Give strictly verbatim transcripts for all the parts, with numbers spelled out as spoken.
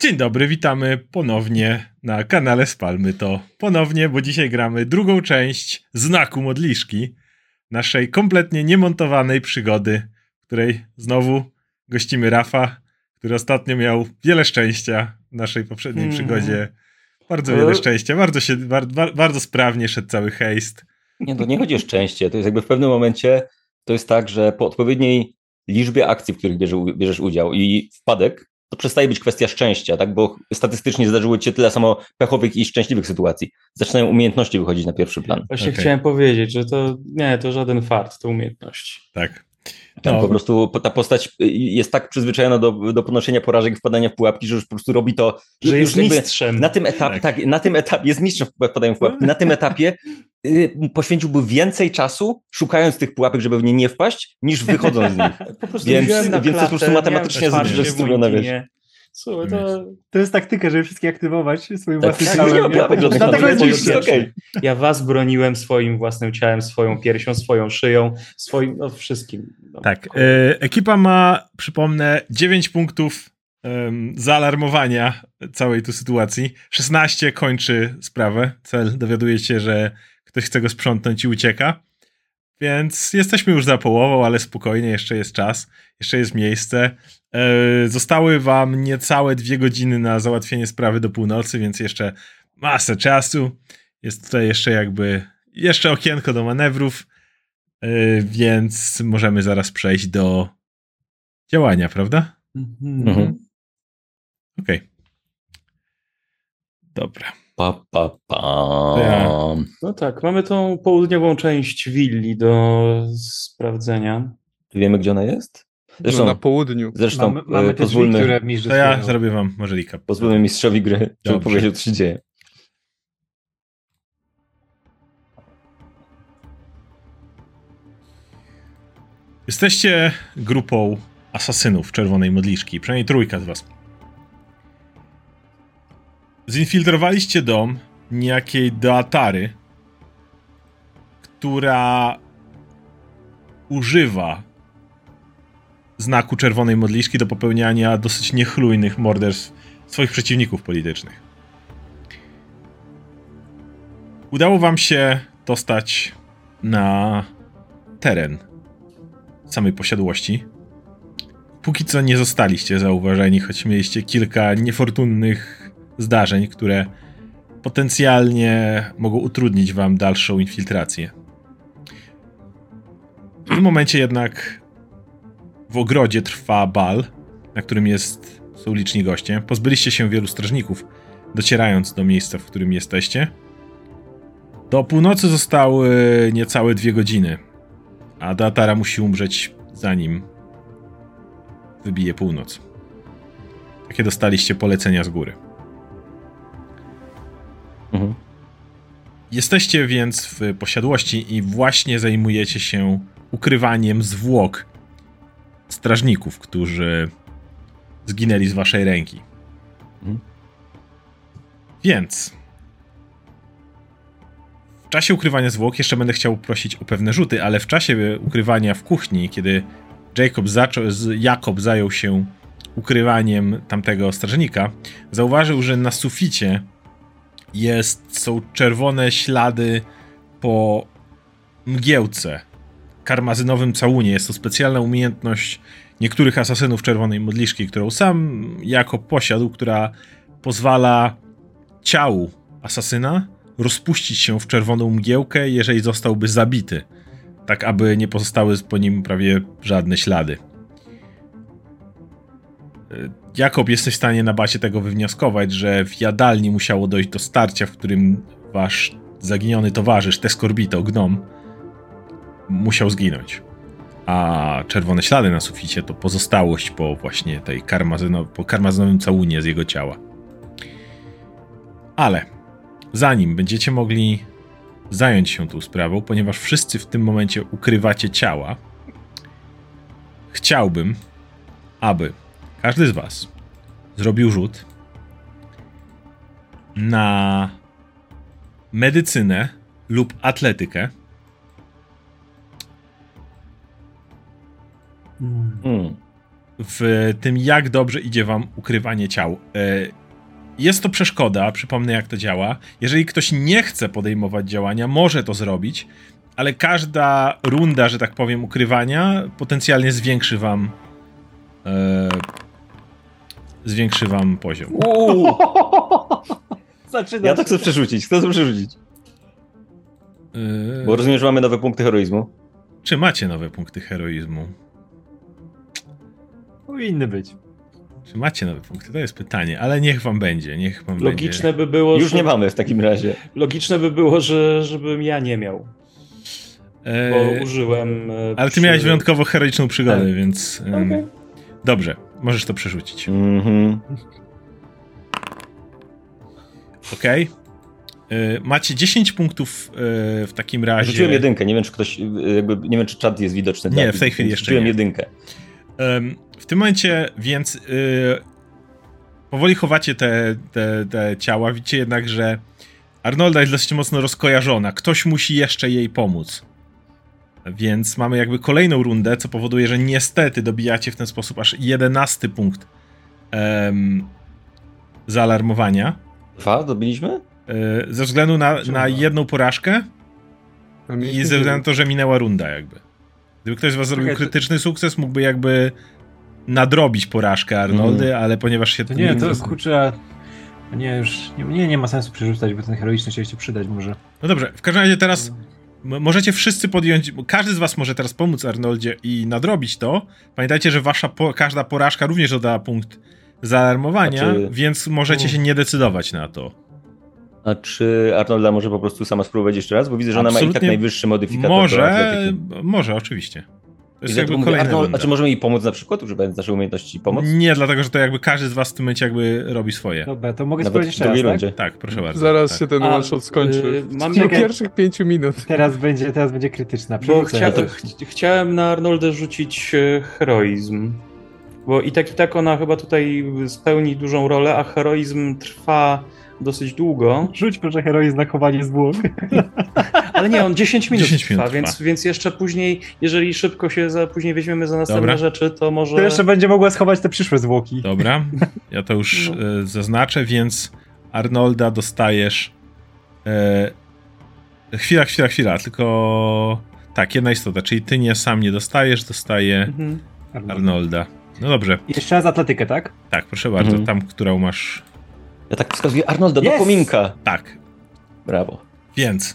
Dzień dobry, witamy ponownie na kanale Spalmy to. Ponownie, bo dzisiaj gramy drugą część Znaku Modliszki, naszej kompletnie niemontowanej przygody, w której znowu gościmy Rafa, który ostatnio miał wiele szczęścia w naszej poprzedniej hmm. przygodzie. Bardzo wiele szczęścia, bardzo, się, bardzo, bardzo sprawnie szedł cały hejst. Nie, to nie chodzi o szczęście, to jest jakby w pewnym momencie, to jest tak, że po odpowiedniej liczbie akcji, w których bierze, bierzesz udział i wpadek, to przestaje być kwestia szczęścia, tak? Bo statystycznie zdarzyło ci się tyle samo pechowych i szczęśliwych sytuacji. Zaczynają umiejętności wychodzić na pierwszy plan. Właśnie okay. chciałem powiedzieć, że to nie, to żaden fart, to umiejętności. Tak. No. Po prostu ta postać jest tak przyzwyczajona do, do ponoszenia porażek, wpadania w pułapki, że już po prostu robi to... Że jest mistrzem. Na tym etapie, tak. tak, na tym etapie, jest mistrzem w wpadaniu w pułapki, na tym etapie y, poświęciłby więcej czasu szukając tych pułapek, żeby w nie nie wpaść, niż wychodząc z nich. Po prostu więc więc klatę, to po prostu matematycznie zrobione, wiesz. Słuchaj, to, to jest taktyka, żeby wszystkie aktywować swoim tak, własnym tak, ciałem. Ja, Dlatego jest okay. Ja was broniłem swoim własnym ciałem, swoją piersią, swoją szyją, swoim, no wszystkim. No. Tak, e, ekipa ma, przypomnę, dziewięć punktów um, zaalarmowania całej tu sytuacji. szesnaście kończy sprawę. Cel dowiaduje się, że ktoś chce go sprzątnąć i ucieka. Więc jesteśmy już za połową, ale spokojnie, jeszcze jest czas, jeszcze jest miejsce. E, zostały wam niecałe dwie godziny na załatwienie sprawy do północy, więc jeszcze masę czasu. Jest tutaj jeszcze jakby, jeszcze okienko do manewrów, e, więc możemy zaraz przejść do działania, prawda? Mhm. Okej. Okay. Dobra. Pa, pa, pa. Ja. No tak, mamy tą południową część willi do sprawdzenia. Wiemy, gdzie ona jest? Zresztą, no na południu. Zresztą mamy, mamy pozwólmy, drzwi, które to ja zrobię wam może recap. Pozwólmy mistrzowi gry, żeby powiedział, co się dzieje. Jesteście grupą asasynów Czerwonej Modliszki, przynajmniej trójka z was. Zinfiltrowaliście dom niejakiej Deatary, która używa znaku Czerwonej Modliszki do popełniania dosyć niechlujnych morderstw swoich przeciwników politycznych. Udało wam się dostać na teren samej posiadłości. Póki co nie zostaliście zauważeni, choć mieliście kilka niefortunnych zdarzeń, które potencjalnie mogą utrudnić wam dalszą infiltrację. W tym momencie jednak w ogrodzie trwa bal, na którym jest, są liczni goście. Pozbyliście się wielu strażników, docierając do miejsca, w którym jesteście. Do północy zostały niecałe dwie godziny, a Deatara musi umrzeć, zanim wybije północ. Takie dostaliście polecenia z góry. Mhm. Jesteście więc w posiadłości i właśnie zajmujecie się ukrywaniem zwłok strażników, którzy zginęli z waszej ręki. Mhm. Więc w czasie ukrywania zwłok jeszcze będę chciał prosić o pewne rzuty, ale w czasie ukrywania w kuchni, kiedy Jacob zaczął, Jakob zajął się ukrywaniem tamtego strażnika, zauważył, że na suficie jest, są czerwone ślady po mgiełce, karmazynowym całunie. Jest to specjalna umiejętność niektórych asasynów Czerwonej Modliszki, którą sam Jakob posiadł, która pozwala ciału asasyna rozpuścić się w czerwoną mgiełkę, jeżeli zostałby zabity, tak aby nie pozostały po nim prawie żadne ślady. Jakob, jesteś w stanie na bazie tego wywnioskować, że w jadalni musiało dojść do starcia, w którym wasz zaginiony towarzysz, Tescorbito, gnom, musiał zginąć. A czerwone ślady na suficie to pozostałość po właśnie tej karmazyno, po karmazynowym całunie z jego ciała. Ale zanim będziecie mogli zająć się tą sprawą, ponieważ wszyscy w tym momencie ukrywacie ciała, chciałbym, aby każdy z was zrobił rzut na medycynę lub atletykę. Hmm. w tym, jak dobrze idzie wam ukrywanie ciał. Jest to przeszkoda, przypomnę jak to działa. Jeżeli ktoś nie chce podejmować działania, może to zrobić, ale każda runda, że tak powiem, ukrywania potencjalnie zwiększy wam e, zwiększy wam poziom. Uuu, Zaczyna ja to chcę przerzucić, chcę to przerzucić. E, Bo rozumiem, że mamy nowe punkty heroizmu. Czy macie nowe punkty heroizmu? Powinny być. Czy macie nowe punkty? To jest pytanie, ale niech wam będzie, niech wam Logiczne będzie. by było, Już że... nie mamy w takim razie. Logiczne by było, że żebym ja nie miał. Bo E, użyłem... e, ale ty przy- miałeś wyjątkowo heroiczną przygodę, Tak. więc... em, Okej. Dobrze, możesz to przerzucić. Mhm. Okej. Y, Macie dziesięć punktów y, w takim razie. Rzuciłem jedynkę, nie wiem czy ktoś, jakby, nie wiem czy czat jest widoczny. Nie, dla- w tej chwili jeszcze Rzuciłem nie. jedynkę. Ym, W tym momencie więc y, powoli chowacie te, te, te ciała. Widzicie jednak, że Arnolda jest dosyć mocno rozkojarzona. Ktoś musi jeszcze jej pomóc. Więc mamy jakby kolejną rundę, co powoduje, że niestety dobijacie w ten sposób aż jedenasty punkt ym, zaalarmowania. Dwa dobiliśmy? Y, ze względu na, na jedną porażkę A i mieliśmy ze względu na to, że minęła runda jakby. Gdyby ktoś z was zrobił Czekaj, to- krytyczny sukces, mógłby jakby nadrobić porażkę Arnoldy, Mhm. ale ponieważ się... To nie, to kurczę, nie, już nie, nie, nie ma sensu przerzucać, bo ten heroiczny się jeszcze przydać może. No dobrze, w każdym razie teraz m- możecie wszyscy podjąć, bo każdy z was może teraz pomóc Arnoldzie i nadrobić to. Pamiętajcie, że wasza po, każda porażka również dodała punkt zaalarmowania, A czy- więc możecie się nie decydować na to. A czy Arnolda może po prostu sama spróbować jeszcze raz? Bo widzę, że ona ma i tak Absolutnie najwyższy modyfikator do Może, atletyki. może, oczywiście. To I jest dlatego jakby mówię, kolejna Arnold, runda. a czy możemy jej pomóc na przykład, używając naszej umiejętności pomoc? Nie, dlatego, że to jakby każdy z was w tym momencie jakby robi swoje. Dobra, to mogę Nawet sprawdzić w jeszcze raz, drugiej tak? rundzie. Tak, proszę bardzo. Zaraz tak. się ten A, one shot skończy. y, W mam ciągu czekaj. pierwszych pięciu minut. Teraz będzie, teraz będzie krytyczna. Bo Przerzucę. chcia, to- ch- chciałem na Arnoldę rzucić e, heroizm. Bo i tak i tak ona chyba tutaj spełni dużą rolę, a heroizm trwa dosyć długo. Rzuć proszę heroizm na chowanie zwłok. Ale nie, on dziesięć minut, dziesięć minut trwa, trwa. Więc, więc jeszcze później, jeżeli szybko się za, później weźmiemy za następne Dobra. rzeczy, to może... To jeszcze będzie mogła schować te przyszłe zwłoki. Dobra, ja to już No. e, zaznaczę, więc Arnolda dostajesz... E, chwila, chwila, chwila, tylko... Tak, jedna istota, czyli ty nie sam nie dostajesz, dostaje Mhm. Arnolda. No dobrze, Jeszcze raz atletykę, tak? tak, proszę bardzo, Mhm. tam, którą masz... Ja tak wskazuję Arnolda do Jest! kominka. Tak, Brawo. więc...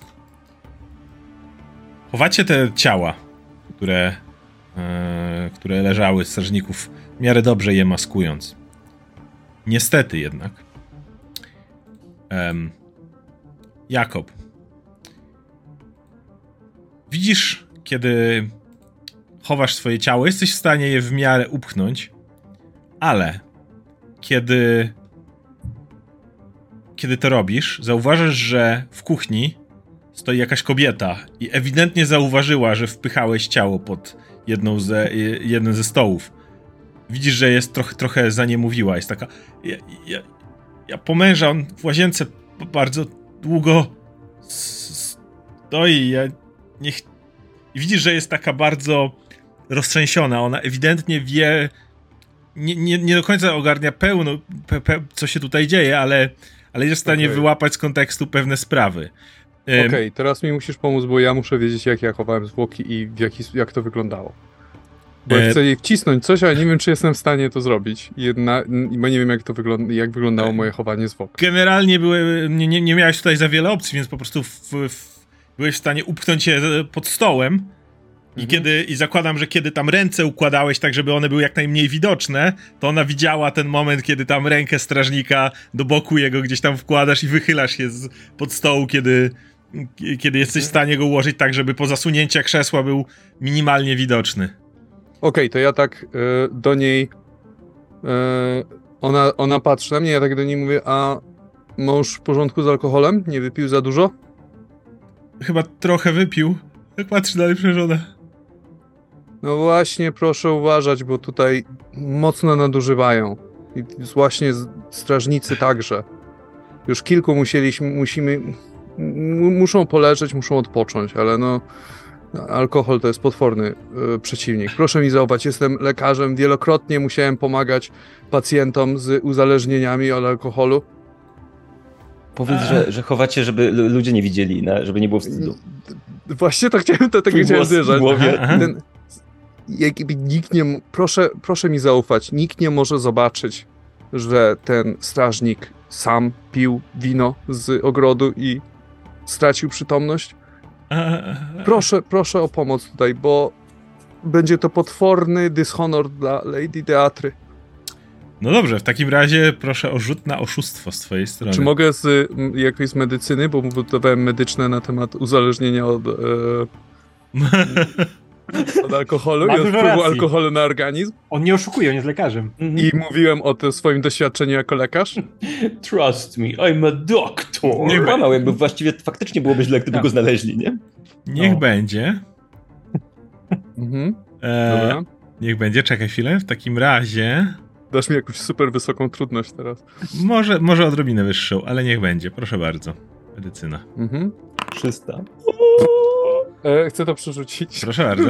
Chowacie te ciała, które... E, które leżały z strażników, w miarę dobrze je maskując. Niestety jednak... Em, Jakob. Widzisz, kiedy chowasz swoje ciało, jesteś w stanie je w miarę upchnąć, ale kiedy kiedy to robisz, zauważasz, że w kuchni stoi jakaś kobieta i ewidentnie zauważyła, że wpychałeś ciało pod jedną ze, jeden ze stołów. Widzisz, że jest trochę, trochę zaniemowiła, jest taka... Ja, ja, ja po męża, on w łazience bardzo długo s- stoi, ja nie ch... I widzisz, że jest taka bardzo roztrzęsiona, ona ewidentnie wie, nie, nie, nie do końca ogarnia pełno, pe, pe, co się tutaj dzieje, ale, ale jest w stanie Okej. wyłapać z kontekstu pewne sprawy. Ym, Okej, teraz mi musisz pomóc, bo ja muszę wiedzieć, jak ja chowałem zwłoki i w jaki, jak to wyglądało. Bo E- ja chcę jej wcisnąć coś, ale nie wiem, czy jestem w stanie to zrobić. Jedna, bo nie wiem, jak to wygląda, jak wyglądało moje chowanie zwłok. Generalnie były, nie, nie, nie miałeś tutaj za wiele opcji, więc po prostu w, w, byłeś w stanie upchnąć się pod stołem i Mhm. kiedy i zakładam, że kiedy tam ręce układałeś tak, żeby one były jak najmniej widoczne, to ona widziała ten moment, kiedy tam rękę strażnika do boku jego gdzieś tam wkładasz i wychylasz się z, pod stołu, kiedy, kiedy jesteś w stanie go ułożyć tak, żeby po zasunięcia krzesła był minimalnie widoczny. Okej, to ja tak e, do niej. E, ona, ona patrzy na mnie, ja tak do niej mówię, a mąż w porządku z alkoholem? Nie wypił za dużo? Chyba trochę wypił. Jak patrzy dalej przerażona. No właśnie, proszę uważać, bo tutaj mocno nadużywają. I właśnie z- strażnicy także. Już kilku musieliśmy, musimy, m- muszą poleżeć, muszą odpocząć, ale no Alkohol to jest potworny y, przeciwnik. Proszę mi zaufać, jestem lekarzem, wielokrotnie musiałem pomagać pacjentom z uzależnieniami od alkoholu. Powiedz, że, że chowacie, żeby l- ludzie nie widzieli, na, żeby nie było wstydu. Właśnie to chciałem, do tego Twój chciałem głos w zjeżdżać. głowie. Aha. Ten, jakby nikt nie, m- proszę, proszę mi zaufać, nikt nie może zobaczyć, że ten strażnik sam pił wino z ogrodu i stracił przytomność. Proszę, proszę o pomoc tutaj, bo będzie to potworny dyshonor dla Lady Deatry. No dobrze, w takim razie proszę o rzut na oszustwo z twojej strony. Czy mogę z m, jakiejś medycyny, bo budowałem medyczne na temat uzależnienia od, e, od alkoholu Ma i od dużo wpływu racji. alkoholu na organizm. On nie oszukuje, on jest lekarzem. Mhm. I mówiłem o tym swoim doświadczeniu jako lekarz. Trust me, I'm a doctor. Nie Kłamał, jakby właściwie faktycznie byłoby źle, gdyby Tak. go znaleźli, nie? Niech No. będzie. Mhm. E, Dobra. niech będzie, czekaj chwilę. W takim razie Dasz mi jakąś super wysoką trudność teraz. może, może odrobinę wyższą, ale niech będzie. Proszę bardzo. Medycyna. Mhm. trzysta. E, chcę to przerzucić. Proszę bardzo.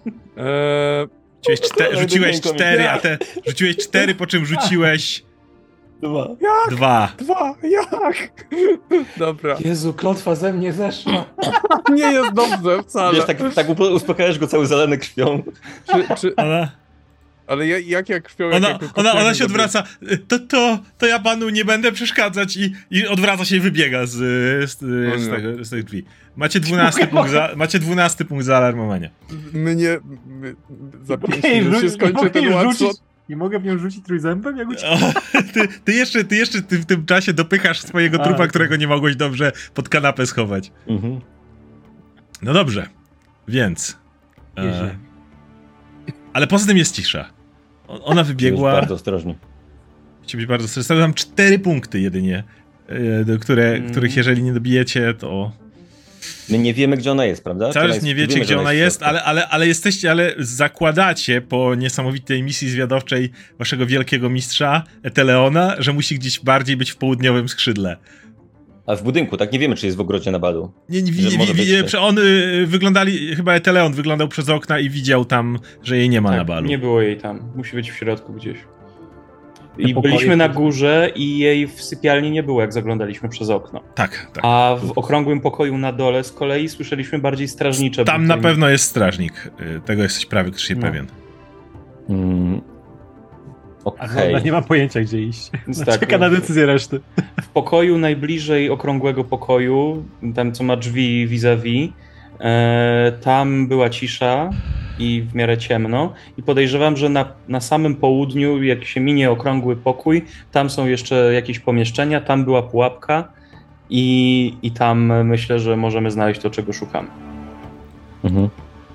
E, Rzuciłeś, czte, Ale rzuciłeś wymiękło mi. cztery, a te rzuciłeś cztery, po czym rzuciłeś Dwa. dwa. dwa, jak? Dobra. Jezu, klątwa ze mnie zeszła. Nie jest dobrze wcale. Wiesz, tak, tak upo- uspokajasz go cały zalany krwią. Czy, czy, Ona, ale ja, jak jak krwią... jak ona, jako ona, koktajl ona się dobry. odwraca. To, to, to ja panu nie będę przeszkadzać i, i odwraca się i wybiega z, z, z, nie. tego, z tych drzwi. Macie dwunasty punkt, za, macie dwunasty punkt zaalarmowania. Mnie... My, za pięć Ej, minut się rzu- skończy mogę ten jej one rzucić- Nie mogę w nią rzucić trójzębem? Jak uciekł? O, ty, ty jeszcze, ty jeszcze ty w tym czasie dopychasz swojego A, trupa, okej. którego nie mogłeś dobrze pod kanapę schować. Mhm. No dobrze, więc... E, Nieźle. ale poza tym jest cisza. O- Ona Jest wybiegła... bardzo ostrożnie. Chcę być bardzo stresowy. Mam cztery punkty jedynie, e, do które, Mm. których jeżeli nie dobijecie, to... My nie wiemy, gdzie ona jest, prawda? Cały Ona czas jest- nie wiecie, wiemy, że gdzie ona w jest, środku. ale, ale, ale jesteście, ale zakładacie po niesamowitej misji zwiadowczej waszego wielkiego mistrza, Eteleona, że musi gdzieś bardziej być w południowym skrzydle. A w budynku, tak? Nie wiemy, czy jest w ogrodzie na balu. Nie, nie, Że wi- może wi- być wi- tak. prze- on y, wyglądali, chyba Eteleon wyglądał przez okna i widział tam, że jej nie ma na Tak, balu. nie było jej tam. Musi być w środku gdzieś. Te I pokoje byliśmy na też- górze i jej w sypialni nie było, jak zaglądaliśmy przez okno. Tak, tak. A w okrągłym pokoju na dole z kolei słyszeliśmy bardziej strażnicze. Tam na buty. pewno jest strażnik. Y, Tego jesteś praktycznie No. pewien. Mm. A Okej. okay. nie mam pojęcia, gdzie iść. Więc Czeka tak, na decyzję reszty. W pokoju najbliżej okrągłego pokoju, tam co ma drzwi vis-a-vis, e, tam była cisza i w miarę ciemno. I podejrzewam, że na, na samym południu, jak się minie okrągły pokój, tam są jeszcze jakieś pomieszczenia, tam była pułapka i, i tam myślę, że możemy znaleźć to, czego szukamy. Mhm.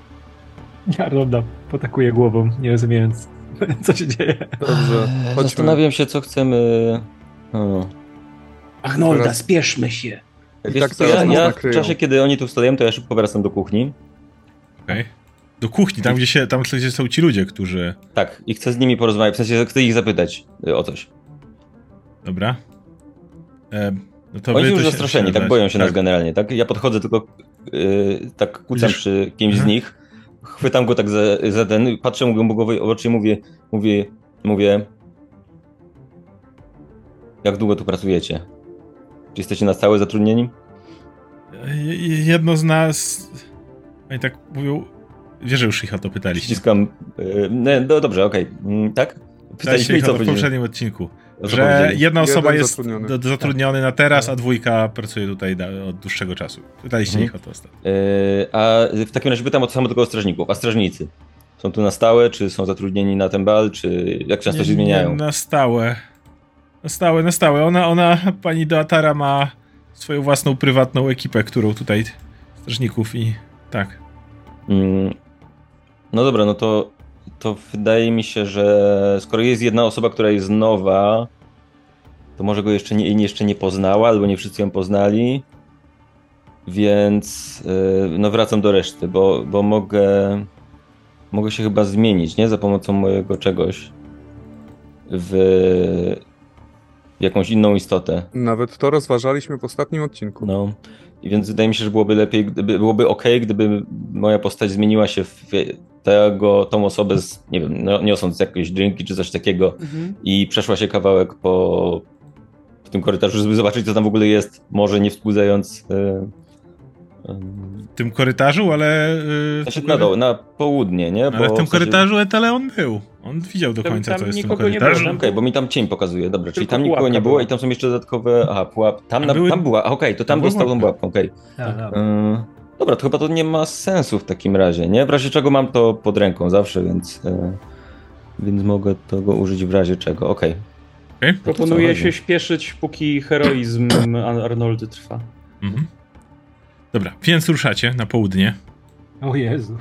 Ja Ronda potakuje głową, nie rozumiejąc, co się dzieje. Dobrze, chodźmy. Zastanawiam się, co chcemy... O. Arnolda, Teraz- spieszmy się. Wiesz, tak co, teraz ja, nas ja w nakryją. czasie, kiedy oni tu stoją, to ja szybko wracam do kuchni. Okej. Do kuchni, tam gdzie, się, tam gdzie są ci ludzie, którzy... Tak, i chcę z nimi porozmawiać, w sensie chcę ich zapytać y, o coś. Dobra. E, no to Oni wy są to już się- zastraszeni, się tak dać. boją się nas generalnie, tak? Ja podchodzę tylko, y, tak kucam Widzisz? przy kimś z Mhm. nich, chwytam go tak za, za ten, patrzę mu głęboko w oczy i mówię, mówię, mówię, jak długo tu pracujecie? Czy jesteście na stałe zatrudnieni? Je- je- Jedno z nas... Oni tak mówią... Wiesz, że już ich o to pytaliście. Ściskam, y, no, no dobrze, okej, Mm, tak? Pytaliście Pytaliśmy i ich o co to w powiedzieli? poprzednim odcinku. O co Że powiedzieli? jedna osoba Jeden jest zatrudniony. do, do zatrudniony na teraz, a dwójka pracuje tutaj da, od dłuższego czasu. Pytaliście Mhm. ich o to ostatnio. Y, a w takim razie pytam o to samo tylko o strażników, a strażnicy? Są tu na stałe, czy są zatrudnieni na ten bal, czy jak często Nie- się zmieniają? Nie, na stałe. Na stałe, na stałe. Ona, ona, pani Doatara ma swoją własną, prywatną ekipę, którą tutaj strażników i tak. Mm, No dobra, no to, to wydaje mi się, że skoro jest jedna osoba, która jest nowa, to może go jeszcze nie, jeszcze nie poznała, albo nie wszyscy ją poznali, więc yy, no wracam do reszty, bo, bo mogę, mogę się chyba zmienić, nie? Za pomocą mojego czegoś w jakąś inną istotę. Nawet to rozważaliśmy w ostatnim odcinku. No. I więc wydaje mi się, że byłoby lepiej, gdyby, byłoby okej, gdyby moja postać zmieniła się w tego, tą osobę, z, nie wiem, no, niosąc jakieś drinki czy coś takiego Mhm. i przeszła się kawałek po w tym korytarzu, żeby zobaczyć, co tam w ogóle jest, może nie wzbudzając... Yy, yy, W tym korytarzu, ale... Yy, znaczy, w na, ogóle- dół, na południe, nie? ale w tym sensie- korytarzu Eteleon był. On widział do Tam- końca, tam co jest w tym nikogo nie korytarzu. było, Okej, bo mi tam cień pokazuje, dobra, czyli Tylko tam nikogo pułapka nie było była. i tam są jeszcze dodatkowe... Aha, pułap... Tam, Tam na, były- tam była, okej, to tam tam była dostał tą pułapka. pułapkę, okej. Tak, tak. Yy, dobra, to chyba to nie ma sensu w takim razie, nie? W razie czego mam to pod ręką zawsze, więc... Yy, więc mogę tego użyć w razie czego, okej. Okej? Proponuję chodzi? się śpieszyć, póki heroizm Arnoldy trwa. Mhm. Dobra, więc ruszacie na południe O Jezu.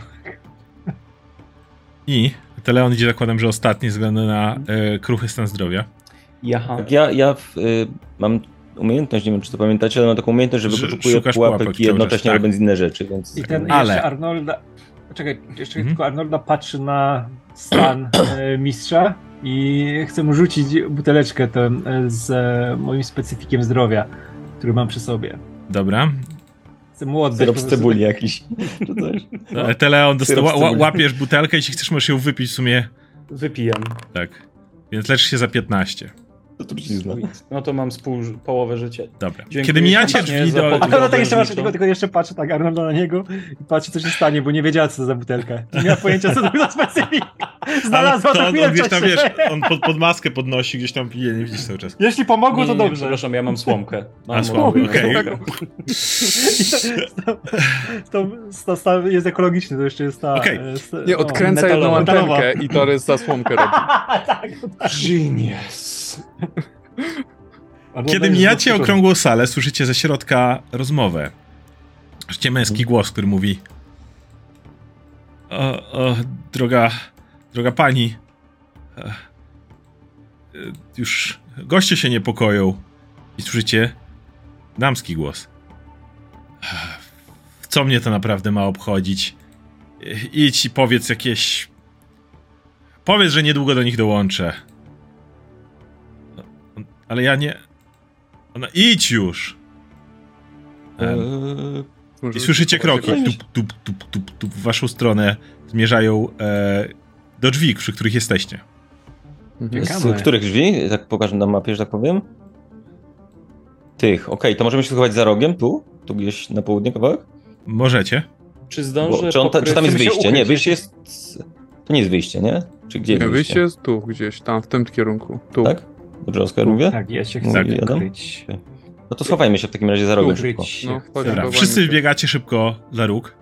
i Eteleon idzie, zakładam, że ostatni ze względu na e, kruchy stan zdrowia. Jaha. Tak, ja ja w, y, mam umiejętność, nie wiem czy to pamiętacie, ale mam taką umiejętność, że Że wyszukuję szukasz pułapek pułapek i jednocześnie cały czas, tak. robiąc inne rzeczy, więc... I ten Ale- jeszcze Arnolda... Czekaj, jeszcze Mhm. tylko Arnolda patrzy na stan e, mistrza i chce mu rzucić buteleczkę tę, e, z e, moim specyfikiem zdrowia, który mam przy sobie. Dobra. Chcę mu oddać. Syrop po z prostu cebuli jakiś. Czy coś. No. Eteleon dostał, Syrop z ła, ła, cebuli. łapiesz butelkę, jeśli chcesz, możesz ją wypić w sumie. Wypijam. Tak. Więc leczysz się za piętnaście. To trucizna. No to mam z pół, połowę życia. Dobra. Dziękuję Kiedy mijacie ślicznie drzwi za do... podgląd. A no tak jeszcze patrzę, Wężniczo. tylko, tylko jeszcze patrzę tak Arnolda na niego i patrzę, co się stanie, bo nie wiedziała, co to za butelka. Nie miała pojęcia, co to za specyfik. Znalazła to to on, chwilę on gdzieś tam, wcześniej. wiesz, on pod, pod maskę podnosi, gdzieś tam pije, nie widzisz cały czas. Jeśli pomogło, Nie, to nie, nie, dobrze. przepraszam, ja mam słomkę. Mam A, słomkę, słomkę. okej. To, to, to jest ekologiczny, to jeszcze jest ta... Okej. e, st- Nie, no. odkręca jedną metalowa. antenkę i Torres zasłonkę robi. tak, tak. Genius. Arnolda Kiedy jest mijacie zaskoczony. okrągłą salę, słyszycie ze środka rozmowę. Słyszycie męski głos, który mówi: O, o droga, droga pani, e, e, już goście się niepokoją. I słyszycie damski głos. Co mnie to naprawdę ma obchodzić? E, Idź i powiedz jakieś... Powiedz, że niedługo do nich dołączę. Ale ja nie... Ona, idź już! Em, Eee, I słyszycie kroki, tup, tup, tup, tup, tup, w waszą stronę zmierzają e, do drzwi, przy których jesteście. Mhm. z których drzwi? Tak pokażę na mapie, że tak powiem. Tych, okej, to możemy się schować za rogiem, tu? Tu gdzieś na południe kawałek? Możecie. Czy zdążę Bo, czy, on ta, czy tam jest pokryć- wyjście? Nie, wyjście jest... To nie jest wyjście, nie? Czy gdzie Nie, jest wyjście jest tu gdzieś, tam, w tym kierunku. Tu. Tak? Dobrze, Oskar mówię? Tak, ja się Tak, chcę Adam? ukryć. No to schowajmy się w takim razie za rogiem szybko. Ukryć się No, chcę. chodź, Dobra, Chowajmy wszyscy się. biegacie szybko za róg.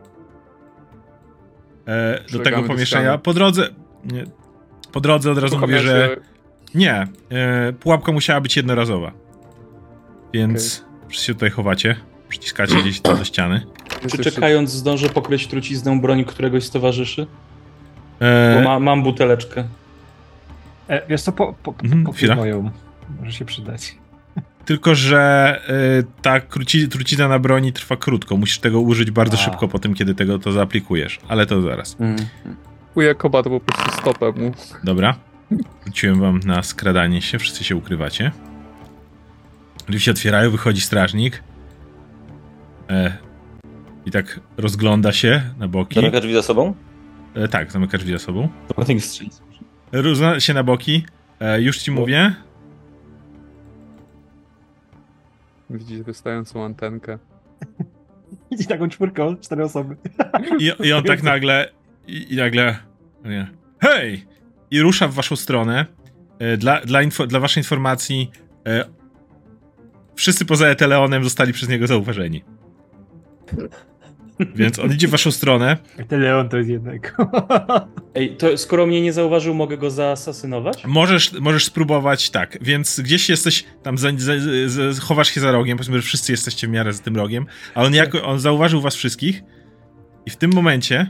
E, do Przegamy tego do pomieszczenia. ściany. Po drodze... Nie, po drodze od razu mówię, Uruchamia że... się- Nie. E, pułapka musiała być jednorazowa. Więc wszyscy się tutaj chowacie. Przyciskacie gdzieś do ściany. Czy jesteście- czekając zdążę pokryć trucizną broń któregoś z towarzyszy? Bo E, ma, mam buteleczkę. E, wiesz co, po, po, Mhm, po chwila. moją. Może się przydać. Tylko, że y, ta kruci, trucizna na broni trwa krótko. Musisz tego użyć bardzo A. szybko po tym, kiedy tego to zaaplikujesz. Ale to zaraz. Mm. U Jakoba to po prostu stopę mu. Dobra. Wróciłem wam na skradanie się. Wszyscy się ukrywacie. Drzwi się otwierają, wychodzi strażnik. E, I tak rozgląda się na boki. Zamyka drzwi za sobą? E, tak, zamyka drzwi za sobą. To po tych strzelić. Rozgląda się na boki. E, już ci mówię. Widzisz wystającą antenkę. Widzi taką czwórkę, cztery osoby. I, i on tak nagle... I, i nagle... Nie. Hej! I rusza w waszą stronę. E, Dla, dla, info, dla waszej informacji, e, wszyscy poza Eteleonem zostali przez niego zauważeni. Więc on idzie w waszą stronę. Ten Leon to jest jednego. Ej, to skoro mnie nie zauważył, mogę go zaasasynować? Możesz, możesz spróbować, tak. Więc gdzieś jesteś, tam za, za, za, chowasz się za rogiem, powiedzmy, że wszyscy jesteście w miarę za tym rogiem, a on, jako, on zauważył was wszystkich i w tym momencie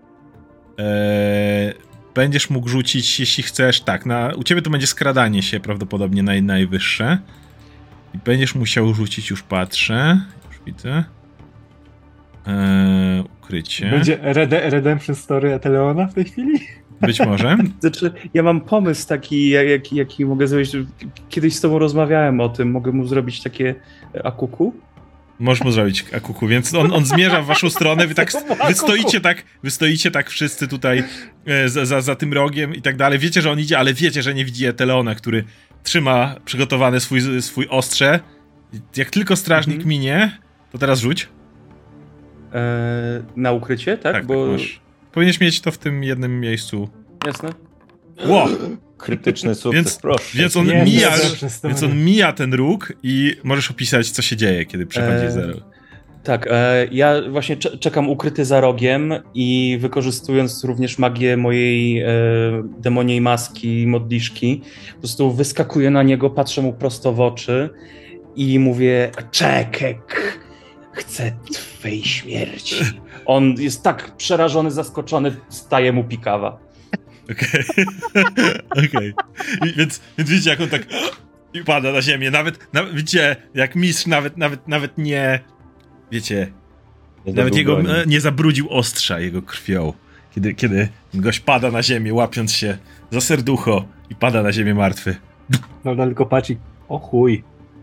e, będziesz mógł rzucić, jeśli chcesz, tak, na, u ciebie to będzie skradanie się prawdopodobnie naj, najwyższe i będziesz musiał rzucić, już patrzę, już widzę, e, ukrycie. Będzie Rede Redemption Story Eteleona w tej chwili? Być może. Znaczy, ja mam pomysł taki, jaki, jaki mogę zrobić. Kiedyś z tobą rozmawiałem o tym, mogę mu zrobić takie akuku? Możesz mu zrobić akuku, więc on, on zmierza w waszą stronę, wy tak, wy stoicie tak, wy stoicie tak wszyscy tutaj e, za, za, za tym rogiem i tak dalej. Wiecie, że on idzie, ale wiecie, że nie widzi Eteleona, który trzyma przygotowany swój, swój ostrze. Jak tylko strażnik mhm. minie, to teraz rzuć. E, na ukrycie, tak? Tak, Bo... tak masz. Powinieneś mieć to w tym jednym miejscu. Jasne. Ło! Krytyczny sukces, więc, proszę. Więc on, Nie, mija, nie, więc on mija ten róg i możesz opisać, co się dzieje, kiedy przechodzi e... za róg. Tak, e, ja właśnie czekam ukryty za rogiem i wykorzystując również magię mojej e, demoniej maski, modliszki, po prostu wyskakuję na niego, patrzę mu prosto w oczy i mówię: Czekek, chcę twej śmierci. On jest tak przerażony, zaskoczony, staje mu pikawa. Okej. Okay. okay. Więc, więc widzicie, jak on tak i pada na ziemię. Nawet, nawet widzicie, jak mistrz nawet, nawet, nawet nie, wiecie, nie nawet jego broni. Nie zabrudził ostrza jego krwią. Kiedy, kiedy gość pada na ziemię, łapiąc się za serducho i pada na ziemię martwy. No tylko patrzy, o chuj.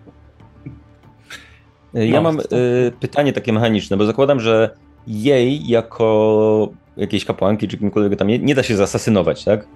Ja no, mam to... y, pytanie takie mechaniczne, bo zakładam, że jej jako jakiejś kapłanki czy kimkolwiek tam nie, nie da się zasasynować, tak?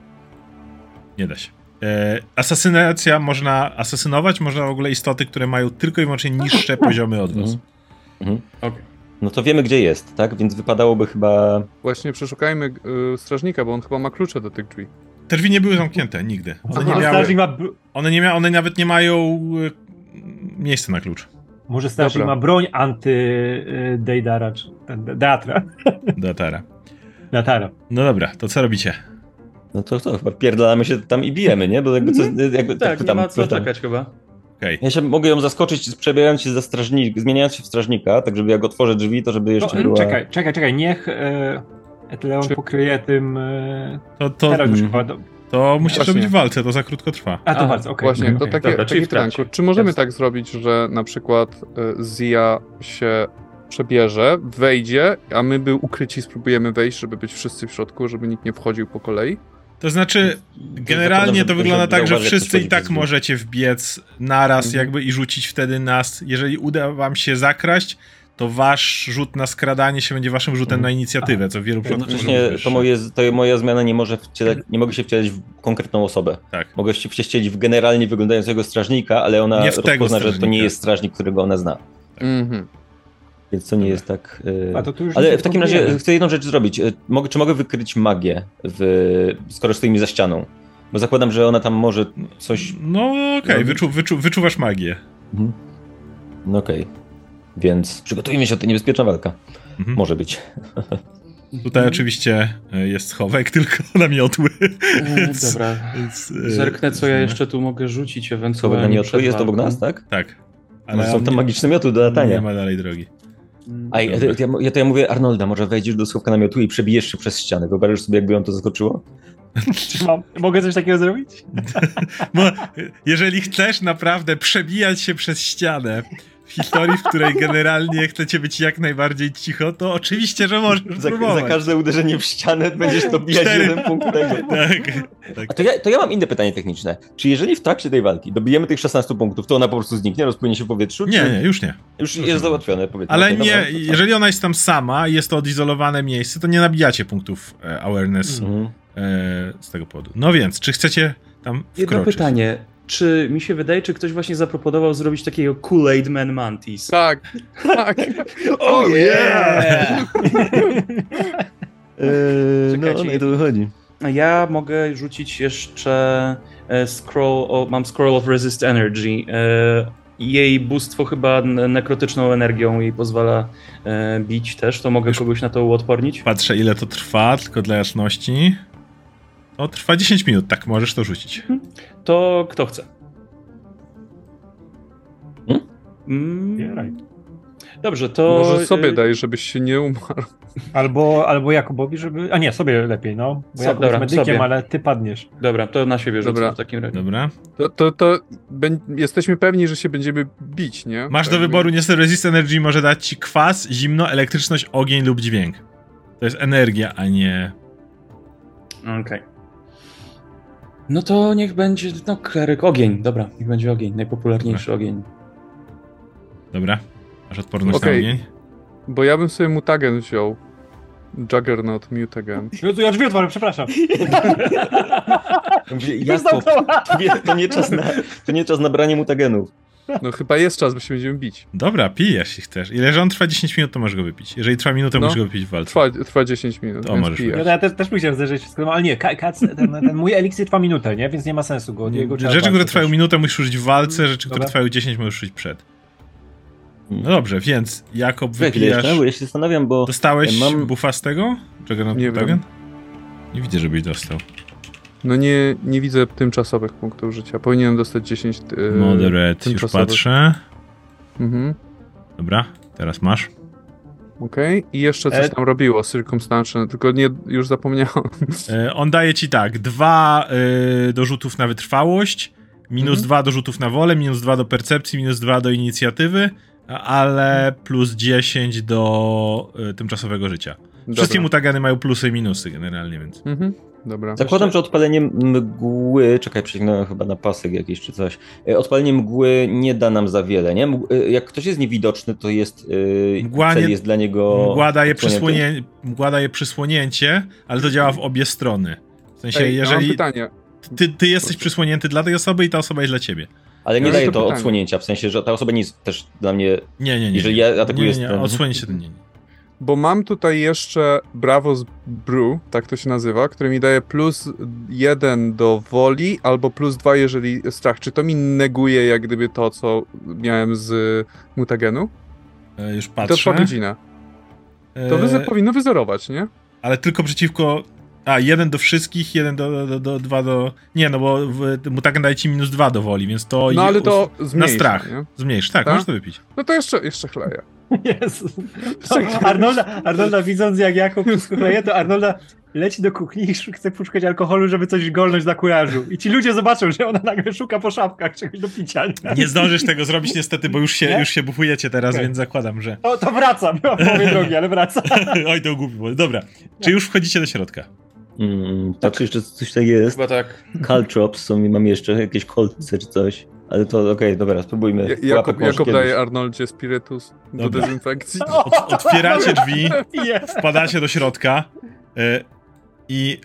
Nie da się. E, asasynacja można asasynować, można w ogóle istoty, które mają tylko i wyłącznie niższe poziomy od was. Mhm. Okay. No to wiemy, gdzie jest, tak? Więc wypadałoby chyba... Właśnie przeszukajmy y, strażnika, bo on chyba ma klucze do tych drzwi. Te drzwi nie były zamknięte, nigdy. One, Aha, nie miały, ma... one, nie mia... one nawet nie mają y, miejsca na klucz. Może strażnik ma broń anty-Deidara, czy Deatra. Deatara. Deatara. No dobra, to co robicie? No to co, chyba pierdolamy się tam i bijemy, nie? Bo jakby co, jakby, tak, tak, nie ma co czekać chyba. Okay. Ja się mogę ją zaskoczyć, przebierając się za strażnika, zmieniając się w strażnika, tak żeby jak otworzę drzwi, to żeby jeszcze no, była... Czekaj, czekaj, czekaj, niech e, Eteleon Czy... pokryje tym... E, to to, mm, to musi Właśnie. robić w walce, to za krótko trwa. A to bardzo, okej. Okay. Właśnie, okay. to takie, Dobra, takie pytanko. Czy możemy Jasne. tak zrobić, że na przykład y, Zia się przebierze, wejdzie, a my by ukryci spróbujemy wejść, żeby być wszyscy w środku, żeby nikt nie wchodził po kolei? To znaczy, generalnie to wygląda tak, że wszyscy i tak możecie wbiec naraz mhm. jakby i rzucić wtedy nas. Jeżeli uda wam się zakraść, to wasz rzut na skradanie się będzie waszym rzutem mhm. na inicjatywę, co w wielu przypadkach Jednocześnie to, moje, to moja zmiana nie może wcielać, nie mogę się wcielać w konkretną osobę. Tak. Mogę się wcielać w generalnie wyglądającego strażnika, ale ona rozpozna, że to nie jest strażnik, którego ona zna. Tak. Mhm. Więc to nie jest tak... Yy... A to tu już ale w takim razie chcę jedną rzecz zrobić. Mogę, czy mogę wykryć magię, w... skoro stoimy za ścianą? Bo zakładam, że ona tam może coś... No okej, okay. Wyczu, wyczu, wyczuwasz magię. Mhm. No okej. Okay. Więc przygotujmy się, to niebezpieczna walka. Mhm. Może być. Tutaj mhm. oczywiście jest schowek tylko na miotły. Więc, Dobra. Więc, Zerknę, co ja jeszcze tu mogę rzucić ewentualnie. Schowek na miotły jest obok nas, tak? Tak. Ale no, są tam nie, magiczne miotły do latania. Nie ma dalej drogi. A ja, ja, to ja mówię, Arnolda, może wejdziesz do schowka namiotu i przebijesz się przez ścianę. Wyobrażasz sobie, jakby ją to zaskoczyło? Mam, mogę coś takiego zrobić? Bo jeżeli chcesz naprawdę przebijać się przez ścianę w historii, w której generalnie chcecie być jak najbardziej cicho, to oczywiście, że możesz za, spróbować. Za każde uderzenie w ścianę będziesz to bijać Cztery. jeden punkt tego. Tak, tak. A to ja, to ja mam inne pytanie techniczne. Czy jeżeli w trakcie tej walki dobijemy tych szesnastu punktów, to ona po prostu zniknie, rozpłynie się w powietrzu? Nie, czy... nie, już nie. Już jest załatwione, powiedzmy. Ale okay, nie, dobra, to jeżeli ona jest tam sama i jest to odizolowane miejsce, to nie nabijacie punktów e, awareness mm. e, z tego powodu. No więc, czy chcecie tam wkroczyć? Jedno pytanie. Czy mi się wydaje, czy ktoś właśnie zaproponował zrobić takiego Kool-Aid Man Mantis? Tak, tak. Oh yeah! eee, no, no i to wychodzi. Ja mogę rzucić jeszcze scroll, o, mam Scroll of Resist Energy. Jej bóstwo chyba nekrotyczną energią jej pozwala bić też, to mogę Już kogoś na to uodpornić? Patrzę, ile to trwa, tylko dla jasności. To trwa dziesięć minut, tak, możesz to rzucić. To kto chce? Hmm? Mm. Dobrze, to... Może sobie daj, żebyś się nie umarł. Albo, albo Jakubowi, żeby... A nie, sobie lepiej, no. Bo So, Jakub dobra, jest medykiem, sobie. ale ty padniesz. Dobra, to na siebie rzucę Dobra. w takim razie. Dobra. To, to, to be- jesteśmy pewni, że się będziemy bić, nie? Masz tak do wyboru, niestety Resist Energy może dać ci kwas, zimno, elektryczność, ogień lub dźwięk. To jest energia, a nie... Okej. Okay. No to niech będzie, no kleryk, ogień, dobra, niech będzie ogień, najpopularniejszy dobra. ogień. Dobra, masz odporność okay. na ogień? Bo ja bym sobie mutagen wziął. Juggernaut, mutagen. No to ja drzwi otworzę, przepraszam. Jakob, to, nie, to, nie czas na, to nie czas na branie mutagenów. No chyba jest czas, bo się będziemy bić. Dobra, pij, jeśli chcesz. Ile że on trwa dziesięć minut, to możesz go wypić. Jeżeli trwa minutę, no, możesz go wypić w walce. Trwa, trwa dziesięć minut, to możesz pijesz. Ja też, też musiałem zderzyć wszystko, ale nie, kac, ten, ten mój eliksir trwa minutę, nie? Więc nie ma sensu go. Jego rzeczy, które trwają minutę, musisz użyć w walce, rzeczy, które Dobra. trwają dziesięć, możesz użyć przed. No dobrze, więc Jakob wypijasz... Jeszcze, bo ja się zastanawiam, bo... Dostałeś mam... buffa z tego? Juggernaut nie Mutagen? Nie widzę, żebyś dostał. No nie, nie widzę tymczasowych punktów życia. Powinienem dostać dziesięć yy, Moderate, już patrzę. Mhm. Dobra, teraz masz. Okej, okay. I jeszcze coś tam robiło, Circumstantial, tylko nie, już zapomniałem. E, on daje ci tak, dwa y, do rzutów na wytrwałość, minus mhm. dwa do rzutów na wolę, minus dwa do percepcji, minus dwa do inicjatywy, ale plus dziesięć do y, tymczasowego życia. Dobra. Wszystkie mutageny mają plusy i minusy generalnie, więc... Mhm. Dobra. Zakładam, że odpalenie mgły, czekaj, przeciągnąłem chyba na pasek jakiś czy coś, odpalenie mgły nie da nam za wiele, nie? Jak ktoś jest niewidoczny, to jest, mgła cel nie, jest dla niego... Mgła daje, przysłonie, mgła daje przysłonięcie, ale to działa w obie strony. W sensie, Ej, jeżeli mam pytanie. Ty, ty jesteś przysłonięty dla tej osoby i ta osoba jest dla ciebie. Ale nie ja daje to, to odsłonięcia, w sensie, że ta osoba nie jest też dla mnie... Nie, nie, nie. Jeżeli ja atakuję... Nie, nie, nie. Odsłonięcie to nie, nie. Bo mam tutaj jeszcze Bravos Brew, tak to się nazywa, który mi daje plus jeden do woli, albo plus dwa, jeżeli strach. Czy to mi neguje jak gdyby to, co miałem z mutagenu? E, już patrzę. To trwa godzinę. To e... wyze- powinno wyzerować, nie? Ale tylko przeciwko... A, jeden do wszystkich, jeden do, do, do dwa do... Nie, no bo mutagen daje ci minus dwa do woli, więc to... No ale to zmniejsza, na strach. Nie? Zmniejsz, tak, tak, możesz to wypić. No to jeszcze, jeszcze chleję. Jezus. Arnolda, Arnolda widząc jak Jakub chleje, to Arnolda leci do kuchni i chce poszukać alkoholu, żeby coś golnąć na kurażu. I ci ludzie zobaczą, że ona nagle szuka po szafkach czegoś do picia. Nie, nie zdążysz tego zrobić niestety, bo już się, już się bufujecie teraz, okay. Więc zakładam, że... To, to wracam, była w połowie drogi, ale wracam. Oj, to głupi było. Dobra, czy już wchodzicie do środka? Mm, tak, czy jeszcze coś tak jest? Chyba tak. Caltrops, są, mam jeszcze jakieś kolce czy coś. Ale to okej, okay, dobra, spróbujmy. Ja, Jakub, Jakub daje Arnoldzie spirytus do dobra. dezynfekcji. Ot, otwieracie drzwi, wpadacie do środka yy, i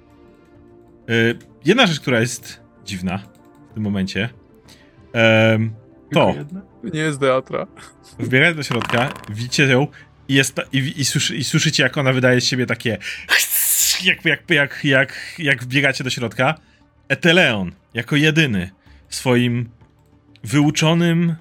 yy, jedna rzecz, która jest dziwna w tym momencie, yy, to nie jest teatra. Wbiegacie do środka, widzicie ją i, jest, i, i, słyszy, i słyszycie, jak ona wydaje z siebie takie jak, jak, jak, jak, jak wbiegacie do środka. Eteleon jako jedyny swoim wyuczonym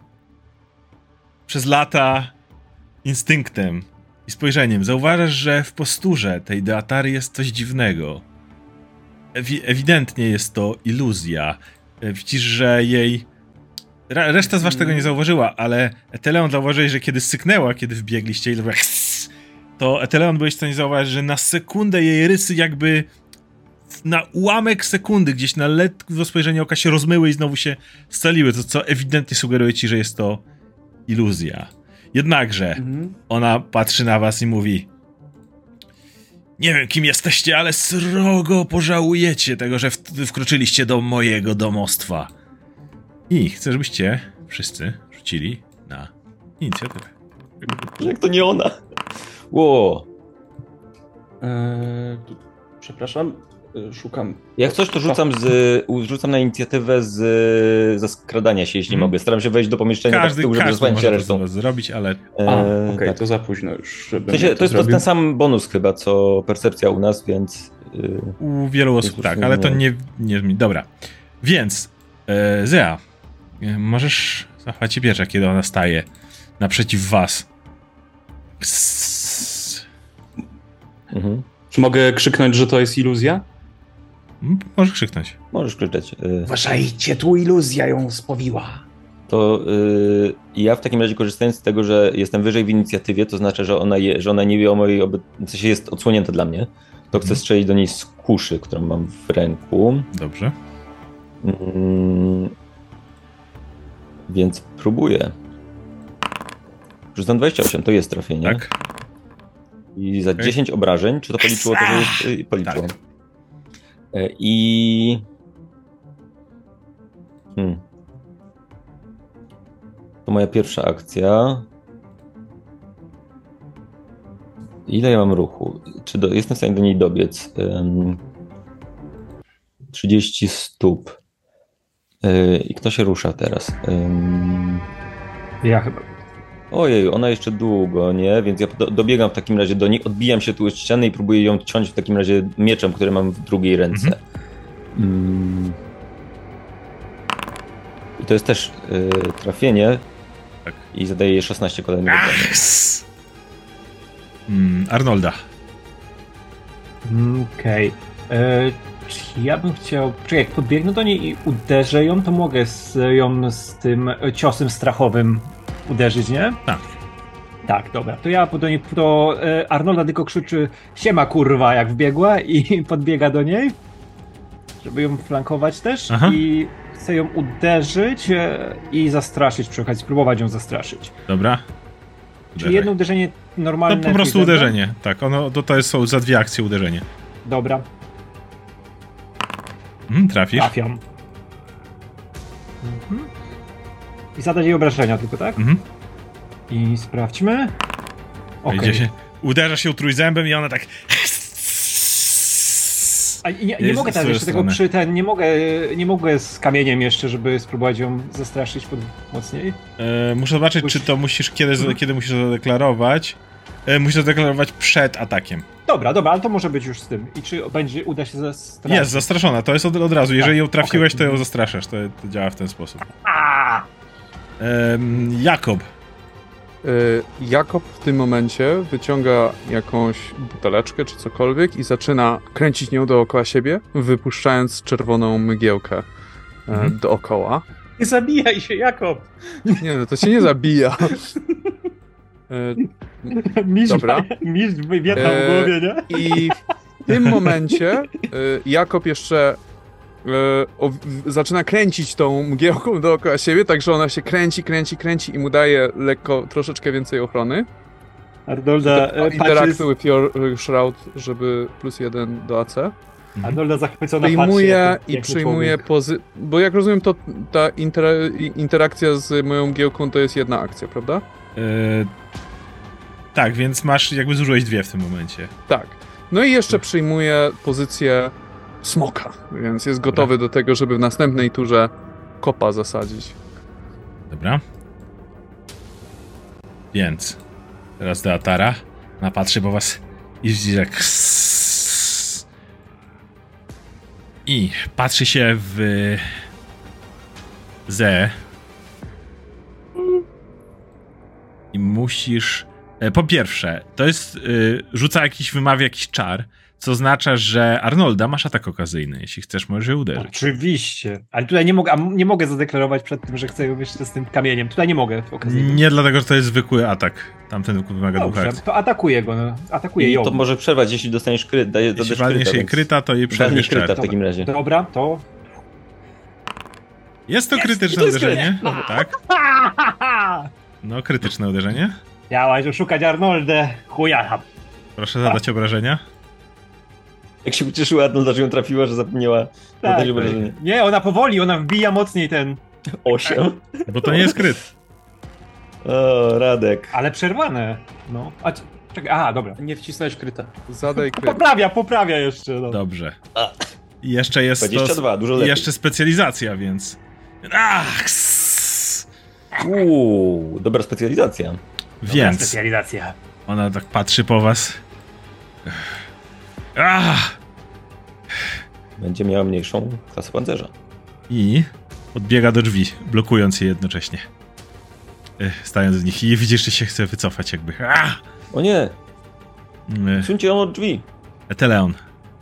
przez lata instynktem i spojrzeniem zauważasz, że w posturze tej Deatary jest coś dziwnego. Ewi- ewidentnie jest to iluzja. Widzisz, że jej... Reszta z was tego nie zauważyła, ale Eteleon zauważyłeś, że kiedy syknęła, kiedy wbiegliście i to, to Eteleon byłeś w stanie zauważyć, że na sekundę jej rysy jakby na ułamek sekundy, gdzieś na ledwo spojrzenie oka się rozmyły i znowu się scaliły, to co ewidentnie sugeruje ci, że jest to iluzja. Jednakże mhm. ona patrzy na was i mówi: nie wiem, kim jesteście, ale srogo pożałujecie tego, że w- wkroczyliście do mojego domostwa. I chcę, żebyście wszyscy rzucili na inicjatywę. Jak to nie ona? Ło. Eee, tu, przepraszam. Szukam. Jak coś, to rzucam, z, rzucam na inicjatywę z, ze skradania się, jeśli hmm. mogę. Staram się wejść do pomieszczenia każdy, tak, żeby zasłaniać się resztą. To zrobić, ale... Okej, okay, tak. To za późno już. W sensie, to, to jest to ten sam bonus chyba, co percepcja u nas, więc... Yy, u wielu osób tak, ale to nie... nie dobra. Więc, e, Zea, możesz zachwać pierwsza, kiedy ona staje naprzeciw was. Mhm. Czy mogę krzyknąć, że to jest iluzja? Możesz krzyknąć. Możesz krzyczeć. Yy. Uważajcie, tu iluzja ją spowiła. To yy, ja w takim razie, korzystając z tego, że jestem wyżej w inicjatywie, to znaczy, że ona, je, że ona nie wie o mojej oby... w sensie jest odsłonięta dla mnie, to chcę strzelić do niej z kuszy, którą mam w ręku. Dobrze. Yy, więc próbuję. Rzucam dwadzieścia osiem, to jest trafienie. Tak. I za okay. dziesięć obrażeń, czy to policzyło to, że jest... Yy, policzyło. Tak. E, I... Hmm. To moja pierwsza akcja. Ile ja mam ruchu? Czy do, jestem w stanie do niej dobiec? Um, trzydzieści stóp. Yy, I kto się rusza teraz? Um, Ja chyba. ojej, ona jeszcze długo, nie? Więc ja do, dobiegam w takim razie do niej, odbijam się tu od ściany i próbuję ją ciąć w takim razie mieczem, który mam w drugiej ręce. Mhm. Mm. I to jest też yy, trafienie. Tak. I zadaję jej szesnaście kolejnych Ach, obrażeń. s- mm, Arnolda. Mm, Okej. E, Czy ja bym chciał. Czy jak podbiegnę do niej i uderzę ją, to mogę z, ją z tym ciosem strachowym uderzyć, nie? Tak. Tak, dobra. To ja do niej. To e, Arnolda tylko krzyczy siema kurwa, jak wbiegła i podbiega do niej. Żeby ją flankować też. Aha. I chcę ją uderzyć e, i zastraszyć przy okazji, spróbować ją zastraszyć. Dobra. Czyli Uderzaj. jedno uderzenie normalne. No po prostu trójzębne? uderzenie. Tak, ono, to, to jest, są za dwie akcje uderzenie. Dobra, Mhm, trafisz. trafiam. Mhm. I zadać jej obrażenia tylko, tak? Mhm. I sprawdźmy. Okej. Idzie się, uderza się trójzębem i ona tak... A nie, nie Jest mogę z teraz tej jeszcze tego strony. przy ten, nie mogę, nie mogę z kamieniem jeszcze, żeby spróbować ją zastraszyć pod mocniej. E, muszę zobaczyć, czy to musisz, kiedy, Mhm. kiedy musisz zadeklarować. E, musisz zadeklarować przed atakiem. Dobra, dobra, ale to może być już z tym. I czy będzie, uda się zastraszyć? Jest, zastraszona, to jest od, od razu. Jeżeli ją trafiłeś, okej. to ją zastraszasz. To, to działa w ten sposób. A! Em, Jakob. Y, Jakob w tym momencie wyciąga jakąś buteleczkę czy cokolwiek i zaczyna kręcić nią dookoła siebie, wypuszczając czerwoną mgiełkę e, Mhm. dookoła. Nie zabijaj się, Jakob! Nie no, to się nie zabija. E, Mistrz, Dobra. mistrz wybieta w Eee, głowie, nie? I w tym momencie y, Jakob jeszcze y, o, w, zaczyna kręcić tą mgiełką dookoła siebie, tak że ona się kręci, kręci, kręci i mu daje lekko, troszeczkę więcej ochrony. Arnolda e, patrzy, Interact with your y, shroud, żeby plus jeden do A C. Arnolda zachwycona Przyjmuje patrzy, jak ten i piękny przyjmuje człowiek. pozy... Bo jak rozumiem, to ta intera- interakcja z moją mgiełką to jest jedna akcja, prawda? E, tak, więc masz, jakby zużyłeś dwie w tym momencie. Tak. No i jeszcze przyjmuje pozycję smoka, więc jest gotowy do tego, żeby w następnej turze kopa zasadzić. Dobra. Więc teraz do Atara. Ona patrzy po was i widzi jak... I patrzy się w... Ze. I musisz... e, Po pierwsze, to jest... y, Rzuca jakiś, wymawia jakiś czar, co oznacza, że Arnolda masz atak okazyjny. Jeśli chcesz, możesz ją uderzyć. Oczywiście. Ale tutaj nie mogę, a nie mogę zadeklarować przed tym, że chcę ją jeszcze z tym kamieniem. Tutaj nie mogę w okazji. Nie dlatego, że to jest zwykły atak. Tamten wymaga dwóch Dobrze, akcji. to atakuję go, no. atakuję I ją. to może przerwać, jeśli dostaniesz kryt, daje, Jeśli zadasz walniesz kryta, jej więc kryta, to jej walnij przerwiesz kryta czar. w takim razie. Dobra, to... Jest to krytyczne to jest uderzenie. Tak. No, krytyczne uderzenie. Miałaś oszukać Arnoldę. Chuja. Proszę zadać obrażenia. Jak się ucieszyła Arnolda, że ją trafiła, że zapomniała Tak. zadać obrażenie. Nie, ona powoli, ona wbija mocniej ten... Osiem. Bo to nie jest kryt. O, Radek. Ale przerwane. No. A, c- czekaj, aha, dobra. Nie wcisnąć kryta. Zadaj kryt. Poprawia, poprawia jeszcze. No. Dobrze. A. I jeszcze jest dwadzieścia dwa, to... dużo I lepiej. jeszcze specjalizacja, więc... Ach, ss. Uuu, dobra specjalizacja. Dobra Więc specjalizacja. ona tak patrzy po was. Ach. Będzie miała mniejszą klasę pancerza. I odbiega do drzwi, blokując je jednocześnie. Ech, Stając z nich i widzisz, że się chce wycofać jakby. Ach. O nie, Ech, suńcie ją od drzwi. Eteleon.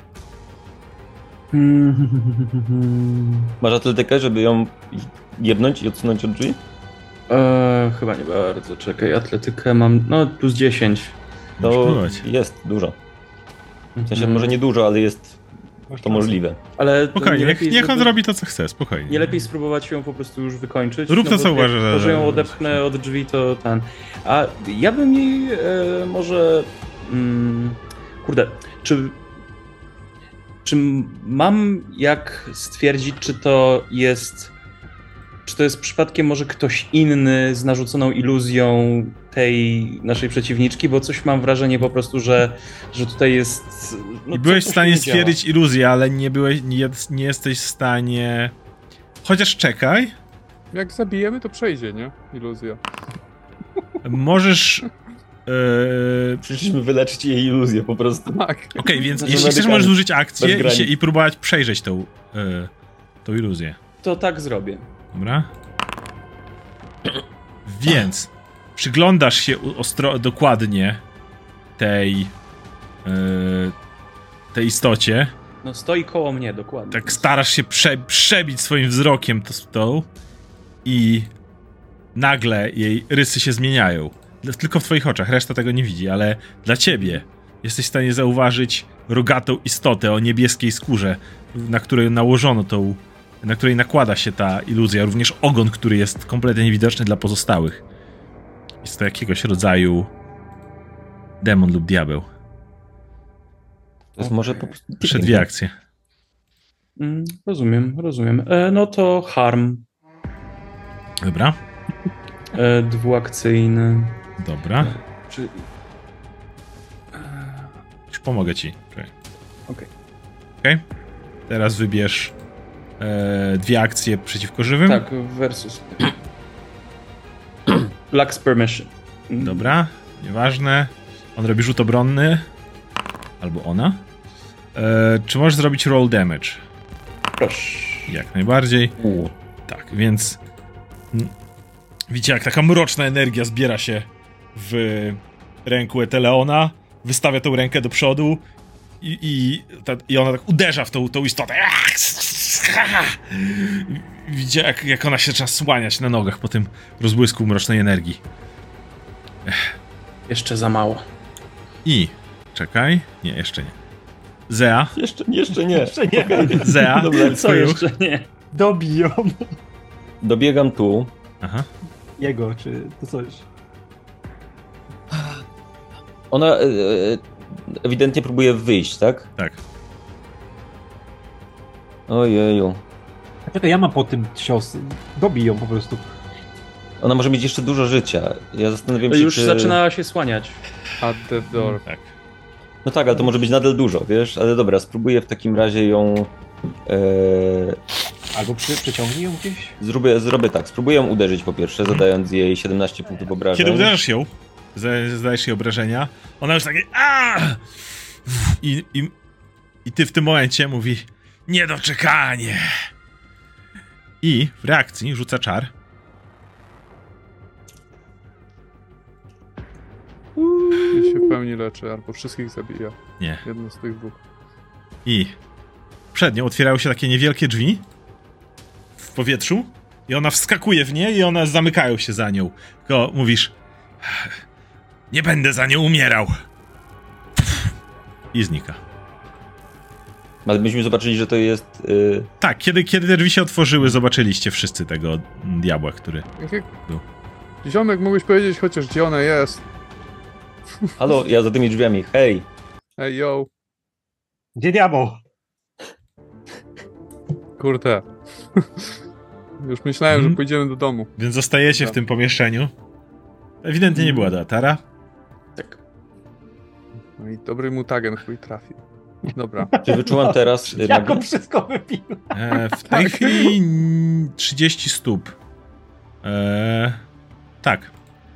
Masz atletykę, żeby ją jebnąć i odsunąć od drzwi? Eee, chyba nie bardzo, czekaj, atletykę mam, no plus dziesięć. Możesz To próbować. jest dużo. W sensie Mhm. może nie dużo, ale jest to możliwe. Ale to Spokojnie, nie niech, lepiej niech on zrobi- zrobi to, co chce, spokojnie. Nie lepiej spróbować ją po prostu już wykończyć. Rób to, bo co jak uważasz, że- To, że ją że- odepchnę od drzwi, to ten... A ja bym jej e, może... Mm, kurde, czy... czy mam jak stwierdzić, czy to jest, czy to jest przypadkiem może ktoś inny z narzuconą iluzją tej naszej przeciwniczki, bo coś mam wrażenie po prostu, że, że tutaj jest... No, I byłeś w coś stanie nie działa. stwierdzić iluzję, ale nie byłeś, nie, nie jesteś w stanie... Chociaż czekaj, Jak zabijemy, to przejdzie, nie? Iluzja. możesz... Yy, Przyszliśmy wyleczyć jej iluzję po prostu. Tak. Okej, więc Znaczy, jeśli chcesz, medykami. możesz zużyć akcję Bez i, się, granic. i próbować przejrzeć tą, yy, tą iluzję. To tak zrobię. Dobra? Więc przyglądasz się u- ostro, dokładnie tej, yy, tej istocie. No stoi koło mnie, dokładnie. Tak starasz się prze, przebić swoim wzrokiem to, tą i nagle jej rysy się zmieniają. Dla- Tylko w twoich oczach, reszta tego nie widzi, ale dla ciebie jesteś w stanie zauważyć rogatą istotę o niebieskiej skórze, na której nałożono tą, na której nakłada się ta iluzja, również ogon, który jest kompletnie niewidoczny dla pozostałych. Jest to jakiegoś rodzaju demon lub diabeł. To jest może po prostu... Jeszcze dwie akcje. Mm, rozumiem, rozumiem. E, no to harm. Dobra, E, dwuakcyjny. dobra. Czy... Już pomogę ci. Czekaj. Okej. Okej. Teraz wybierz e, dwie akcje przeciwko żywym. Tak, versus. Lux permission. Mm, Dobra, nieważne. On robi rzut obronny. Albo ona. E, czy możesz zrobić roll damage? Proszę. Jak najbardziej. U. Tak, więc mm, widzicie, jak taka mroczna energia zbiera się w ręku Eteleona, wystawia tą rękę do przodu i, i, ta, i ona tak uderza w tą, tą istotę. Widzicie, jak, jak ona się zaczyna słaniać na nogach po tym rozbłysku mrocznej energii. Jeszcze za mało. I, czekaj, nie, jeszcze nie. Zea, Jeszcze, jeszcze nie. Jeszcze nie. Zea, Dobra, Co twoją- jeszcze nie? Dobiją Dobiegam tu. Aha. jego, czy to coś. Ona e, e, ewidentnie próbuje wyjść, tak? Tak. Ojeju. Czekaj, ja mam po tym cios. Dobiją po prostu. Ona może mieć jeszcze dużo życia. Ja zastanawiam się, Już czy... zaczynała się słaniać. At the door. Tak. No tak, ale to może być nadal dużo, wiesz? Ale dobra, spróbuję w takim razie ją... E, Albo przy, przyciągnij ją gdzieś. zrobię, zrobię tak, spróbuję ją uderzyć po pierwsze, zadając jej siedemnaście punktów obrażeń. Kiedy uderzasz ją, zda- zdajesz jej obrażenia, ona już takie aaa! I, i, I ty w tym momencie mówi niedoczekanie. I w reakcji rzuca czar. I się w pełni leczy, albo wszystkich zabija. Nie. Jedno z tych dwóch. I przed nią otwierają się takie niewielkie drzwi w powietrzu i ona wskakuje w nie i one zamykają się za nią. Tylko mówisz nie będę za nią umierał. I znika. Ale myśmy zobaczyli, że to jest... Y... Tak, kiedy, kiedy te drzwi się otworzyły, zobaczyliście wszyscy tego diabła, który... Jak, jak... Tu. Ziomek, mógłbyś powiedzieć chociaż, gdzie ona jest? Halo, ja za tymi drzwiami, hej! Ej, yo. Gdzie diabeł? Kurde. Już myślałem, Mhm. że pójdziemy do domu. Więc zostajecie w Tak. tym pomieszczeniu. Ewidentnie nie była Datara. Tak. No i dobry mutagen chuj trafił. Dobra. Czy wyczułam teraz... y, Jak magię? on wszystko wypił? E, w tej chwili mm, trzydzieści stóp. E, tak.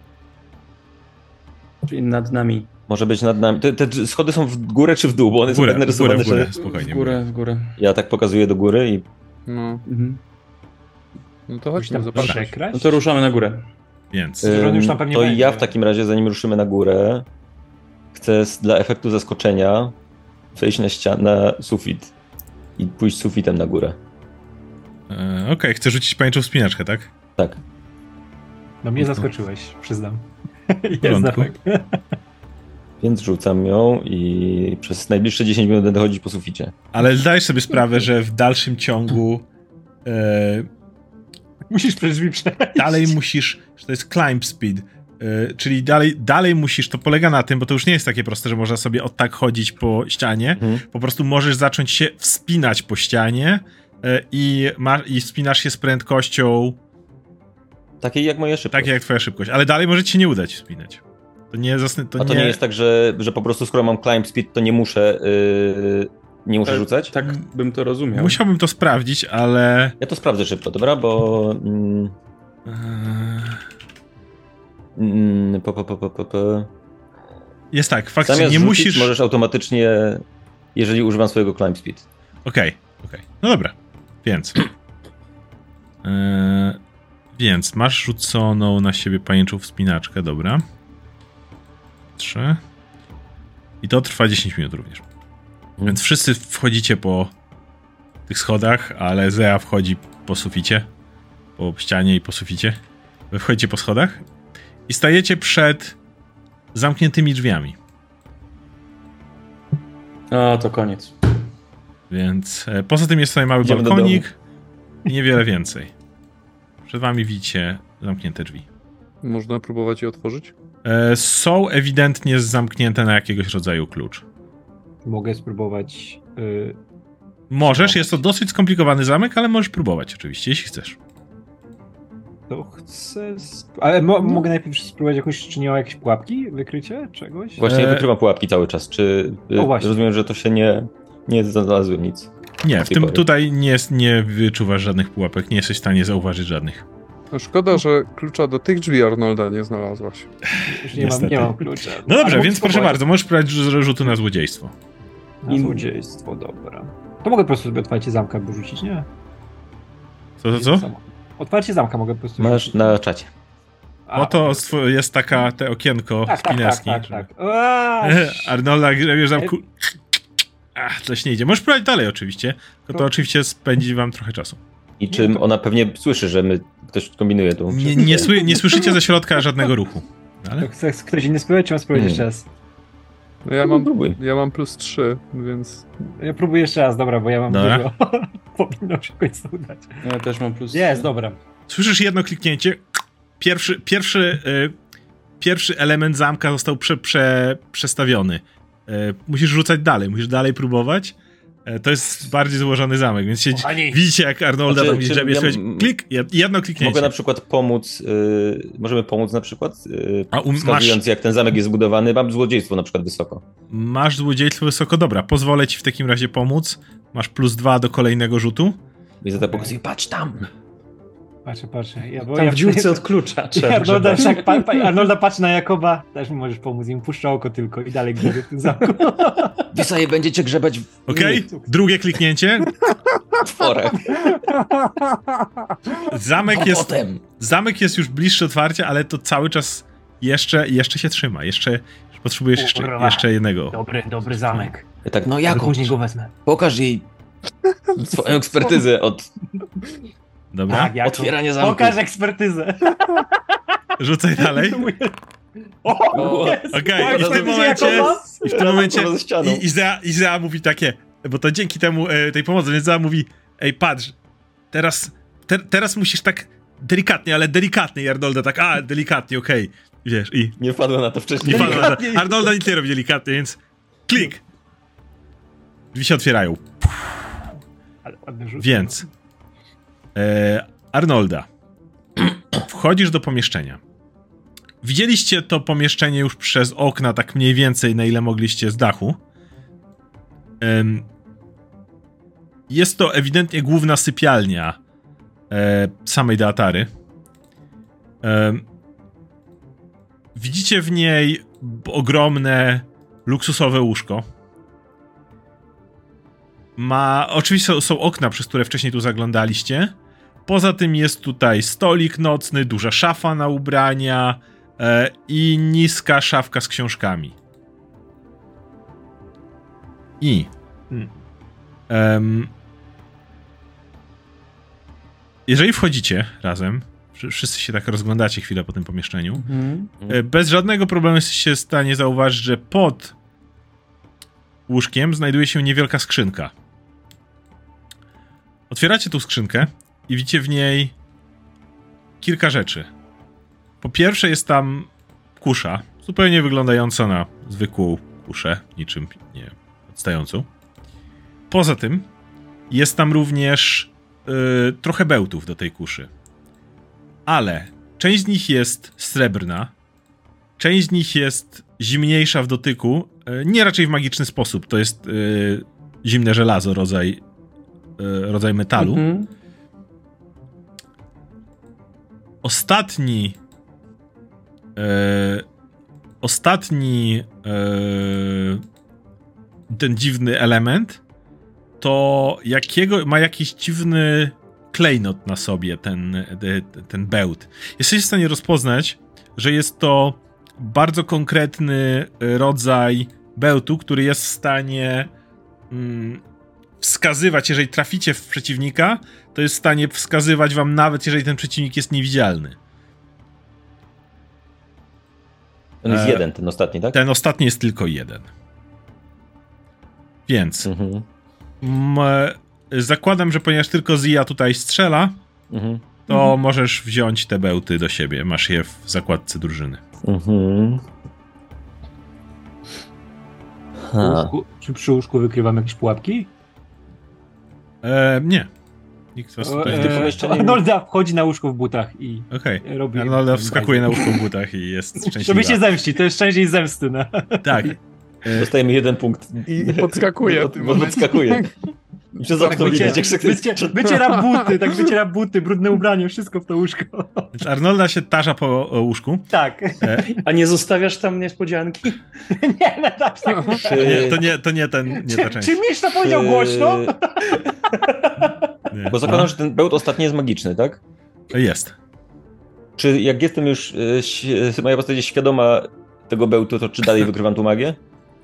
Czyli nad nami. Może być nad nami. Te, te schody są w górę czy w dół? Bo one W górę, są tak w górę, narysowane, w górę. że Spokojnie. W górę, w górę. ja tak pokazuję do góry i... No, Mhm. no to Musi chodźmy, tam zobaczyć. przekraść? No to ruszamy na górę. Więc... Że on Ym, już tam pewnie to będzie. ja w takim razie, zanim ruszymy na górę, chcę s- dla efektu zaskoczenia wejść na ścianę, na sufit i pójść sufitem na górę. E, Okej, chcę rzucić pajęczą wspinaczkę, tak? Tak. No mnie zaskoczyłeś, przyznam. Jest porządku. efekt. Więc rzucam ją i przez najbliższe dziesięć minut będę chodzić po suficie. Ale zdajesz sobie sprawę, że w dalszym ciągu e, Musisz przez drzwi przejść. dalej musisz, że to jest climb speed. Yy, czyli dalej, dalej musisz, to polega na tym, bo to już nie jest takie proste, że można sobie od tak chodzić po ścianie. Mhm. Po prostu możesz zacząć się wspinać po ścianie yy, i, ma, i wspinasz się z prędkością takiej jak moja szybkość. Takiej jak twoja szybkość, ale dalej może ci się nie udać wspinać. To nie, zasny, to A to nie... nie jest tak, że, że po prostu skoro mam climb speed, to nie muszę yy, nie muszę tak, rzucać? Tak bym to rozumiał. Musiałbym to sprawdzić, ale... Ja to sprawdzę szybko, dobra? Bo... Mm, mm, po, po, po, po, po, po. Jest tak, faktycznie Zamiast nie rzucić, musisz... możesz automatycznie, jeżeli używam swojego climb speed. Okej, okay, okej. Okay. No dobra, więc... Yy, więc masz rzuconą na siebie pajęczą wspinaczkę, dobra. Trzy. I to trwa dziesięć minut również. Hmm. Więc wszyscy wchodzicie po tych schodach, ale Zea wchodzi po suficie. Po ścianie i po suficie. Wy wchodzicie po schodach i stajecie przed zamkniętymi drzwiami. A, to koniec. Więc e, poza tym jest tutaj mały Idziemy balkonik i niewiele więcej. Przed wami widzicie zamknięte drzwi. Można próbować je otworzyć? E, są ewidentnie zamknięte na jakiegoś rodzaju klucz. Mogę spróbować... Yy... Możesz, jest to dosyć skomplikowany zamek, ale możesz próbować oczywiście, jeśli chcesz. To chcę... Sp... Ale mo mogę najpierw spróbować jakoś, czy nie ma jakieś pułapki, wykrycie czegoś? Właśnie e... wykrywam pułapki cały czas. Czy o, właśnie. Rozumiem, że to się nie... Nie znalazłem nic. Nie, w tym tutaj nie, nie wyczuwasz żadnych pułapek, nie jesteś w stanie zauważyć żadnych. No szkoda, że klucza do tych drzwi Arnolda nie znalazłaś. Już nie, mam, nie mam klucza. No dobrze, Ale więc proszę spróbować. bardzo, możesz próbować rzutu na złodziejstwo. Na złodziejstwo, dobra. To mogę po prostu sobie otwarcie zamka wyrzucić, nie? Co, to co? Otwarcie zamka mogę po prostu Masz wyrzucić. na czacie. A, No to jest taka, te okienko tak, z tak, pineski. tak, tak, tak. Aaaa, Arnolda, wiesz, tam ku... Ach, coś nie idzie. Możesz próbować dalej oczywiście, tylko to oczywiście spędzi wam trochę czasu. I czym ona pewnie słyszy, że my ktoś kombinuje tu. Nie, nie, sły, nie słyszycie ze środka żadnego ruchu. Ale... To chce ktoś inny spróbować, czy mam spróbować Hmm. jeszcze raz? No ja mam, ja mam plus trzy, więc... Ja próbuję jeszcze raz, dobra, bo ja mam Dobra. dużo. Powinno się w końcu udać. Ja też mam plus... Jest, dobra. Słyszysz jedno kliknięcie. Pierwszy, pierwszy, y, pierwszy element zamka został prze, prze, przestawiony. Y, musisz rzucać dalej, musisz dalej próbować. Y, to jest bardziej złożony zamek, więc się, widzicie jak Arnolda Znaczy, tam czy grzebie. ja- Słuchajcie, klik, jedno kliknięcie. Mogę na przykład pomóc, yy, możemy pomóc na przykład, yy, A um, wskazując masz, jak ten zamek jest zbudowany. Mam złodziejstwo na przykład wysoko. masz złodziejstwo wysoko, dobra, pozwolę ci w takim razie pomóc. Masz plus dwa do kolejnego rzutu. I za to pokazuję, patrz tam! Patrzę, patrzę. Ja, bo Tam ja w dziurce od klucza. trzeba Arnolda, grzebać. wszak, pa, pa, Arnolda patrzy na Jakoba, też mi możesz pomóc, im puszcza oko tylko i dalej grzebie w tym zamku. Wy sobie będziecie grzebać w Okej, innych drugie kliknięcie. tworach. Zamek jest, Potem. zamek jest już bliższy otwarcia, ale to cały czas jeszcze, jeszcze się trzyma. Jeszcze potrzebujesz jeszcze, Kurwa. jeszcze jednego. Dobry, dobry zamek. Ja tak, no Ale Jakub, później go wezmę. pokaż jej swoją ekspertyzę od Dobra, Tak, Jakub. otwierania zamku. Pokaż ekspertyzę. rzucaj dalej. O, O, jest. Okej, Pokaż i w tym ekspertyzę momencie, Jakoba. i w tym momencie Ze ścianą. i, Izea, Izea mówi takie, bo to dzięki temu, e, tej pomocy, więc Izea mówi, ej patrz, teraz, te, teraz musisz tak delikatnie, ale delikatnie, i Arnolda tak, a delikatnie, okej, wiesz, i Nie wpadłem na to wcześniej. nie padła, Arnolda nic nie robi delikatnie, więc klik. Drzwi się otwierają, Ale ładny rzut. więc e, Arnolda, wchodzisz do pomieszczenia. Widzieliście to pomieszczenie już przez okna, tak mniej więcej, na ile mogliście z dachu. Em, jest to ewidentnie główna sypialnia e, samej Deatary. Em, widzicie w niej b- ogromne, luksusowe łóżko. Ma, oczywiście są, są okna, przez które wcześniej tu zaglądaliście. Poza tym jest tutaj stolik nocny, duża szafa na ubrania e, i niska szafka z książkami. I Hmm. em, jeżeli wchodzicie razem, wszy- wszyscy się tak rozglądacie chwilę po tym pomieszczeniu, Mhm. e, bez żadnego problemu jesteście w stanie zauważyć, że pod łóżkiem znajduje się niewielka skrzynka. Otwieracie tą skrzynkę i widzicie w niej kilka rzeczy. Po pierwsze jest tam kusza, zupełnie wyglądająca na zwykłą kuszę, niczym nie odstającą. Poza tym jest tam również yy, trochę bełtów do tej kuszy. Ale część z nich jest srebrna, część z nich jest zimniejsza w dotyku, yy, nie raczej w magiczny sposób, to jest yy, zimne żelazo, rodzaj, yy, rodzaj metalu. Mhm. Ostatni yy, ostatni yy, ten dziwny element to jakiego ma jakiś dziwny klejnot na sobie ten, ten bełt. Jesteś w stanie rozpoznać, że jest to bardzo konkretny rodzaj bełtu, który jest w stanie mm, wskazywać, jeżeli traficie w przeciwnika, to jest w stanie wskazywać wam nawet, jeżeli ten przeciwnik jest niewidzialny. On jest e, jeden, ten ostatni, tak? Ten ostatni jest tylko jeden. Więc mhm. m, zakładam, że ponieważ tylko Zia tutaj strzela, mhm. to mhm. możesz wziąć te bełty do siebie. Masz je w zakładce drużyny. Mhm. Łóżku, czy przy łóżku wykrywam jakieś pułapki? E, nie. Nikt was tutaj e, nie... Arnolda wchodzi na łóżko w butach i okay. robi... Arnolda wskakuje na łóżko w butach i jest szczęśliwa. Żeby się zemścić, to jest szczęście i zemsty. No. Tak. Dostajemy jeden punkt. I podskakuje. Bo podskakuje. Przez okno widać, jak się wycie, wyciera buty, tak wyciera buty, brudne ubranie, wszystko w to łóżko. Więc Arnolda się tarza po łóżku. Tak. E... A nie zostawiasz tam niespodzianki? nie, no tak, tak. Czy... Nie, to, nie, to nie ten, nie czy, ta część. Czy Misz to powiedział czy... głośno? Nie. Bo zakładam, no. że ten bełt ostatni jest magiczny, tak? Jest. Czy jak jestem już, y, moja postać jest świadoma tego bełtu, to czy dalej wykrywam tu magię?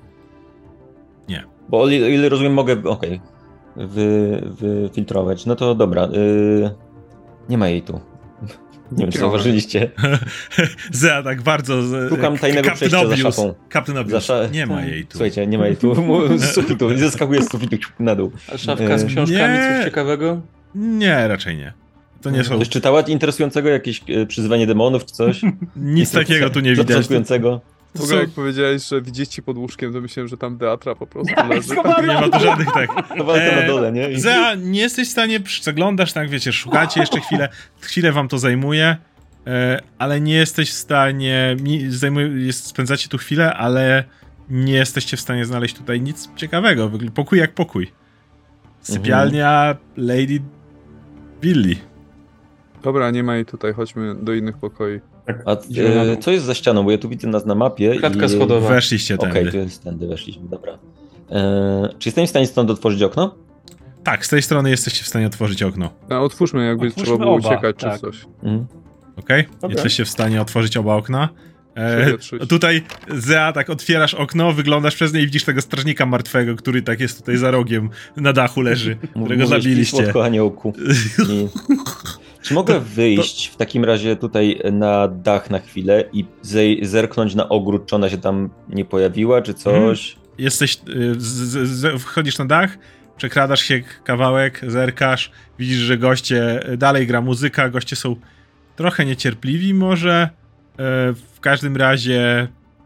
Nie. Bo o ile rozumiem, mogę, okej, okay, wy, wyfiltrować. No to dobra, y, nie ma jej tu. Nie wiem, czy zauważyliście. Zea tak bardzo... Z, Szukam tajnego przejścia za szafą. Captain Obvious. Za sz... Nie ma jej tu. Słuchajcie, nie ma jej tu. Z sufitu, zeskakuję z sufitu na dół. A szafka z książkami, nie. Coś ciekawego? Nie, raczej nie. To nie są... Ktoś czytała interesującego jakieś przyzywanie demonów czy coś? Nic takiego tu nie widać. Zapoczątkującego. W ogóle jak powiedziałeś, że widzicie pod łóżkiem, to myślałem, że tam Deatra po prostu leży. Nie ma tu żadnych tak. E, na dole, nie? Zea, nie jesteś w stanie, zaglądasz, tak wiecie, szukacie jeszcze chwilę, chwilę wam to zajmuje, e, ale nie jesteś w stanie, zajmuje, spędzacie tu chwilę, ale nie jesteście w stanie znaleźć tutaj nic ciekawego. Pokój jak pokój. Sypialnia mhm. Lady Billy. Dobra, nie ma jej tutaj, chodźmy do innych pokoi. A e, co jest za ścianą? Bo ja tu widzę nas na mapie. Klatka i... schodowa. Weszliście tędy. Okej, okay, tu jest tędy, weszliśmy, dobra. E, czy jestem w stanie stąd otworzyć okno? Tak, z tej strony jesteście w stanie otworzyć okno. A otwórzmy, jakby otwórzmy trzeba było oba, uciekać tak. czy coś. Mhm. Okej, okay. Jesteście w stanie otworzyć oba okna. E, tutaj, Zea, tak otwierasz okno, wyglądasz przez nie i widzisz tego strażnika martwego, który tak jest tutaj za rogiem, na dachu leży, którego Mówisz, zabiliście. Słodko, aniołku. I... Czy mogę wyjść to... w takim razie tutaj na dach na chwilę i zerknąć na ogród, czy ona się tam nie pojawiła, czy coś? Hmm. Jesteś, z, z, z, wchodzisz na dach, przekradasz się kawałek, zerkasz, widzisz, że goście, dalej gra muzyka, goście są trochę niecierpliwi może, w każdym razie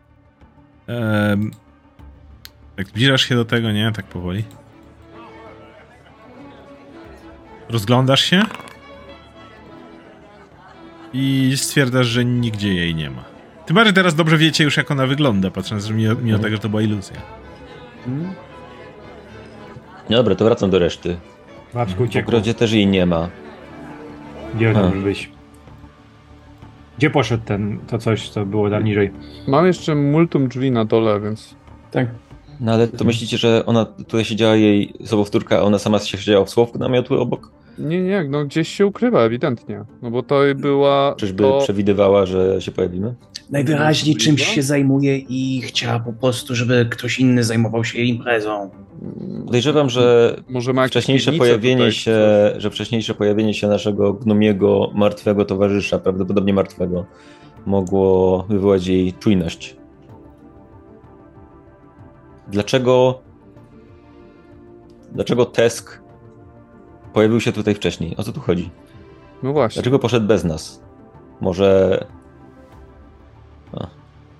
tak zbliżasz się do tego, nie? Tak powoli. Rozglądasz się i stwierdzasz, że nigdzie jej nie ma. Tym bardziej teraz dobrze wiecie już, jak ona wygląda, patrząc, że mimo, mimo tego, że to była iluzja. Hmm. Dobra, to wracam do reszty. W ogrodzie też jej nie ma. Gdzie ona może być? Gdzie poszedł ten, to coś, co było tam niżej? Mam jeszcze multum drzwi na dole, więc... Tak. No ale to myślicie, że ona tutaj siedziała jej sobowtórka, a ona sama się siedziała w słowku namiotły obok? Nie, nie, no gdzieś się ukrywa ewidentnie. No bo to była... Czyżby to... przewidywała, że się pojawimy? Najwyraźniej czymś się zajmuje i chciała po prostu, żeby ktoś inny zajmował się imprezą. Podejrzewam, że może ma wcześniejsze pojawienie tutaj, się, że wcześniejsze pojawienie się naszego gnomiego, martwego towarzysza, prawdopodobnie martwego, mogło wywołać jej czujność. Dlaczego dlaczego Tesk pojawił się tutaj wcześniej? O co tu chodzi? No właśnie. Dlaczego poszedł bez nas? Może... A.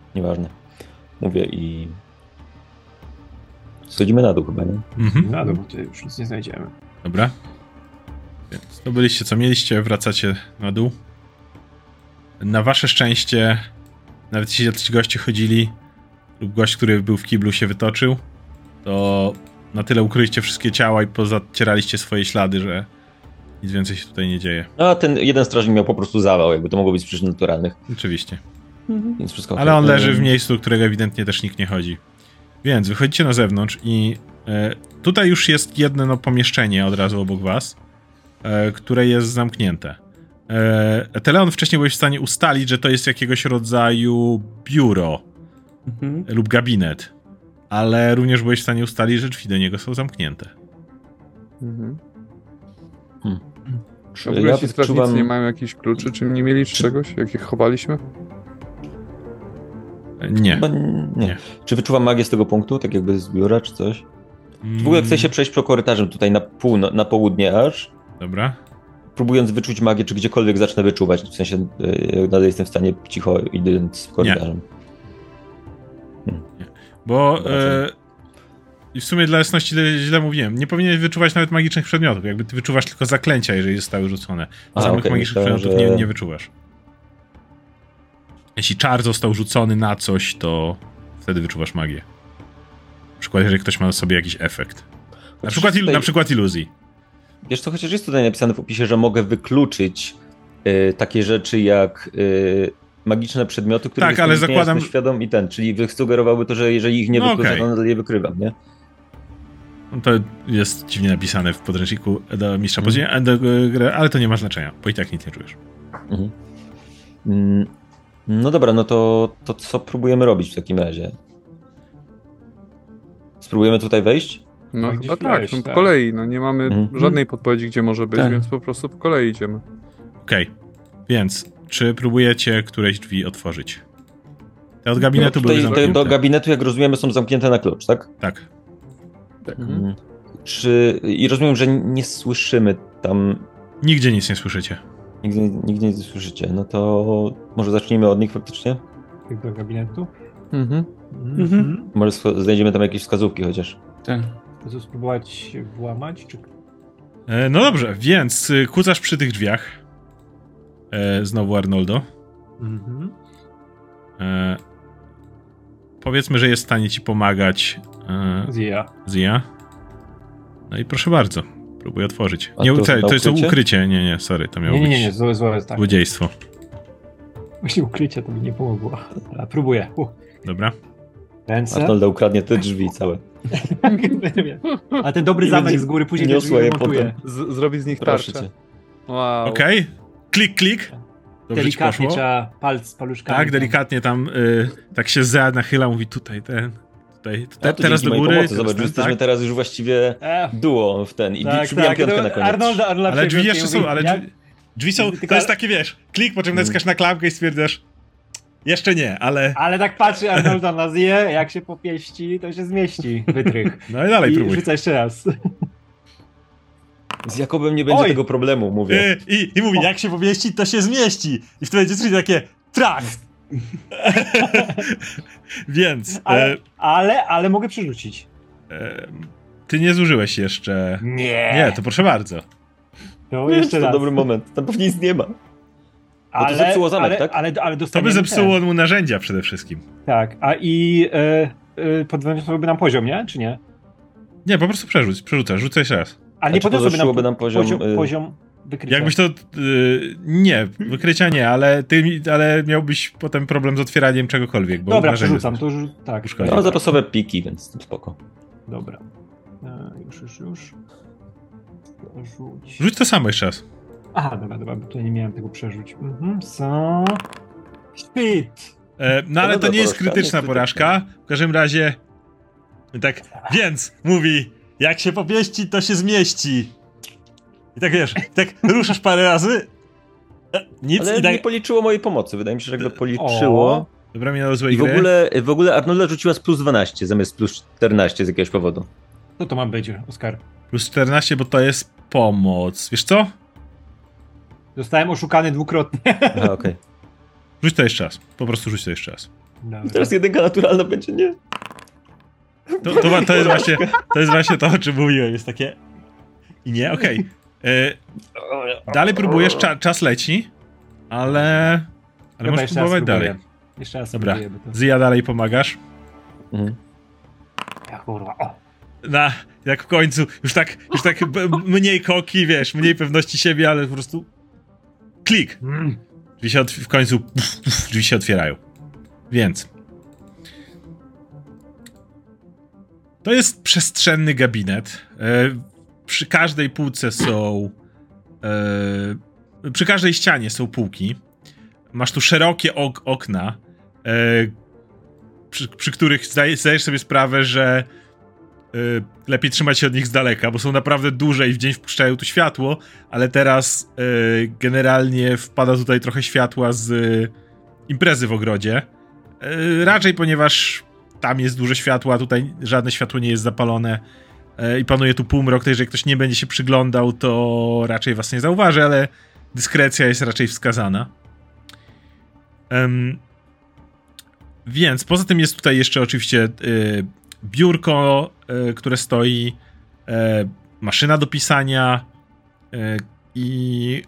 Nieważne. Mówię i... Schodzimy na dół chyba, nie? Mhm. Na dół, bo tutaj już nic nie znajdziemy. Dobra. Więc to byliście co mieliście, wracacie na dół. Na wasze szczęście, nawet jeśli jacyś goście chodzili, lub gość, który był w kiblu, się wytoczył, to na tyle ukryliście wszystkie ciała i pozacieraliście swoje ślady, że nic więcej się tutaj nie dzieje. A ten jeden strażnik miał po prostu zawał, jakby to mogło być z przyczyn naturalnych. Oczywiście. Więc wszystko Ale on okej. leży w miejscu, do którego ewidentnie też nikt nie chodzi. Więc wychodzicie na zewnątrz i e, tutaj już jest jedno no, pomieszczenie od razu obok was, e, które jest zamknięte. E, Teleon wcześniej byłeś w stanie ustalić, że to jest jakiegoś rodzaju biuro Mhm. lub gabinet, ale również byłeś w stanie ustalić, że drzwi do niego są zamknięte. Mhm. Hmm. W Czy ogóle ja ci strażnicy wyczuwam... nie mają jakichś kluczy, czy nie mieli czegoś, jakich chowaliśmy? E, Nie. Chyba nie. Nie. Czy wyczuwam magię z tego punktu, tak jakby z biura, czy coś? W ogóle chcę się przejść po korytarzem tutaj na, pół, na południe aż, Dobra. próbując wyczuć magię, czy gdziekolwiek zacznę wyczuwać, w sensie yy, nadal jestem w stanie cicho idąc korytarzem. Bo Dobra, e, i w sumie dla jasności źle, źle mówiłem. Nie powinieneś wyczuwać nawet magicznych przedmiotów. Jakby ty wyczuwasz tylko zaklęcia, jeżeli zostały rzucone. A, Samych okej, magicznych myślałem, przedmiotów że- nie, nie wyczuwasz. Jeśli czar został rzucony na coś, to wtedy wyczuwasz magię. Na przykład, jeżeli ktoś ma na sobie jakiś efekt. Na Chociaż przykład, il- tutaj- na przykład iluzji. Wiesz co, chociaż jest tutaj napisane w opisie, że mogę wykluczyć yy, takie rzeczy jak yy, magiczne przedmioty, które Tak, ale zakładam- świadom i ten, czyli sugerowałby to, że jeżeli ich nie No wykluczę, okej. to nadal je wykrywam, nie? No to jest dziwnie napisane w podręczniku do mistrza Mhm. podziemia, e, do gry, ale to nie ma znaczenia, bo i tak nic nie czujesz. Mhm. Mm, No dobra, no to, to co próbujemy robić w takim razie? Spróbujemy tutaj wejść? No, No gdzieś chyba tak, wejść, no, po tak. kolei, no nie mamy Mhm. żadnej podpowiedzi, gdzie może być, Tak. więc po prostu po kolei idziemy. Okej, więc czy próbujecie któreś drzwi otworzyć? Te od gabinetu No były tutaj, te zamknięte. do gabinetu, jak rozumiemy, są zamknięte na klucz, tak? Tak. Mhm. Czy, I rozumiem, że nie słyszymy tam, Nigdzie nic nie słyszycie. nigdy, nigdy nie słyszycie, no to może zacznijmy od nich faktycznie? Tak do gabinetu. Mhm. Mhm. Może sk- znajdziemy tam jakieś wskazówki chociaż. Tak. To co, spróbować się włamać, czy... E, no dobrze, więc y, kucasz przy tych drzwiach. E, znowu Arnoldo. Mhm. E, powiedzmy, że jest w stanie ci pomagać e, Zja. Zia. No i proszę bardzo, próbuj otworzyć. A Nie, to to, chyba to jest to ukrycie? ukrycie. Nie, nie, sorry, to miało Nie, nie, nie, być nie, złe, złe, tak. złodziejstwo. Właśnie ukrycie to mi nie pomogło. A, próbuję. U, Dobra. ręce. Arnolda ukradnie te drzwi całe. A ten dobry Nie zamek będzie- z góry później nie te drzwi osłaję remontuje. Z- zrobi z nich Proszę tarczę. cię. Wow. Okej. Klik, klik. Dobrze ci Delikatnie poszło. trzeba palc z paluszkami. Tak, tam. delikatnie tam y, tak się Zea nachyla, mówi tutaj ten, tutaj, tutaj A to teraz do dzięki mojej góry. pomocy, teraz zobacz, ten, jesteśmy tak. teraz już właściwie E, duo w ten i tak, przybijam tak. piątkę to na koniec. Arnolda, Arnolda Ale drzwi przegryzł jeszcze i są, mówi, ale jak- drzwi, drzwi są, Tylko- to jest takie, wiesz, klik, po czym naciskasz na klamkę i stwierdzasz, jeszcze nie, ale Ale tak patrzy Arnolda na zje, jak się popieści, to się zmieści. Wytrych. no i dalej I próbuj. rzuca jeszcze raz. Z Jakobem nie będzie Oj! tego problemu, mówię. Y, I, I mówi, jak się pomieści, to się zmieści. I wtedy dziewczyny takie, trak! Więc, Ale, e, ale, ale mogę przerzucić. e, ty nie zużyłeś jeszcze... Nie. Nie, to proszę bardzo. To Jeszcze jeszcze to raz. dobry moment. Tam pewnie nic nie ma. ale, zepsuło zamek, ale, tak? Ale, ale To dostaniemy by zepsuło ten. mu narzędzia przede wszystkim. Tak, a i e, e, podwyższyłoby nam poziom, nie? Czy nie? Nie, po prostu przerzuć, przerzucasz, rzucaj jeszcze raz. Ale nie czy podniosłoby nam, podwyższyłoby nam poziom, poziom, y- poziom wykrycia. Jakbyś to... Y, nie, wykrycia nie, ale ty mi- ale miałbyś potem problem z otwieraniem czegokolwiek, bo Dobra, narzędzie przerzucam, są- to już tak. Uszkodzi. No, zapasowe piki, więc spoko. Dobra. E, już, już, już. Rzuć. Rzuć to samo jeszcze raz. Aha, dobra, dobra, bo tutaj nie miałem tego przerzuć. Mhm, so... Shit! E, no ale to dobra nie jest porażka, nie krytyczna jest porażka. W każdym razie... Tak, więc mówi, jak się popieści, to się zmieści. I tak wiesz, tak ruszasz parę razy. E, nic Ale i tak... nie policzyło mojej pomocy. Wydaje mi się, że jakby policzyło. O. Dobra, minęło złej I w gry. ogóle, w ogóle Arnolda rzuciła z plus dwanaście zamiast plus czternaście z jakiegoś powodu. Co to ma być, Oskar? Plus czternaście, bo to jest pomoc. Wiesz co? Zostałem oszukany dwukrotnie. Aha, okej. Rzuć to jeszcze raz. Po prostu rzuć to jeszcze raz. Dobra. Teraz jedynka naturalna będzie, nie? To, to, ma- to, jest właśnie, to jest właśnie to, o czym mówiłem. Jest takie... I nie, okej. Okay. Dalej próbujesz, cza- czas leci, ale... Ale Dobra, możesz jeszcze raz próbować dalej. spróbuję. Jeszcze raz Dobra, spróbuję, bo to... Zja dalej pomagasz. Mhm. Ja, kurwa, o! Na, jak w końcu, już tak, już tak b- mniej koki, wiesz, mniej pewności siebie, ale po prostu klik. Mm. Drzwi się otw- w końcu puf, puf, drzwi się otwierają. Więc to jest przestrzenny gabinet. E, przy każdej półce są e, przy każdej ścianie są półki. Masz tu szerokie ok- okna, e, przy, przy których zdaje, zdajesz sobie sprawę, że y, lepiej trzymać się od nich z daleka, bo są naprawdę duże i w dzień wpuszczają tu światło, ale teraz y, generalnie wpada tutaj trochę światła z y, imprezy w ogrodzie. Y, raczej ponieważ tam jest dużo światła, tutaj żadne światło nie jest zapalone y, i panuje tu półmrok, to jeżeli ktoś nie będzie się przyglądał, to raczej was nie zauważy, ale dyskrecja jest raczej wskazana. Ym, Więc poza tym jest tutaj jeszcze oczywiście y, biurko, y, które stoi, y, maszyna do pisania y, i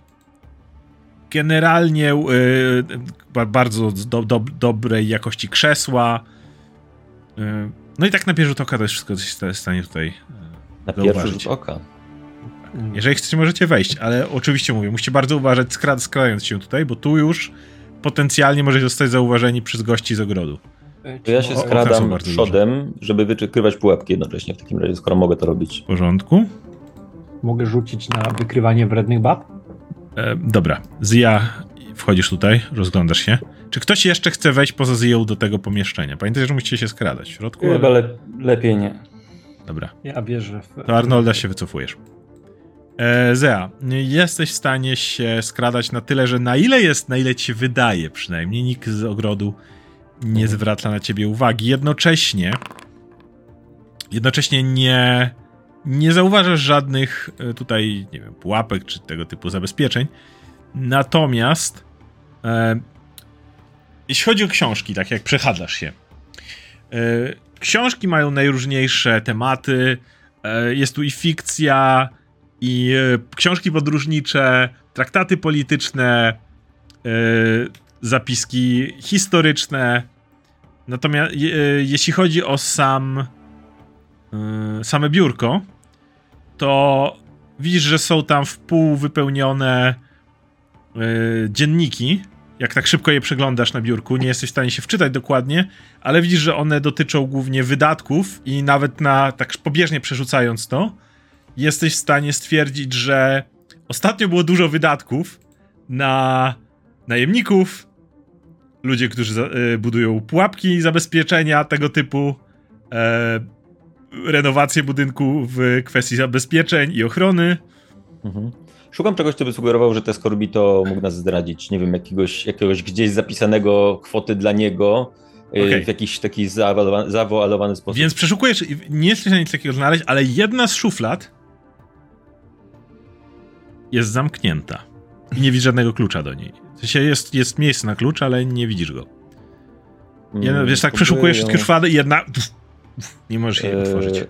generalnie y, ba- bardzo do, do, dobrej jakości krzesła. Y, no i tak na pierwszy rzut oka to jest wszystko, co się sta- stanie tutaj y, Na pierwszy zauważyć. rzut oka. Mm. Jeżeli chcecie, możecie wejść, ale oczywiście mówię, musicie bardzo uważać skra- skradając się tutaj, bo tu już potencjalnie możecie zostać zauważeni przez gości z ogrodu. To ja się O, okna są skradam bardzo przodem, żeby wykrywać pułapki jednocześnie w takim razie, skoro mogę to robić. W porządku. Mogę rzucić na wykrywanie wrednych bab? E, dobra, Zia, wchodzisz tutaj, rozglądasz się. Czy ktoś jeszcze chce wejść poza Zią do tego pomieszczenia? Pamiętajcie, że musicie się skradać w środku. Chyba Ale... le- lepiej nie. Dobra, Ja wierzę w... to Arnolda się wycofujesz. E, Zea, jesteś w stanie się skradać na tyle, że na ile jest, na ile ci się wydaje przynajmniej, nikt z ogrodu nie zwraca na ciebie uwagi. Jednocześnie jednocześnie nie nie zauważasz żadnych e, tutaj, nie wiem, pułapek czy tego typu zabezpieczeń. Natomiast e, jeśli chodzi o książki, tak jak przechadzasz się, e, książki mają najróżniejsze tematy. E, jest tu i fikcja, i e, książki podróżnicze, traktaty polityczne, e, zapiski historyczne. Natomiast je, e, jeśli chodzi o sam e, same biurko, to widzisz, że są tam wpół wypełnione e, dzienniki. Jak tak szybko je przeglądasz na biurku, nie jesteś w stanie się wczytać dokładnie, ale widzisz, że one dotyczą głównie wydatków i nawet na, tak pobieżnie przerzucając to, jesteś w stanie stwierdzić, że ostatnio było dużo wydatków na najemników, ludzie, którzy za, y, budują pułapki, zabezpieczenia tego typu, e, renowację budynku w kwestii zabezpieczeń i ochrony. Mhm. Szukam czegoś, co by sugerowało, że Tescorbito mógł nas zdradzić. Nie wiem, jakiegoś, jakiegoś gdzieś zapisanego kwoty dla niego y, Okej. w jakiś taki zawoalowany, zawoalowany sposób. Więc przeszukujesz, i nie jesteś w stanie nic takiego znaleźć, ale jedna z szuflad jest zamknięta. I nie widzisz żadnego klucza do niej. W sensie jest, jest miejsce na klucz, ale nie widzisz go. Jedna, Mm, wiesz, tak próbuję przeszukujesz ją- wszystkie szuflady i jedna... Nie możesz jej Eee, otworzyć.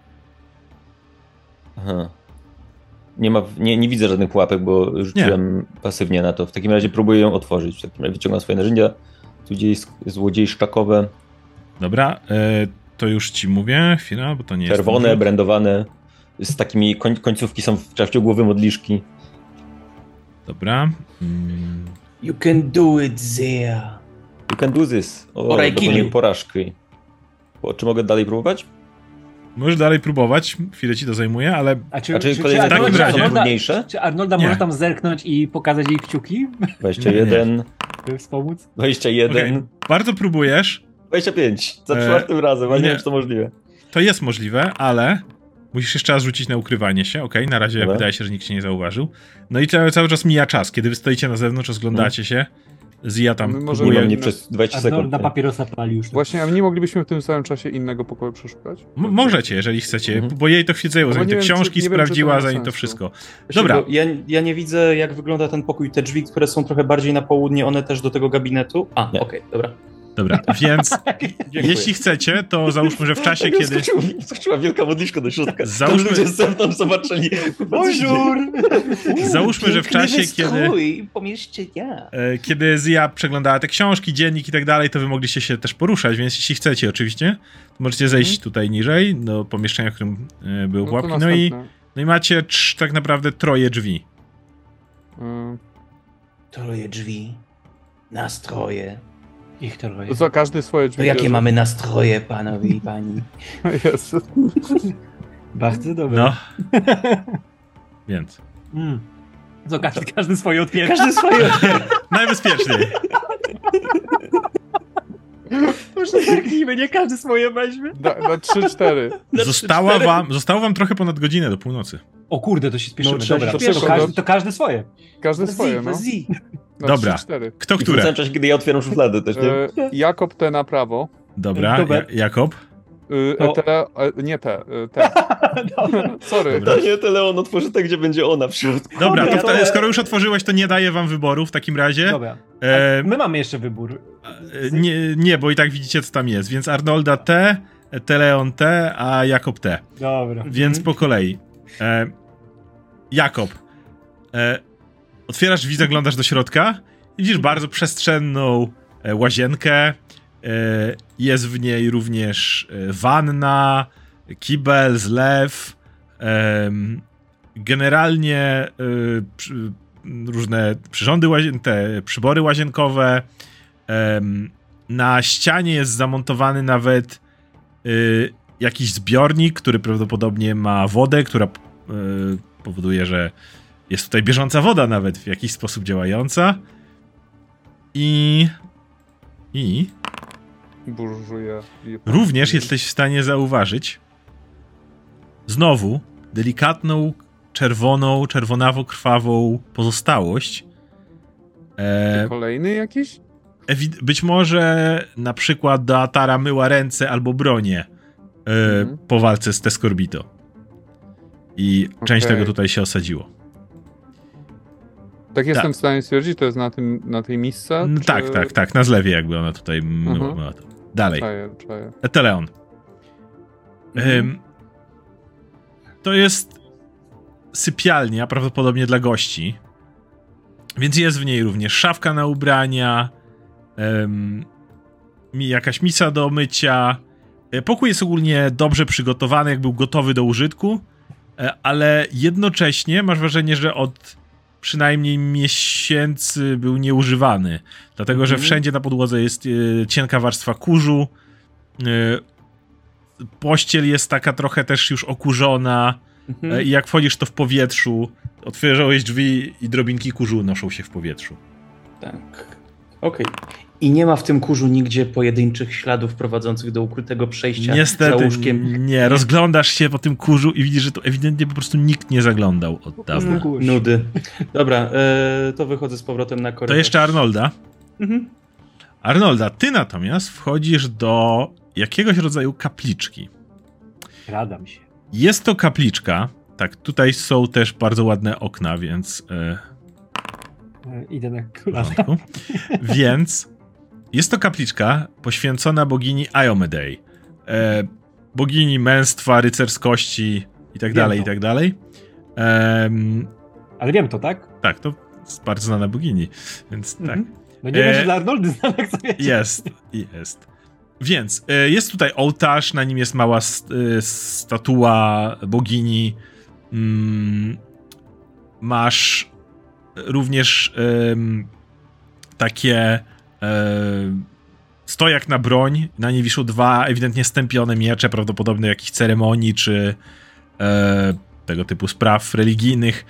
Aha. Nie, ma, nie, nie widzę żadnych pułapek, bo rzuciłem pasywnie na to. W takim razie próbuję ją otworzyć. W takim razie wyciągam swoje narzędzia złodziejs- złodziejszczakowe, Dobra, e, to już ci mówię. Chwila, bo to nie jest... czerwone, ten rzut. brandowane. Z takimi koń, końcówki są w czaszciogłowe modliszki. Dobra. Mm, You can do it, Zia. You can do this. O, Or I kill dokonanie you. porażki. O, czy mogę dalej próbować? możesz dalej próbować, chwilę ci to zajmuje, ale A czy, A czy czy, kolejne czy, takim Arnolda, razie- są Arnolda, trudniejsze? czy Arnolda Nie. może tam zerknąć i pokazać jej kciuki, dwadzieścia jeden, by wspomóc? dwadzieścia jeden, okej, bardzo próbujesz. dwadzieścia pięć. Za E, czwartym razem, ale nie nie. wiem, czy to możliwe. To jest możliwe, ale musisz jeszcze raz rzucić na ukrywanie się, okej? Na razie Dobra. wydaje się, że nikt się nie zauważył. No i cały, cały czas mija czas. Kiedy wy stoicie na zewnątrz, rozglądacie się, Zia tam My możemy- próbuje... Próbuję mnie przez dwadzieścia sekund. Arnolda papierosa pali już. Właśnie, a nie moglibyśmy w tym samym czasie innego pokoju przeszukać? M- możecie, jeżeli chcecie, Mhm. bo jej to chwilę zajęło, No bo zanim te nie wiem, czy- książki nie wiem, czy to sprawdziła, ma zanim to sensu. wszystko. Wiesz, Dobra. bo Ja, ja nie widzę, jak wygląda ten pokój. Te drzwi, które są trochę bardziej na południe, one też do tego gabinetu? A, Nie. okej, dobra. Dobra, więc jeśli chcecie, to załóżmy, że w czasie, Tak, kiedy... Skoczyła, skoczyła wielka modliszka do środka. Załóżmy- Tam ludzie z zewnątrz zobaczyli. Bonjour! Załóżmy, że w czasie, kiedy, pomieszczenia. e, kiedy Zia przeglądała te książki, dziennik i tak dalej, to wy mogliście się też poruszać, więc jeśli chcecie oczywiście, to możecie zejść tutaj niżej, do pomieszczenia, w którym e, były No to pułapki, no i, następne. no i macie trz, tak naprawdę troje drzwi. Mm, Troje drzwi, nastroje. Ich to robię. To za każdy swoje drzwi. To jakie bierze. mamy nastroje, panowie i pani? Jezu. Bardzo dobre. No. Więc. Mm. Co, każdy, każdy swoje otwiera. Każdy swoje. Najbezpieczniej. Może zerknijmy, nie każdy swoje weźmie. Na, na trzy cztery. Została wam, zostało wam trochę ponad godzinę do północy. O kurde, to się spieszymy. No, trzeba Dobra, się to, spieszyć. każdy, to każdy swoje. Każdy swoje, no. Zi. Na Dobra. trzy cztery. Kto I w tym które? samym czasie, kiedy ja otwieram szufladę też, nie? E, Jakob te na prawo. Dobra, Dobra. ja, Jakob. Y, To- Etera, e, nie te, y, te. Sorry. Dobra. To nie, to Leon otworzy tak, gdzie będzie ona w środku. Dobra, to Dobra, wtedy, to- skoro już otworzyłeś, to nie daję wam wyboru w takim razie. Dobra. E, My mamy jeszcze wybór. e, nie, nie, bo i tak widzicie, co tam jest. Więc Arnolda T, Teleon T, a Jakob T. Dobra. Więc po kolei. E, Jakob. E, otwierasz drzwi, zaglądasz do środka. Widzisz bardzo przestrzenną e, łazienkę. E, jest w niej również e, wanna, kibel, zlew. E, generalnie e, przy, różne przyrządy, łazien- te przybory łazienkowe. E, na ścianie jest zamontowany nawet e, jakiś zbiornik, który prawdopodobnie ma wodę, która e, powoduje, że jest tutaj bieżąca woda nawet w jakiś sposób działająca. I... I... Burżuje. Również jesteś w stanie zauważyć znowu delikatną, czerwoną, czerwonawo-krwawą pozostałość. E, Kolejny jakiś? ewi- być może na przykład Daatara myła ręce albo bronię e, Mhm. po walce z Tescorbito. I część Okej. tego tutaj się osadziło. Tak jestem Tak. w stanie stwierdzić, to jest na, tym, na tej misce? No, czy... tak, tak, tak, na zlewie jakby ona tutaj myła, Mhm. myła to. Dalej. Czaję, czaję. Eteleon. Mhm. Ym, to jest sypialnia, prawdopodobnie dla gości. Więc jest w niej również szafka na ubrania, ym, mi- jakaś misa do mycia. E, Pokój jest ogólnie dobrze przygotowany, jak był gotowy do użytku, e, ale jednocześnie masz wrażenie, że od przynajmniej miesięcy był nieużywany. Dlatego, że Mhm. wszędzie na podłodze jest e, cienka warstwa kurzu. E, Pościel jest taka trochę też już okurzona. E, I jak wchodzisz, to w powietrzu. Otworzyłeś drzwi i drobinki kurzu noszą się w powietrzu. Tak. Okej. I nie ma w tym kurzu nigdzie pojedynczych śladów prowadzących do ukrytego przejścia za Niestety, łóżkiem. nie. Rozglądasz się po tym kurzu i widzisz, że tu ewidentnie po prostu nikt nie zaglądał od dawna. Nudy. Dobra, e, to wychodzę z powrotem na korytarz. To jeszcze Arnolda. Mhm. Arnolda, ty natomiast wchodzisz do jakiegoś rodzaju kapliczki. Radam się. Jest to kapliczka. Tak, tutaj są też bardzo ładne okna, więc... E, E, Idę na w kolana. porządku. Więc jest to kapliczka poświęcona bogini Iomedei. E, bogini męstwa, rycerskości i tak Wiem dalej, to. i tak dalej. Em, Ale wiem to, tak? tak, to jest bardzo znana bogini, więc tak. Mhm. No nie wiem, E, że dla Arnoldy znam, jak to wiecie. Jest, jest. Więc e, jest tutaj ołtarz, na nim jest mała st- e, statua bogini. Mm, masz również em, takie e, stojak na broń. Na niej wiszą dwa ewidentnie stępione miecze, prawdopodobnie jakichś ceremonii czy e, tego typu spraw religijnych.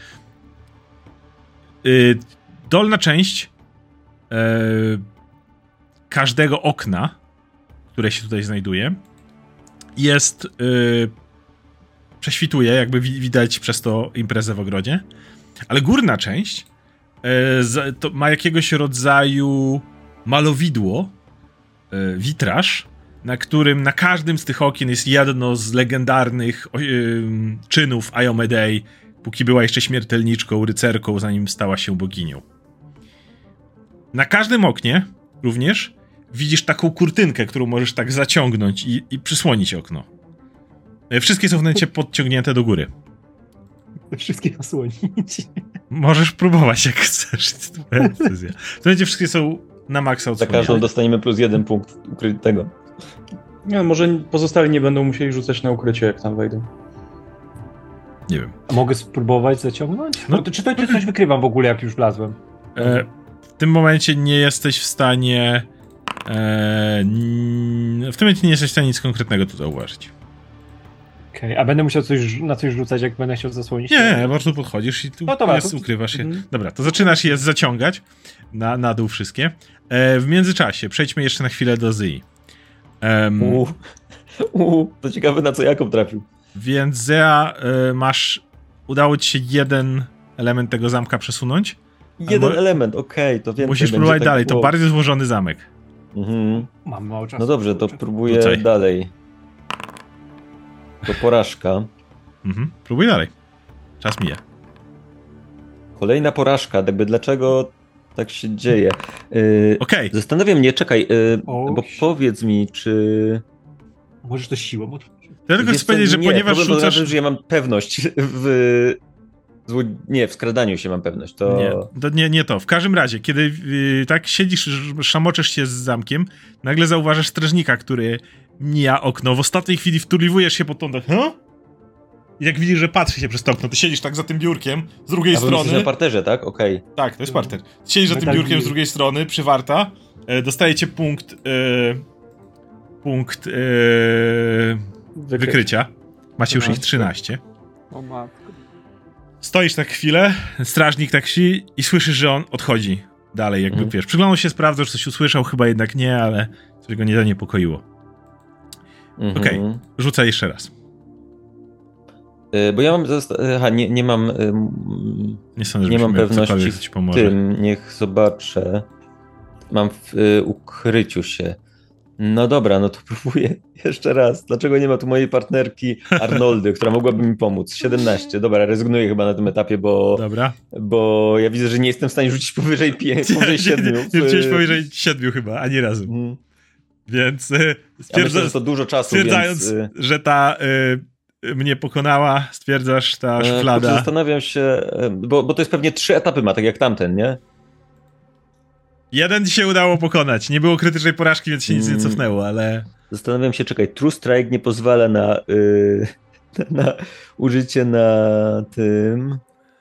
Y, dolna część e, każdego okna, które się tutaj znajduje, jest yy, prześwituje, jakby wi- widać przez to imprezę w ogrodzie, ale górna część yy, z, to ma jakiegoś rodzaju malowidło, yy, witraż, na którym na każdym z tych okien jest jedno z legendarnych yy, czynów Iomedei, póki była jeszcze śmiertelniczką, rycerką, zanim stała się boginią. Na każdym oknie również widzisz taką kurtynkę, którą możesz tak zaciągnąć i, i przysłonić okno. Wszystkie są w momencie podciągnięte do góry. Wszystkie osłonić. Możesz próbować, jak chcesz. To twoja decyzja. W momencie wszystkie są na maksa Za odsłonięte. każdą dostaniemy plus jeden punkt ukrytego. Nie, może pozostali nie będą musieli rzucać na ukrycie, jak tam wejdą. Nie wiem. A mogę spróbować zaciągnąć? No. No to czy to czy coś wykrywam w ogóle, jak już wlazłem? E, w tym momencie nie jesteś w stanie... E, n- w tym momencie nie jesteś w stanie nic konkretnego tu zauważyć. Okej, okay. A będę musiał coś, na coś rzucać, jak będę chciał zasłonić? Nie, po prostu podchodzisz i tu No dobra, jest, to- ukrywasz się. Mhm. Dobra, to zaczynasz je zaciągać na, na dół wszystkie. E, w międzyczasie przejdźmy jeszcze na chwilę do Zyi. Um, Uuu, Uuu, to ciekawe, na co Jakub trafił. Więc Zea, e, masz... Udało ci się jeden element tego zamka przesunąć. Jeden mo- element, okej, to więcej Musisz będzie próbować tak dalej, to było. bardzo złożony zamek. Mhm. Mam mało czasu. No dobrze, to próbuję Rzucaj. dalej. To porażka. Mhm. Próbuj dalej. Czas mija. Kolejna porażka, jakby dlaczego tak się dzieje. Yy, Okej, Zastanawiam mnie, czekaj, yy, O, bo shit. powiedz mi, czy... Możesz to siłą otworzyć. ja tylko Wiesz chcę powiedzieć, co, że nie, ponieważ problem polega na rzucasz... tym, że ja mam pewność w... Zło... Nie, w skradaniu się mam pewność, to... Nie, to nie, nie to. W każdym razie, kiedy yy, tak siedzisz, sz- szamoczesz się z zamkiem, nagle zauważasz strażnika, który mija okno. W ostatniej chwili wturliwujesz się pod tą tak, huh? I jak widzisz, że patrzy się przez to okno, ty siedzisz tak za tym biurkiem, z drugiej A bo jesteś strony... na parterze, tak? Okej. Tak, to jest parter. Siedzisz za tym Metal biurkiem Gear. z drugiej strony, przywarta, e, dostajecie punkt... E, punkt e, wykrycia. Macie już ich trzynaście. O matko. Stoisz tak chwilę, strażnik tak si i słyszysz, że on odchodzi dalej, jakby Mhm. wiesz. Przyglądał się, sprawdzał, czy coś usłyszał, chyba jednak nie, ale coś go nie zaniepokoiło. Mhm. Okej. Rzucaj jeszcze raz. Yy, Bo ja mam... Zosta- Aha, nie, nie mam... ym, Nie sądzę, Nie że mam miał pewności cokolwiek, co ci pomoże. Tym, niech zobaczę. Mam w y, ukryciu się. No dobra, no to próbuję jeszcze raz. Dlaczego nie ma tu mojej partnerki Arnoldy, która mogłaby mi pomóc? siedemnaście. Dobra, rezygnuję chyba na tym etapie, bo, Dobra. bo ja widzę, że nie jestem w stanie rzucić powyżej, pięć, powyżej siedmiu. Nie rzuciłeś powyżej siedmiu chyba, ani razu. Mhm. Więc e, Ja stwierdza, myślę, że to dużo czasu, stwierdzając, więc... y, że ta y, mnie pokonała, stwierdzasz, ta e, kurczę, szuflada. zastanawiam się, e, bo, bo to jest pewnie trzy etapy ma, tak jak tamten, nie? Jeden ci się udało pokonać. Nie było krytycznej porażki, więc się nic nie Mm. cofnęło, ale... Zastanawiam się, czekaj, True Strike nie pozwala na, y, na użycie na tym...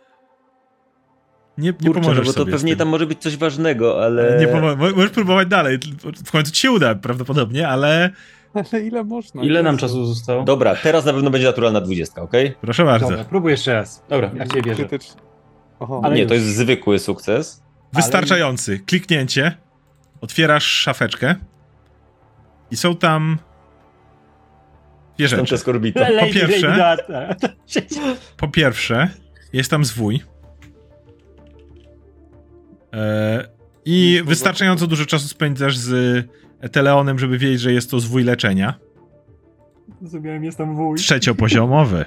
Nie, nie Kurczę, no pomożesz bo to sobie z pewnie tym. tam może być coś ważnego, ale... Nie pomo- mo- możesz próbować dalej. W końcu ci się uda prawdopodobnie, ale... Ale ile można? Ile nam Jezu. czasu zostało? Dobra, teraz na pewno będzie naturalna dwudziestka, okej? Proszę bardzo. Dobra, próbuj jeszcze raz. Dobra. Ja cię wierzę. Krytyczny. Oho. Ale Nie, już. to jest zwykły sukces. Wystarczający. Kliknięcie. Otwierasz szafeczkę. I są tam... Dwie rzeczy. Francesco Orbita. Lady, pierwsze- Lady Data. Po pierwsze, jest tam zwój. E, I wystarczająco dużo czasu spędzasz z Eteleonem, żeby wiedzieć, że jest to zwój leczenia. Zrobiłem, jestem wuj. Trzeciopoziomowy.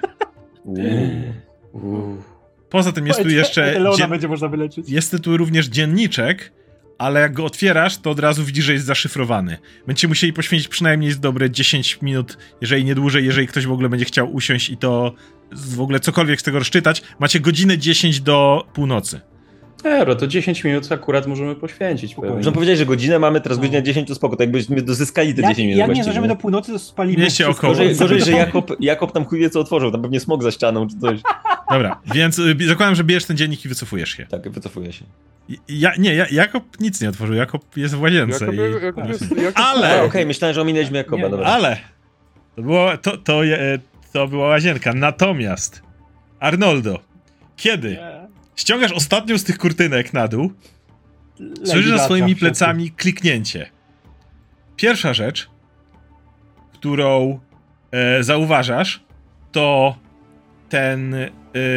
Uuu. Poza tym jest tu jeszcze... Elona dzien- będzie można wyleczyć. Jest tu również dzienniczek, ale jak go otwierasz, to od razu widzisz, że jest zaszyfrowany. Będziecie musieli poświęcić przynajmniej z dobre dziesięć minut, jeżeli nie dłużej, jeżeli ktoś w ogóle będzie chciał usiąść i to z- w ogóle cokolwiek z tego rozczytać. Macie godzinę dziesięć do północy. Ero, to dziesięć minut akurat możemy poświęcić. pewnie. Można powiedzieć, że godzinę mamy, teraz No. godzina dziesięć, to spoko, to jakbyśmy dozyskali te Jak, dziesięć minut jak nie właściwie. zdążymy do północy, to spalimy Mieście wszystko. około. Gorzej, gorzej, że Zabierzemy- Jakob, Jakob tam chuj wie co otworzył, tam pewnie smog za ścianą czy coś. Dobra, więc y, zakładam, że bierzesz ten dziennik i wycofujesz się. Tak, wycofuję się. I- Ja, nie, ja, Jakob nic nie otworzył, Jakob jest w łazience. Jakub, i... Jakub jest, Jakub Ale- A, Ej. okej, myślałem, że ominęliśmy Jakoba, Nie, dobra. Ale to, było, to, to, je- to była łazienka. Natomiast Arnoldo, kiedy Nie. ściągasz ostatnią z tych kurtynek na dół, Lady słyszysz za Data swoimi w środku. plecami kliknięcie. Pierwsza rzecz, którą e, zauważasz, to ten e,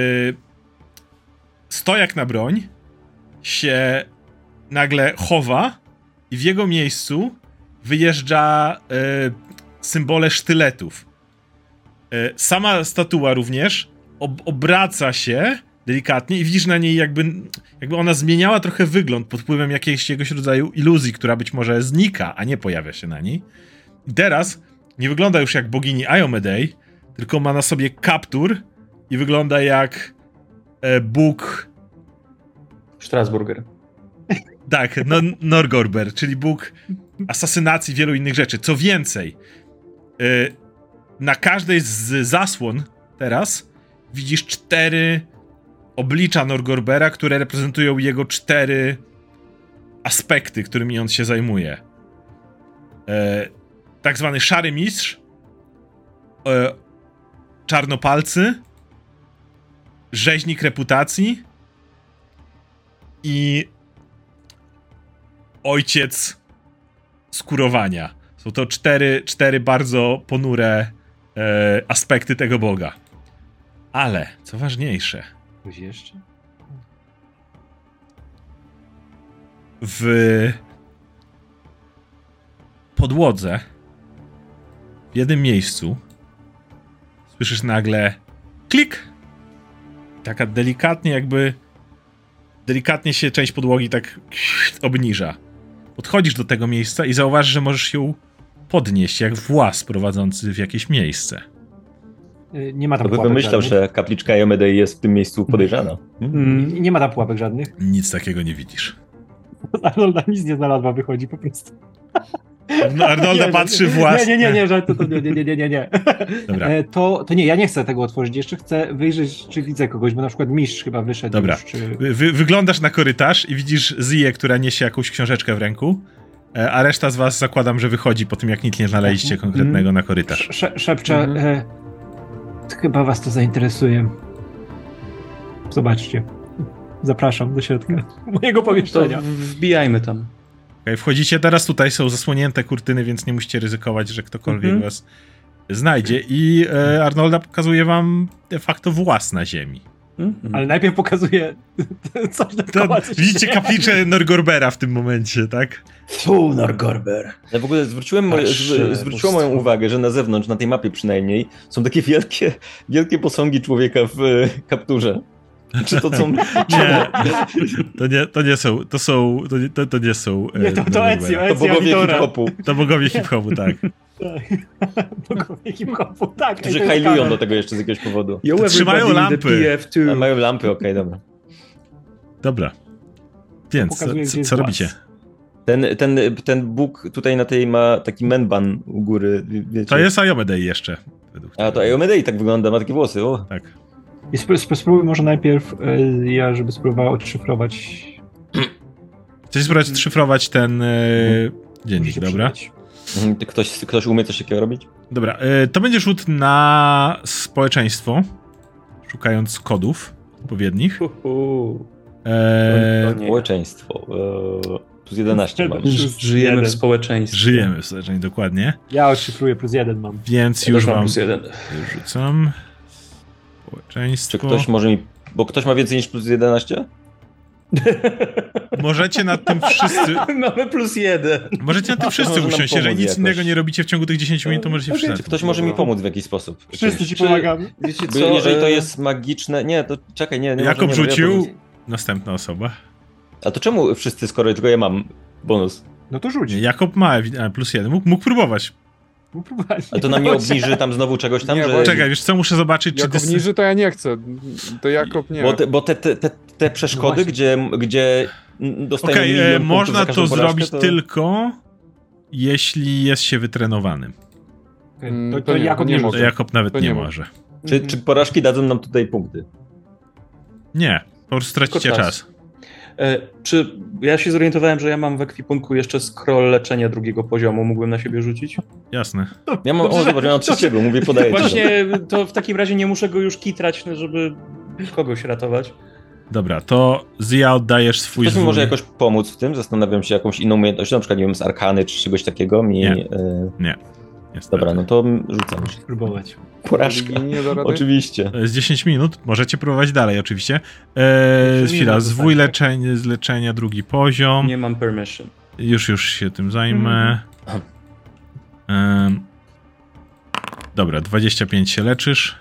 stojak na broń się nagle chowa i w jego miejscu wyjeżdża e, symbole sztyletów. E, sama statua również ob- obraca się delikatnie i widzisz na niej jakby, jakby ona zmieniała trochę wygląd pod wpływem jakiegoś rodzaju iluzji, która być może znika, a nie pojawia się na niej. I teraz nie wygląda już jak bogini Iomedei, tylko ma na sobie kaptur i wygląda jak e, bóg... Strasburger. Tak, no, Norgorber, czyli bóg asasynacji, wielu innych rzeczy. Co więcej, e, na każdej z zasłon teraz widzisz cztery oblicza Norgorbera, które reprezentują jego cztery aspekty, którymi on się zajmuje. E, tak zwany szary mistrz, e, czarnopalcy, rzeźnik reputacji i ojciec skurowania. Są to cztery, cztery bardzo ponure e, aspekty tego boga. Ale, co ważniejsze, Coś jeszcze? w podłodze, w jednym miejscu, słyszysz nagle klik. Taka delikatnie jakby, delikatnie się część podłogi tak obniża. Podchodzisz do tego miejsca i zauważysz, że możesz ją podnieść, jak włas prowadzący w jakieś miejsce. Y, Nie ma tam To by pułapek pomyślał, żadnych. że kapliczka Iomedei jest w tym miejscu podejrzana. Hmm? Mm, Nie ma tam pułapek żadnych. Nic takiego nie widzisz. Arnolda nic nie znalazła, wychodzi po prostu. No, Arnolda Nie, patrzy nie, własne. Nie, nie, nie, nie, że to, to nie, nie, nie, nie, nie, nie. Dobra. E, To, to nie, ja nie chcę tego otworzyć. Jeszcze chcę wyjrzeć, czy widzę kogoś, bo na przykład mistrz chyba wyszedł Dobra. już. Czy... Wy, wyglądasz na korytarz i widzisz Zię, która niesie jakąś książeczkę w ręku, e, a reszta z was zakładam, że wychodzi po tym, jak nic nie znaleźliście Mhm. konkretnego na korytarz. Sze, szepcze, Mhm. e, chyba was to zainteresuje. Zobaczcie. Zapraszam do środka mojego To pomieszczenia. w- wbijajmy tam. Okay, wchodzicie teraz, tutaj są zasłonięte kurtyny, więc nie musicie ryzykować, że ktokolwiek Mhm. was znajdzie i e, Arnolda pokazuje wam de facto włas na ziemi. Mhm. Ale najpierw pokazuję coś To, dookoła. co się widzicie dzieje. kapliczę Norgorbera w tym momencie, tak? Fu, Norgorber. Ja w ogóle zwróciłem, moje, Aż, zw- e, zwróciło moją bóstwo. uwagę, że na zewnątrz, na tej mapie przynajmniej, są takie wielkie, wielkie posągi człowieka w e, kapturze. Czy to są... Nie, to nie, to nie są, to są, to nie, to, to nie są e, Nie, to, to Norgorbera. Ezio, To Ezio bogowie Auditora. hip-hopu, To bogowie hip-hopu, tak. Bogowie hip-hopu, tak. którzy to jest hajlują kanon. do tego jeszcze z jakiegoś powodu. Yo, Trzymają everybody in the lampy. P F A two. mają lampy, okej, dobra. Dobra. Więc, co, Pokazuje, gdzie co, jest co włas. robicie? Ten, ten, ten Bóg tutaj na tej ma taki menban u góry, wie- wiecie. To jest Iomedei jeszcze. Według A to Iomedei tak wygląda, ma takie włosy, o. Tak. I spró- spró- spróbuj może najpierw e, ja, żeby spróbowała odszyfrować. Chcecie spróbować szyfrować ten e, dziennik, Może się dobra? przydać. Mhm, ty Ktoś, ktoś umie coś takiego robić? Dobra, e, to będzie rzut na społeczeństwo, szukając kodów odpowiednich. Hu, hu. E, To nie. Społeczeństwo. E, plus jedenaście mam. Plus Żyjemy jeden. w społeczeństwie. żyjemy w społeczeństwie, dokładnie. Ja odszyfruję plus jeden mam. Więc Ja już też mam wam plus jeden. rzucam. Społeczeństwo. Czy ktoś może mi... Bo ktoś ma więcej niż plus jedenaście? Możecie nad tym wszyscy... Mamy plus jeden. Możecie nad tym wszyscy może nam usiąść. Jeżeli pomóc nic jakoś. innego nie robicie w ciągu tych dziesięciu minut, to możecie Okej, wszyscy. Czy ktoś może mi pomóc w jakiś sposób? Wszyscy ci Czy- pomagamy. Wiecie Bo co? jeżeli to e, jest magiczne... Nie, to czekaj, nie. nie Jakob może nie, rzucił. No, ja to... Następna osoba. A to czemu wszyscy, skoro tylko ja mam bonus? No to rzuć. Nie, Jakob ma ewi- a, plus jeden. Mógł, mógł próbować. Mógł próbować. A to nam nie obniży tam znowu czegoś tam, Nie, że... bo- Czekaj, wiesz co, muszę zobaczyć, czy... Jakob dys- niży to ja nie chcę. To Jakob nie. Bo te, bo te, te, te, te przeszkody, No właśnie. gdzie, gdzie dostajemy Okej, milion e, punktów można za każdą to porażkę, zrobić to... tylko jeśli jest się wytrenowanym. Okej, Mm, To, to to nie, Jakob nie nie To może. może. Jakob nawet To nie nie może. Czy, czy porażki dadzą nam tutaj punkty? Nie, po prostu tracicie Tylko czas. czas. E, czy ja się zorientowałem, że ja mam w ekwipunku jeszcze scroll leczenia drugiego poziomu. Mógłbym na siebie rzucić? Jasne. Ja mam, Dobrze, o, zobacz, ja mam trzeciego, mówię, podaję ci. Właśnie to w takim razie nie muszę go już kitrać, żeby kogoś ratować. Dobra, to Zia oddajesz swój Ktoś mi zwój. może jakoś pomóc w tym? Zastanawiam się, jakąś inną umiejętność, na przykład, nie wiem, z arkany czy czegoś takiego mi... Nie. E, Nie. Niestety. dobra, no to rzucam. Spróbować. Porażka. Nie da rady? Oczywiście. To jest dziesięć minut, możecie próbować dalej oczywiście. Eee, Nie chwila, ma zwój dostania. leczenia, z leczenia drugi poziom. Nie mam permission. Już, już się tym zajmę. Mhm. Em, dobra, dwadzieścia pięć się leczysz.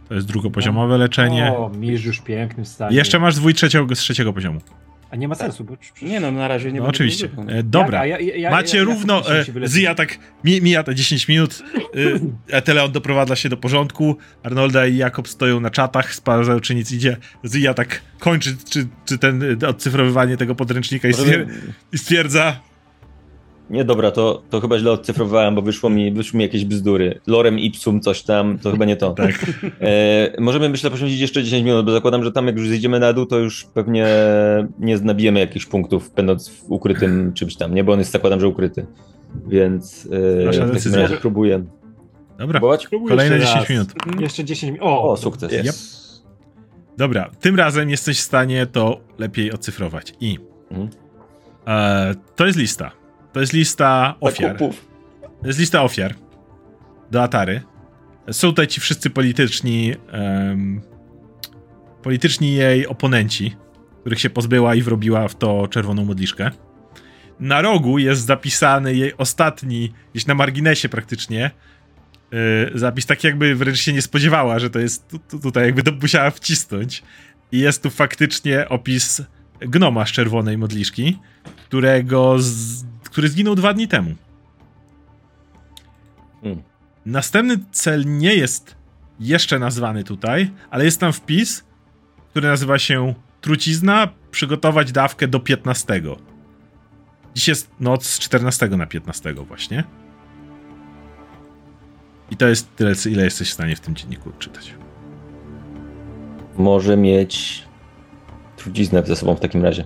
To jest drugopoziomowe leczenie. O, mistrz już w pięknym stanie. Jeszcze masz zwój trzeciego, z trzeciego poziomu. A nie ma sensu, bo... przecież- Nie no, na razie nie No będę oczywiście. używał. E, dobra. Jak? A ja- ja- Macie ja- ja równo... faktycznie E, się wyleczyłem. Zia tak... Mi, mija te dziesięć minut. E, Teleon doprowadza się do porządku. Arnolda i Jakob stoją na czatach. Sprawdzają, czy nic idzie. Zia tak kończy, czy, czy ten e, odcyfrowywanie tego podręcznika i stwier- i stwierdza... Nie, dobra, to, to chyba źle odcyfrowałem, bo wyszło mi, wyszły mi jakieś bzdury. Lorem ipsum, coś tam, to chyba nie to. Tak. E, możemy, myślę, poświęcić jeszcze dziesięć minut, bo zakładam, że tam jak już zjedziemy na dół, to już pewnie nie nabijemy jakichś punktów, będąc w ukrytym czymś tam, nie? Bo on jest, zakładam, że ukryty. Więc e, Wasza w takim decyzja. razie próbuję. Dobra. Próbować? Kolejne Jeszcze dziesięć raz. minut. Jeszcze dziesięć minut. O, O, sukces. Yep. Dobra, tym razem jesteś w stanie to lepiej odcyfrować. I Mhm. e, to jest lista. To jest lista ofiar. Zakupów. To jest lista ofiar do Atary. Są tutaj ci wszyscy polityczni em, polityczni jej oponenci, których się pozbyła i wrobiła w to czerwoną modliszkę. Na rogu jest zapisany jej ostatni, gdzieś na marginesie praktycznie, yy, zapis tak jakby wręcz się nie spodziewała, że to jest tu, tu, tutaj, jakby to musiała wcisnąć. I jest tu faktycznie opis gnoma z czerwonej modliszki, którego z, który zginął dwa dni temu. Hmm. Następny cel nie jest jeszcze nazwany tutaj, ale jest tam wpis, który nazywa się trucizna, przygotować dawkę do piętnastego. Dziś jest noc z czternastego na piętnastego właśnie. I to jest tyle, ile jesteś w stanie w tym dzienniku czytać. Może mieć truciznę ze sobą w takim razie.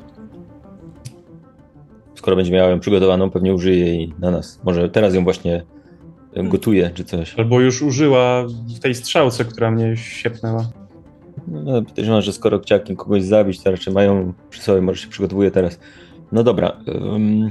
Skoro będzie miała ją przygotowaną, pewnie użyje jej na nas. Może teraz ją właśnie gotuje, czy coś. Albo już użyła w tej strzałce, która mnie siepnęła. No, podejrzewam, że skoro chciała kogoś zabić, to raczej mają przy sobie, może się przygotowuje teraz. No dobra. Um,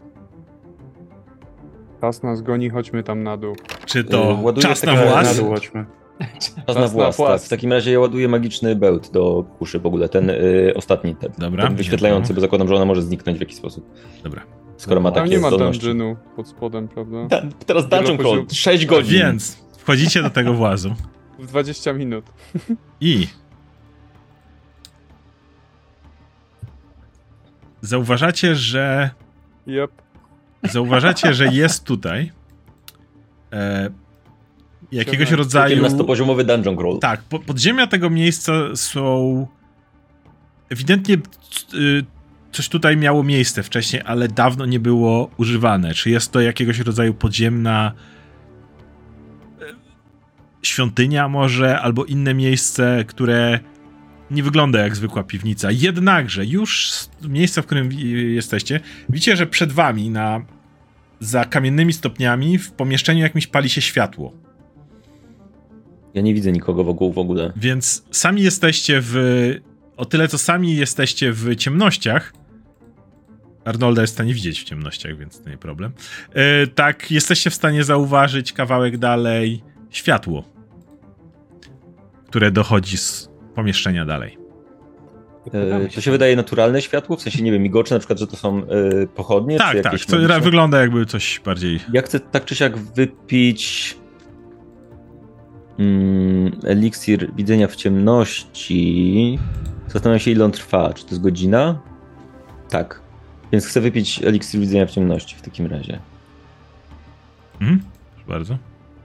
Czas nas goni, chodźmy tam na dół. Czy to Yy, ładuję czas na takie- Na włas? dół chodźmy. czas na włas, tak. W takim razie ja ładuję magiczny bełt do kuszy w ogóle, ten y, ostatni, ten, Dobra. ten wyświetlający, bo zakładam, że ona może zniknąć w jakiś sposób, Dobra. skoro ma Tam takie nie ma zdolności. dungeonu pod spodem, prawda? Ta, teraz dungeon Wielopoziomu. crawl, sześć godzin. Więc wchodzicie do tego włazu W dwadzieścia minut. i zauważacie, że Yep. zauważacie, że jest tutaj e, jakiegoś Ciemno. rodzaju... siedemnastopoziomowy dungeon crawl. Tak, po, podziemia tego miejsca są ewidentnie y, coś tutaj miało miejsce wcześniej, ale dawno nie było używane. Czy jest to jakiegoś rodzaju podziemna y, świątynia może, albo inne miejsce, które nie wygląda jak zwykła piwnica. Jednakże już z miejsca, w którym jesteście, widzicie, że przed wami na za kamiennymi stopniami w pomieszczeniu jakimś pali się światło. Ja nie widzę nikogo wokół w ogóle. Więc sami jesteście w... O tyle, co sami jesteście w ciemnościach. Arnolda jest w stanie widzieć w ciemnościach, więc to nie problem. Yy, tak, jesteście w stanie zauważyć kawałek dalej światło, które dochodzi z pomieszczenia dalej. E, to się wydaje naturalne światło, w sensie, nie wiem, migocze, na przykład, że to są e, pochodnie, czy Tak, tak, jakieś to magiczne? wygląda jakby coś bardziej... Ja chcę tak czy siak wypić mm, eliksir widzenia w ciemności. Zastanawiam się, ile on trwa. Czy to jest godzina? Tak. Więc chcę wypić eliksir widzenia w ciemności w takim razie. Mhm, proszę bardzo.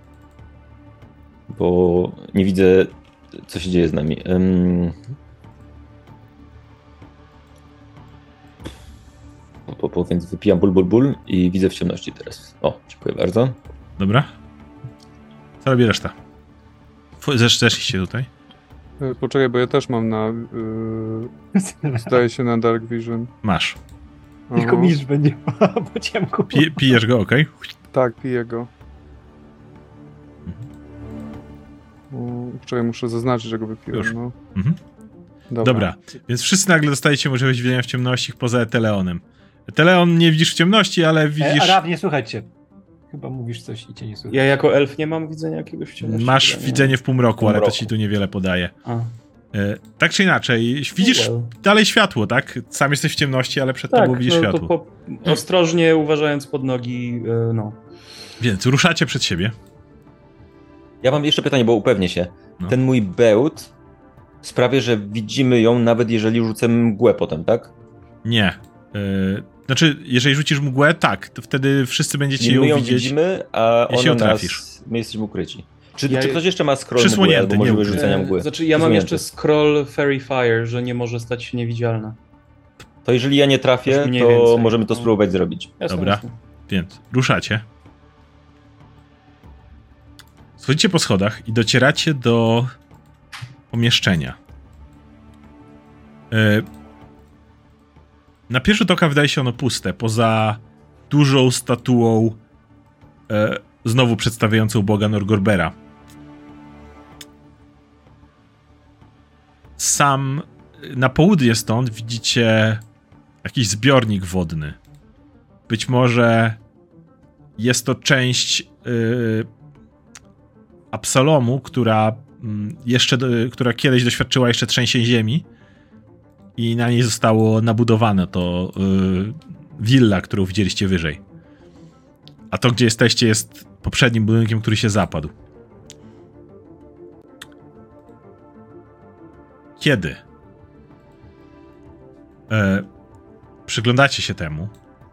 Bo nie widzę, co się dzieje z nami. Um, po, po, po, więc wypijam ból, ból, ból i widzę w ciemności teraz. O, dziękuję bardzo. Dobra. Co robi reszta? Fu- Zesz, zeszliście tutaj? E, Poczekaj, bo ja też mam na... Yy, zdaje się na Dark Vision. Masz. Tylko Aha. mistrz będzie po ciemku. Pi- pijesz go, okej? Tak, piję go. O, Poczekaj, muszę zaznaczyć, że go wypiłem. Już. No. Mhm. Dobra. Dobra, więc wszyscy nagle dostajecie możliwość widzenia w ciemności poza Eteleonem. Eteleon nie widzisz w ciemności, ale E, widzisz... Arab, nie słuchajcie. Chyba mówisz coś i cię nie słucha. Ja jako elf nie mam widzenia jakiegoś w ciemności. Masz chyba, nie? widzenie w półmroku, ale to Półmroku. ci tu niewiele podaje. A. E, tak czy inaczej, widzisz Well. dalej światło, tak? Sam jesteś w ciemności, ale przed tobą Tak, widzisz no światło. to po, ostrożnie uważając pod nogi, e, no. Więc ruszacie przed siebie. Ja mam jeszcze pytanie, bo upewnię się. No. ten mój bełt sprawia, że widzimy ją, nawet jeżeli rzucę mgłę potem, tak? Nie. Yy, znaczy, jeżeli rzucisz mgłę, tak, to wtedy wszyscy będziecie I my ją ją widzieć. widzimy, a jeśli ona ją trafisz. nas... My jesteśmy ukryci. Czy, Ja czy je- ktoś jeszcze ma scroll mgły Przysłonięty, albo nie możliwość ukryty. rzucenia mgły? E, Znaczy, ja mam Przysłonięty. jeszcze scroll Fairy Fire, że nie może stać się niewidzialna. To jeżeli ja nie trafię, Już mniej to więcej, możemy to no. spróbować zrobić. Jasne, Dobra. jasne. Więc ruszacie. Schodzicie po schodach i docieracie do pomieszczenia. Yy, na pierwszy rzut oka wydaje się ono puste, poza dużą statuą yy, znowu przedstawiającą boga Norgorbera. Sam na południe stąd widzicie jakiś zbiornik wodny. Być może jest to część yy, Absalomu, która mm, jeszcze, y, która kiedyś doświadczyła jeszcze trzęsień ziemi i na niej zostało nabudowane to yy, willa, którą widzieliście wyżej. A to, gdzie jesteście, jest poprzednim budynkiem, który się zapadł. Kiedy e, przyglądacie się temu,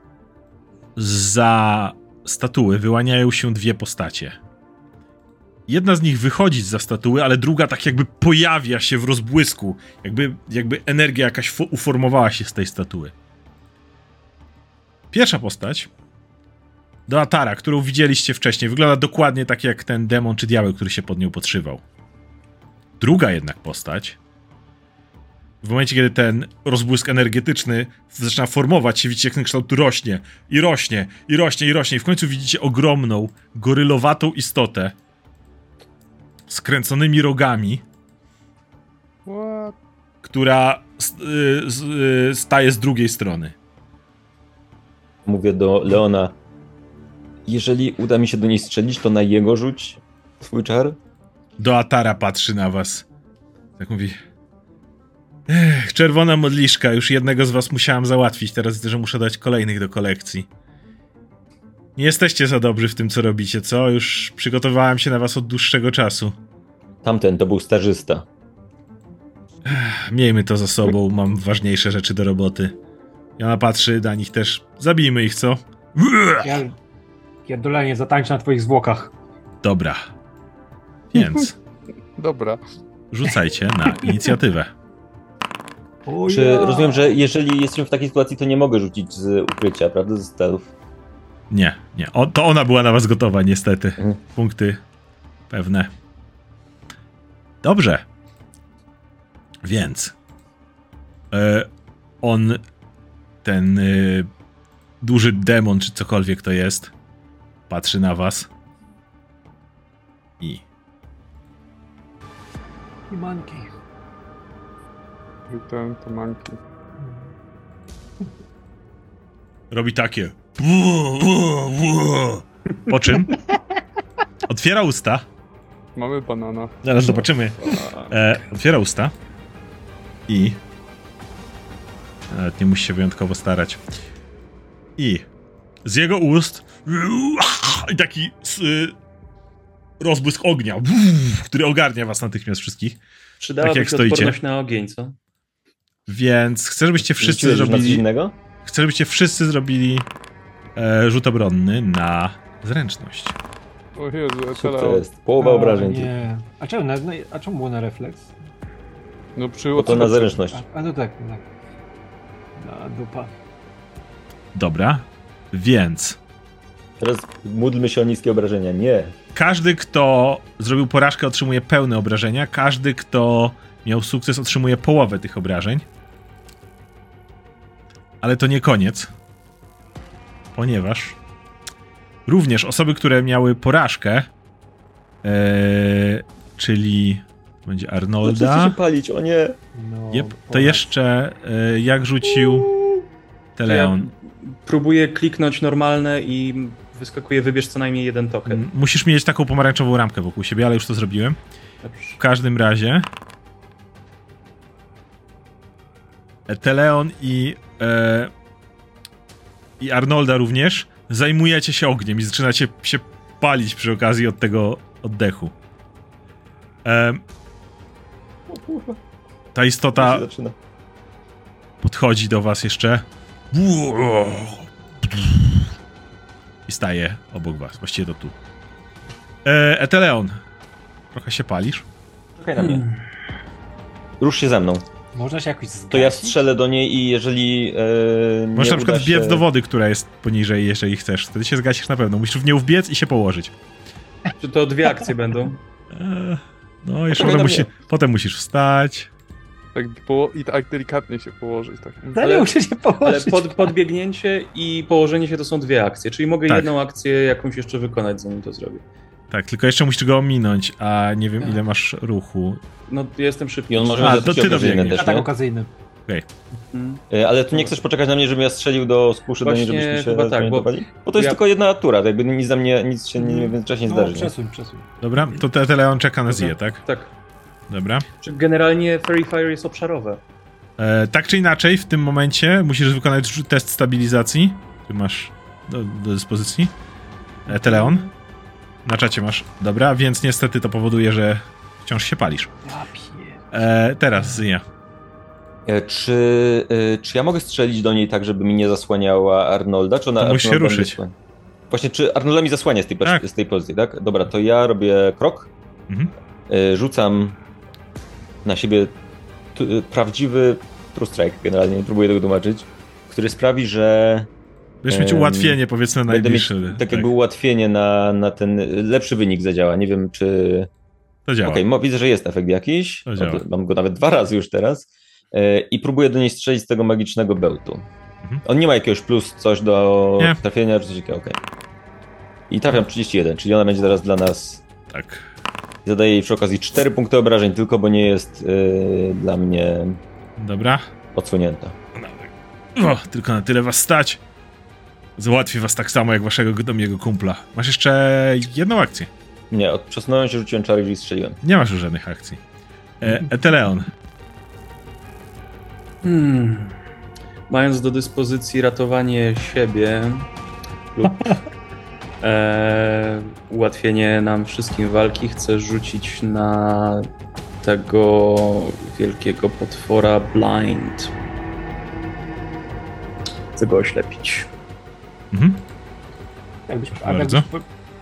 za statuły wyłaniają się dwie postacie. Jedna z nich wychodzi za statuły, ale druga tak jakby pojawia się w rozbłysku. Jakby, jakby energia jakaś fo- uformowała się z tej statuły. Pierwsza postać, Doatara, którą widzieliście wcześniej, wygląda dokładnie tak jak ten demon czy diabeł, który się pod nią podszywał. Druga jednak postać, w momencie, kiedy ten rozbłysk energetyczny zaczyna formować się, widzicie, jak ten kształt rośnie i rośnie, i rośnie, i rośnie. I w końcu widzicie ogromną, gorylowatą istotę z kręconymi rogami, What? która s- y, s- y, staje z drugiej strony. Mówię do Leona, jeżeli uda mi się do niej strzelić, to na jego rzuć swój czar. Doatara patrzy na was. Tak mówi... Ech, czerwona modliszka, już jednego z was musiałam załatwić, teraz widzę, że muszę dać kolejnych do kolekcji. Nie jesteście za dobrzy w tym, co robicie, co? Już przygotowałem się na was od dłuższego czasu. Tamten to był starzysta. Miejmy to za sobą, mam ważniejsze rzeczy do roboty. I ona patrzy na nich też. Zabijmy ich, co? Ja pierdolenie zatańczę na twoich zwłokach. Dobra. Więc Dobra. rzucajcie na inicjatywę. O Czy ja. rozumiem, że jeżeli jesteśmy w takiej sytuacji, to nie mogę rzucić z ukrycia, prawda? Z stealth. Nie, nie. O, to ona była na was gotowa, niestety. Mhm. Punkty pewne. Dobrze. Więc e, on, ten e, duży demon, czy cokolwiek to jest, patrzy na was i I manki. I ten, to manki. robi takie. Po czym otwiera usta. Mamy banana. Zaraz zobaczymy. E, otwiera usta i nawet nie musi się wyjątkowo starać. I z jego ust i taki y, rozbłysk ognia, który ogarnia was natychmiast wszystkich. Przydałaby Tak jak się stoicie. odporność na ogień, co? Więc chcę, żebyście wszyscy Rzuciłeś już na coś zrobili. innego? Chcę, żebyście wszyscy zrobili e, rzut obronny na zręczność. O Jezu, ja Co to teraz. jest? Połowa A, obrażeń. Nie. A czemu, na, na, a czemu było na refleks? No przy Bo to na zręczność. A, a no tak, no tak. Na dupa. Dobra, więc Teraz módlmy się o niskie obrażenia. Nie. każdy, kto zrobił porażkę, otrzymuje pełne obrażenia. Każdy, kto miał sukces, otrzymuje połowę tych obrażeń. Ale to nie koniec. Ponieważ również osoby, które miały porażkę, ee, czyli będzie Zaczynacie Arnolda. się palić, o nie. No, Yep, to ponad. jeszcze e, jak rzucił Teleon. Ja próbuję kliknąć normalne i wyskakuje wybierz co najmniej jeden token. M, Musisz mieć taką pomarańczową ramkę wokół siebie, ale już to zrobiłem. Dobrze. W każdym razie e, Teleon i e, i Arnolda również zajmujecie się ogniem i zaczynacie się palić przy okazji od tego oddechu. Em, ta istota się zaczyna. podchodzi do was jeszcze i staje obok was. Właściwie to tu. E, Eteleon, trochę się palisz? Czekaj na mnie. Rusz się ze mną. Można się jakoś zgasić? To ja strzelę do niej i jeżeli e, Możesz nie na przykład uda wbiec się... do wody, która jest poniżej, jeżeli chcesz. Wtedy się zgasisz na pewno. Musisz w nią wbiec i się położyć. Czy to dwie akcje będą? E, no, jeszcze Poczekaj potem, na musi, mnie. potem musisz wstać. Tak poło- I tak delikatnie się położyć. Tak. Dalej Ale- muszę się Ale położyć. pod, podbiegnięcie i położenie się to są dwie akcje, czyli mogę Tak. jedną akcję jakąś jeszcze wykonać, zanim to zrobię. Tak, tylko jeszcze musisz go ominąć, a nie wiem ile masz ruchu. No, jestem szybki. I on może A, mieć to ataki ty okazyjne dobiegniesz. też, Atak nie? okazyjny. Mm. E, Ale tu nie chcesz poczekać na mnie, żebym ja strzelił do skuszy do niej, Właśnie żebyśmy się chyba tak, bo- zorientowali? Bo to jest ja- tylko jedna tura, to jakby nic za mnie, nic się nie, w międzyczasie nie No, zdarzy. nie? przesuń, przesuń. Dobra, to te Eteleon czeka na Zię, tak? Tak. Dobra. Czy generalnie Fairy Fire jest obszarowe? E, tak czy inaczej, w tym momencie musisz wykonać rzut- test stabilizacji, który masz do, do dyspozycji. Eteleon. Na czacie masz. Dobra, więc niestety to powoduje, że wciąż się palisz. Ja pier... E, teraz Zia. E, Czy, e, czy ja mogę strzelić do niej tak, żeby mi nie zasłaniała Arnolda? Czy ona To musisz się Arnolda mnie ruszyć. zasłania? Właśnie, czy Arnolda mi zasłania z tej, Tak. z tej pozycji, tak? Dobra, to ja robię krok, Mhm. e, rzucam na siebie t- prawdziwy true strike, generalnie próbuję tego tłumaczyć, który sprawi, że Będziesz mieć Em, ułatwienie, powiedzmy, na będę mieć najbliższy. tak jakby ułatwienie na, na ten lepszy wynik zadziała. Nie wiem, czy... To działa. Okej, mo- widzę, że jest efekt jakiś. To działa. O, mam go nawet dwa razy już teraz. E, I próbuję do niej strzelić z tego magicznego bełtu. Mhm. On nie ma jakiegoś plus coś do Nie. trafienia, czy coś takiego, okej. I trafiam trzydzieści jeden, czyli ona będzie teraz dla nas... Tak. Zadaję jej przy okazji cztery punkty obrażeń, tylko bo nie jest e, dla mnie Dobra. odsłonięta. O, tylko na tyle was stać. Załatwię was tak samo jak waszego gnomiego kumpla. Masz jeszcze jedną akcję. Nie, od- przesunąłem się, rzuciłem czary i strzeliłem. Nie masz już żadnych akcji. E, Eteleon. Hmm. Mając do dyspozycji ratowanie siebie lub e, ułatwienie nam wszystkim walki, chcę rzucić na tego wielkiego potwora Blind. Chcę go oślepić. Mhm. Jakbyś, a Bardzo. jakbyś,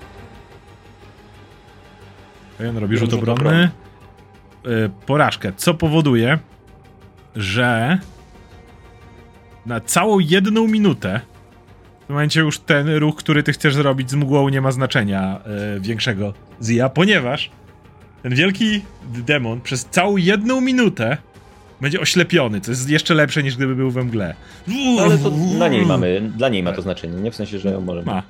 On robi rzut Rzut obronny. obronny. Y, Porażkę, co powoduje, że na całą jedną minutę w momencie już ten ruch, który ty chcesz zrobić z mgłą, nie ma znaczenia y, większego Zia, ponieważ ten wielki demon przez całą jedną minutę będzie oślepiony, co jest jeszcze lepsze niż gdyby był we mgle. No, ale to dla niej mamy, dla niej ma to znaczenie, nie? W sensie, że ją możemy... Ma.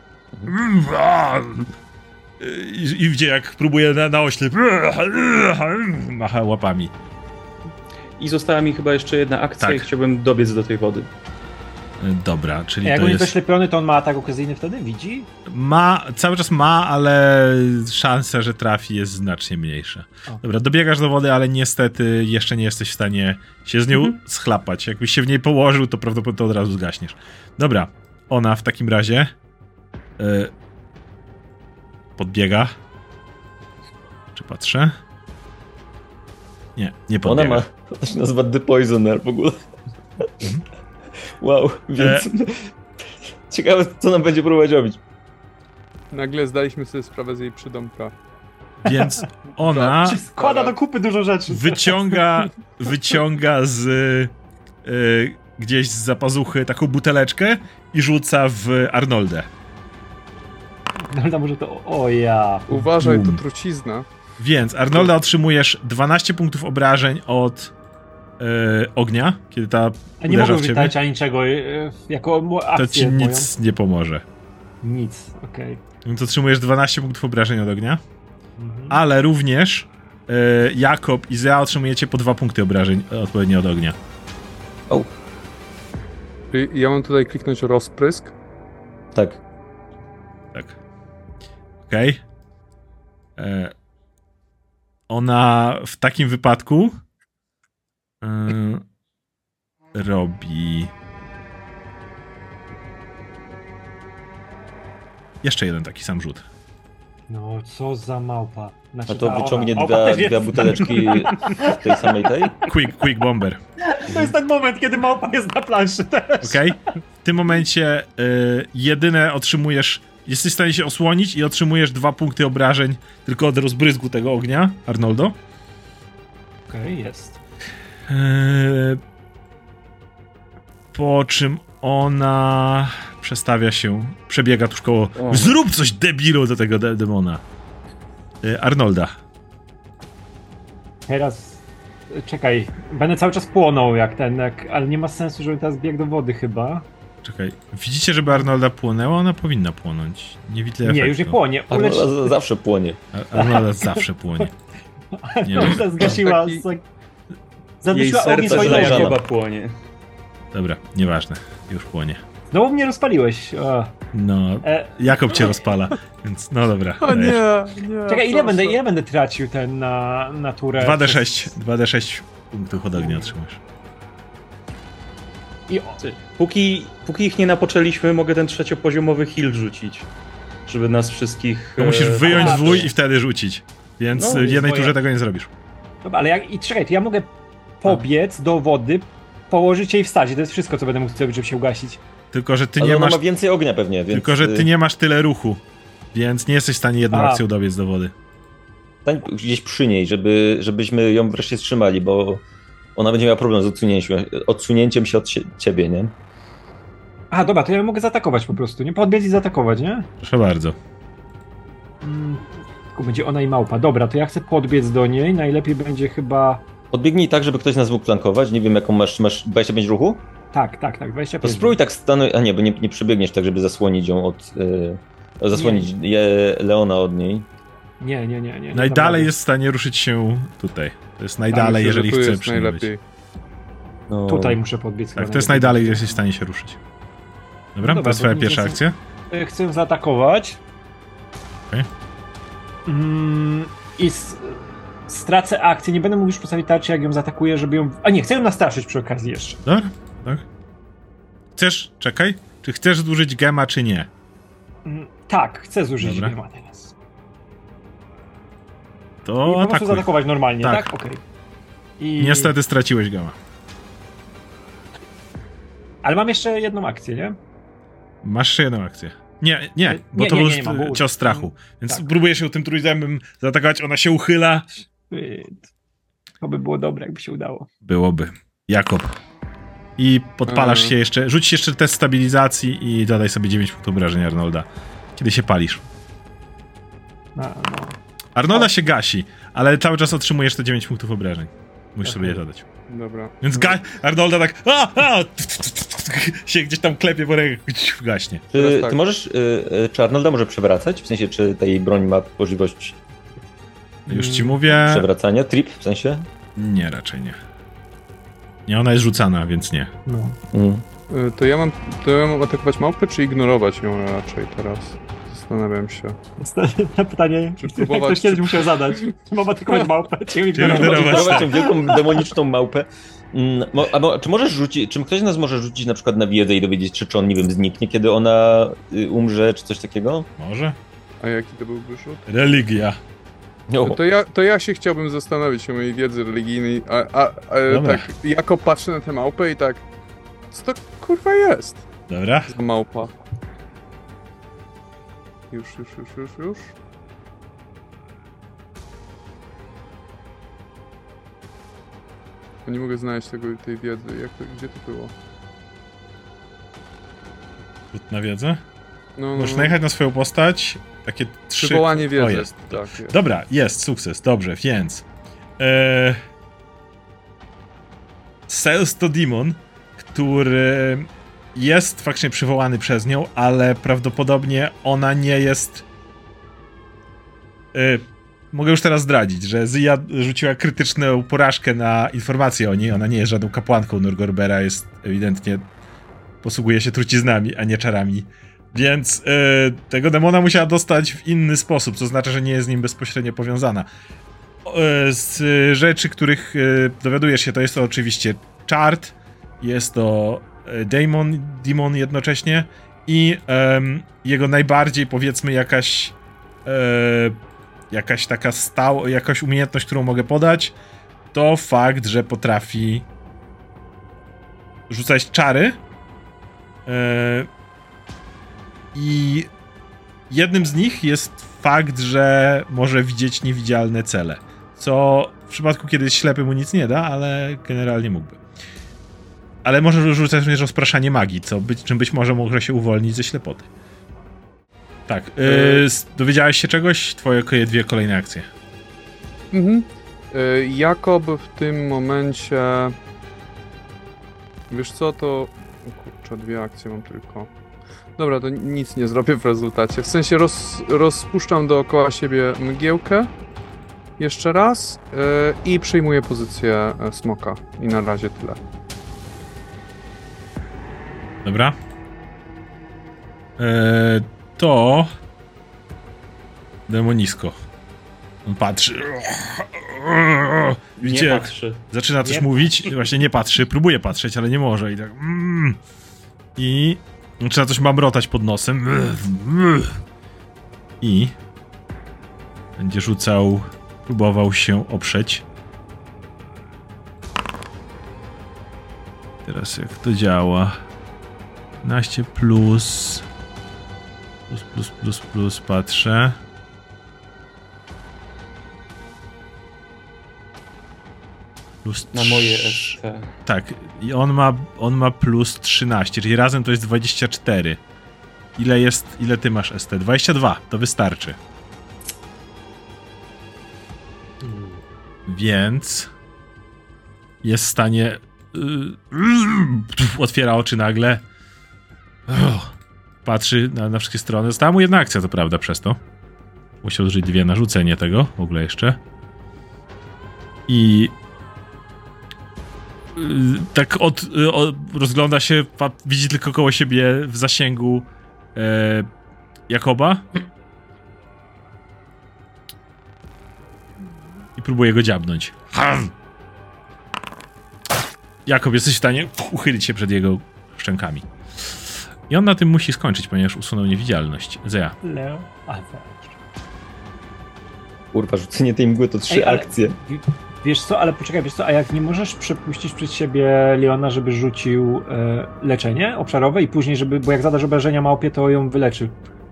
I, i widzicie, jak próbuje na, na oślep. Macha łapami. I została mi chyba jeszcze jedna akcja Tak. i chciałbym dobiec do tej wody. Dobra, czyli jak to on jest jest... oślepiony, to on ma atak okazyjny wtedy? Widzi? Ma, cały czas ma, ale szansa, że trafi jest znacznie mniejsza. O. Dobra, dobiegasz do wody, ale niestety jeszcze nie jesteś w stanie się z nią Mhm. schlapać. Jakbyś się w niej położył, to prawdopodobnie to od razu zgaśniesz. Dobra, ona w takim razie y, podbiega. Czy patrzę? Nie, nie Ona podbiega. ma, to się nazywa The Poisoner w ogóle. Wow, więc... Ciekawe, co nam będzie próbować robić. Nagle zdaliśmy sobie sprawę z jej przydomka. Więc ona Czy składa do kupy dużo rzeczy. wyciąga, wyciąga z y, gdzieś z zapazuchy taką buteleczkę i rzuca w Arnoldę. No, może to... O ja. Uważaj, to Bum. trucizna. Więc Arnolda otrzymujesz dwanaście punktów obrażeń od y, ognia, kiedy ta A nie uderza mogę w ciebie. wytać ani niczego y, jako mo- To akcję ci moją. nic nie pomoże. Nic, okej. Więc otrzymujesz dwanaście punktów obrażeń od ognia, Mhm. ale również y, Jakob i Zea otrzymujecie po dwa punkty obrażeń odpowiednio od ognia. I ja mam tutaj kliknąć rozprysk. Tak. Tak. Okej. E, Ona w takim wypadku e, robi jeszcze jeden taki sam rzut. No, co za małpa. Znaczy, A to ta ona- wyciągnie małpa dwa, też jest. dwie buteleczki z tej samej tej? Quick, quick bomber. To jest ten moment, kiedy małpa jest na planszy też. Okej? W tym momencie y, jedyne otrzymujesz... Jesteś w stanie się osłonić i otrzymujesz dwa punkty obrażeń tylko od rozbryzgu tego ognia, Arnoldo. Okej, jest. Yy, po czym ona przestawia się, przebiega tuż koło. O. Zrób coś, debilu, do tego de demona. Yy, Arnolda. Teraz... Czekaj, będę cały czas płonął jak ten, jak... ale nie ma sensu, żebym teraz biegł do wody chyba. Czekaj. Widzicie, żeby Arnolda płonęła? Ona powinna płonąć. Nie widzę efektu. Nie, już nie płonie. Ulecz... Arnolda zawsze płonie. Ar- Arnolda zawsze płonie. Nie wiem. Arnolda zgasiła... Taki- za- Jej Zadusiła ogień serce swoim dla zależane. ogniem. Jakoba płonie. Dobra, nieważne. Już płonie. Znowu mnie rozpaliłeś. O. No, E, Jakob cię rozpala, więc no dobra. O dajesz. nie, nie. czekaj, ile proszę. będę, ile będę tracił ten na naturę? dwa D sześć. dwa D sześć punktów od ognia otrzymasz. I o, Póki, póki ich nie napoczęliśmy, mogę ten trzeciopoziomowy heal rzucić. Żeby nas wszystkich... To musisz e, wyjąć a, dwój to- i wtedy rzucić. Więc No, w jednej swoje- turze tego nie zrobisz. dobra, ale jak, i czekaj, to ja mogę pobiec do wody, położyć jej w stadzie. To jest wszystko, co będę mógł zrobić, żeby się ugasić. Tylko, że ty Ale nie ona masz. ma więcej ognia pewnie, więc... Tylko, że ty y, nie masz tyle ruchu. Więc nie jesteś w stanie jedną A. akcją dobiec do wody. Stań gdzieś przy niej, żeby, żebyśmy ją wreszcie wstrzymali, bo ona będzie miała problem z odsunięciem, odsunięciem się od cie- ciebie, nie? A, dobra, to ja mogę zaatakować po prostu, nie? Podbiec i zaatakować, nie? Proszę bardzo. Mm, tylko będzie ona i małpa. Dobra, to ja chcę podbiec do niej. Najlepiej będzie chyba... Odbiegnij tak, żeby ktoś nas mógł flankować. Nie wiem, jaką masz, masz dwadzieścia pięć ruchu? Tak, tak, tak, dwadzieścia To pięć. spróbuj tak stanąć, a nie, bo nie, nie przebiegniesz tak, żeby zasłonić ją od... Yy, zasłonić je, Leona od niej. Nie, nie, nie, nie. nie Najdalej dam jest w stanie ruszyć się tutaj. To jest najdalej, Myślę, że jeżeli tu chce jest przybyć. najlepiej. No, rady. Tutaj muszę podbiec. Tak, chyba to jest najlepiej. najdalej, jesteś w stanie się ruszyć. Dobra, No to jest dobra, twoja to pierwsza nic- akcja. Y, Chcę zaatakować. Okej. Mm, I s- stracę akcję. Nie będę mógł już postawić tarczy, jak ją zaatakuję, żeby ją... A nie, chcę ją nastraszyć przy okazji jeszcze. Dobra, tak. Chcesz, czekaj, czy chcesz zużyć gema, czy nie? Mm, tak, chcę zużyć Dobra. gema teraz. I To po prostu atakuj. zaatakować normalnie, Tak. tak? Okej. I... Niestety straciłeś gema. Ale mam jeszcze jedną akcję, nie? Masz jeszcze jedną akcję. Nie, nie, bo Nie, to nie, był nie, nie mam, bo- cios strachu. Więc tak. próbuję się tym trójzębem zaatakować, ona się uchyla. Y, To by było dobre, jakby się udało. Byłoby. Jakob. I podpalasz Mhm. się jeszcze, rzuć jeszcze test stabilizacji i dodaj sobie dziewięć punktów obrażeń Arnolda. Kiedy się palisz. No, no. Arnolda O. się gasi, ale cały czas otrzymujesz te dziewięć punktów obrażeń. Musisz sobie je dodać. Dobra. Więc ga Arnolda tak a, a, się gdzieś tam klepie po ręku, gaśnie. Czy Teraz tak. ty możesz, y, y, czy Arnolda może przewracać? W sensie, czy ta jej broń ma możliwość Już ci mówię. przewracania? Trip w sensie? Nie, raczej nie. Nie, ona jest rzucana, więc nie. no. Mm. Y, To ja mam, to ja mam atakować małpę, czy ignorować ją raczej teraz? Zastanawiam się. Na pytanie, Czy które próbować- ktoś kiedyś musiał zadać. Czy mam atakować małpę, czy ją ignorować? ignorować. Prowadź tą wielką, demoniczną małpę. Mm, mo- albo, czy możesz rzucić, czy ktoś z nas może rzucić na przykład na wiedzę i dowiedzieć się, czy on, nie wiem, zniknie, kiedy ona y, umrze, czy coś takiego? Może? A jaki to byłby rzut? Religia. No, To ja, to ja się chciałbym zastanowić o mojej wiedzy religijnej, a, a, a Dobra. tak jako patrzę na tę małpę i tak, co to kurwa jest Dobra. za małpa? Już, już, już, już, już. Ja nie mogę znaleźć tego, tej wiedzy, jak to, gdzie to było? Rzut na wiedzę. No, Możesz no, najechać na swoją postać. Takie trzy... Przywołanie O, wiedzy, jest. tak jest. Dobra, jest, sukces, dobrze, więc... E... Sales to demon, który jest faktycznie przywołany przez nią, ale prawdopodobnie ona nie jest... E... Mogę już teraz zdradzić, że Zia rzuciła krytyczną porażkę na informację o niej. Ona nie jest żadną kapłanką Norgorbera, jest ewidentnie... posługuje się truciznami, a nie czarami. Więc e, tego demona musiała dostać w inny sposób, co znaczy, że nie jest z nim bezpośrednio powiązana. O, e, z e, rzeczy, których e, dowiadujesz się, to jest to oczywiście czart, jest to e, demon, demon jednocześnie i em, jego najbardziej, powiedzmy, jakaś jakaś taka stała, jakaś umiejętność, którą mogę podać, to fakt, że potrafi rzucać czary. Yy, I jednym z nich jest fakt, że może widzieć niewidzialne cele. Co w przypadku, kiedy jest ślepy, mu nic nie da, ale generalnie mógłby. Ale może rzucać również rozpraszanie magii, co być, czym być może może się uwolnić ze ślepoty. Tak. Yy, dowiedziałeś się czegoś? Twoje dwie kolejne akcje. Mhm. Yy, Jakob w tym momencie... Wiesz co, to... O kurczę, dwie akcje mam tylko. Dobra, to nic nie zrobię w rezultacie. W sensie roz, rozpuszczam dookoła siebie mgiełkę jeszcze raz yy, i przyjmuję pozycję smoka. I na razie tyle. Dobra. Yy, to... Demonisko. On patrzy. Widzicie, Nie jak patrzy. zaczyna coś Nie. mówić, właśnie nie patrzy, próbuje patrzeć, ale nie może i tak mm. I zaczyna coś mamrotać pod nosem i będzie rzucał, próbował się oprzeć. Teraz jak to działa? piętnaście plus plus plus plus plus patrzę. Plus Na moje trz- S T. Tak, i on ma, on ma plus trzynaście, czyli razem to jest dwadzieścia cztery. Ile jest, ile ty masz S T? dwadzieścia dwa, to wystarczy. Więc jest w stanie... Yy, otwiera oczy nagle. Oh, patrzy na, na wszystkie strony. Została mu jedna akcja, to prawda, przez to. Musiał zużyć dwie na rzucenie tego, w ogóle jeszcze. I... Yy, tak od, yy, od, rozgląda się, pa, widzi tylko koło siebie w zasięgu yy, Jakoba. I próbuje go dziabnąć. Jakob, jesteś w stanie uchylić się przed jego szczękami. I on na tym musi skończyć, ponieważ usunął niewidzialność. Zea. Leo. A, tak. Kurwa, rzucenie tej mgły to trzy Ej, ale- akcje. Wiesz co, ale poczekaj, wiesz co, a jak nie możesz przepuścić przed siebie Leona, żeby rzucił e, leczenie obszarowe i później, żeby, bo jak zadasz obrażenia małpie, to ją wyleczy.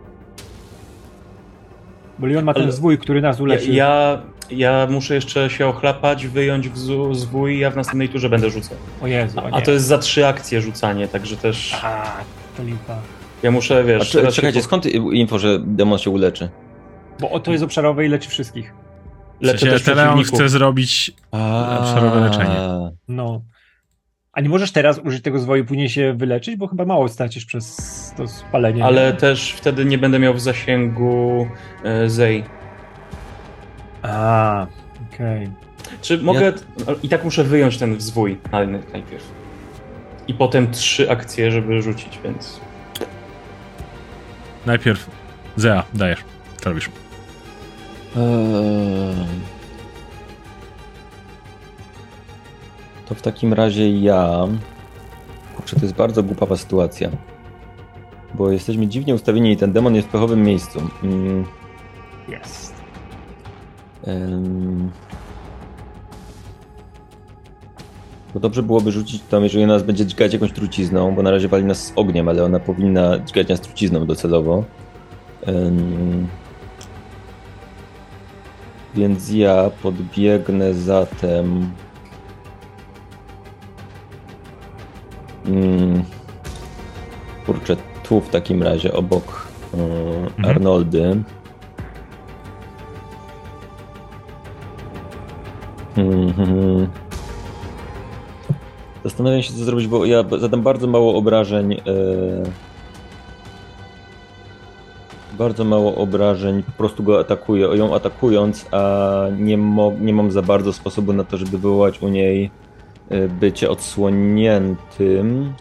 Bo Leon ma ten Ale- zwój, który nas Ja, uleczy. ja, ja muszę jeszcze się ochlapać, wyjąć wzu- zwój, ja w następnej turze będę rzucał. O Jezu, o nie. A to jest za trzy akcje rzucanie, także też A, to lipa. ja muszę, A wiesz... cze- teraz czekajcie, się skąd info, że demon się uleczy? Bo o, to jest obszarowe i leczy wszystkich. leczę W sensie też Teleon przeciwników. chce zrobić obszarowe leczenie. No. A nie możesz teraz użyć tego zwoju, później się wyleczyć, bo chyba mało stracisz przez to spalenie. Ale też wtedy nie będę miał w zasięgu e, Zei. A, okej. Czy mogę... I tak muszę wyjąć ten zwój najpierw. I potem trzy akcje, żeby rzucić, więc... Najpierw Zea, dajesz. Co robisz? Eee, To w takim razie ja... Kurczę, to jest bardzo głupawa sytuacja. Bo jesteśmy dziwnie ustawieni i ten demon jest w pechowym miejscu. Mm, Jest. em, Bo dobrze byłoby rzucić tam, jeżeli nas będzie dźgać jakąś trucizną, bo na razie wali nas z ogniem, ale ona powinna dźgać nas trucizną docelowo. Em, Więc ja podbiegnę zatem... Mm, kurczę, tu w takim razie obok y, Mhm. Arnoldy. Mhm. Zastanawiam się, co zrobić, bo ja zadam bardzo mało obrażeń. y, Bardzo mało obrażeń, po prostu go atakuję, ją atakując, a nie, mo- nie mam za bardzo sposobu na to, żeby wywołać u niej y, bycie odsłoniętym.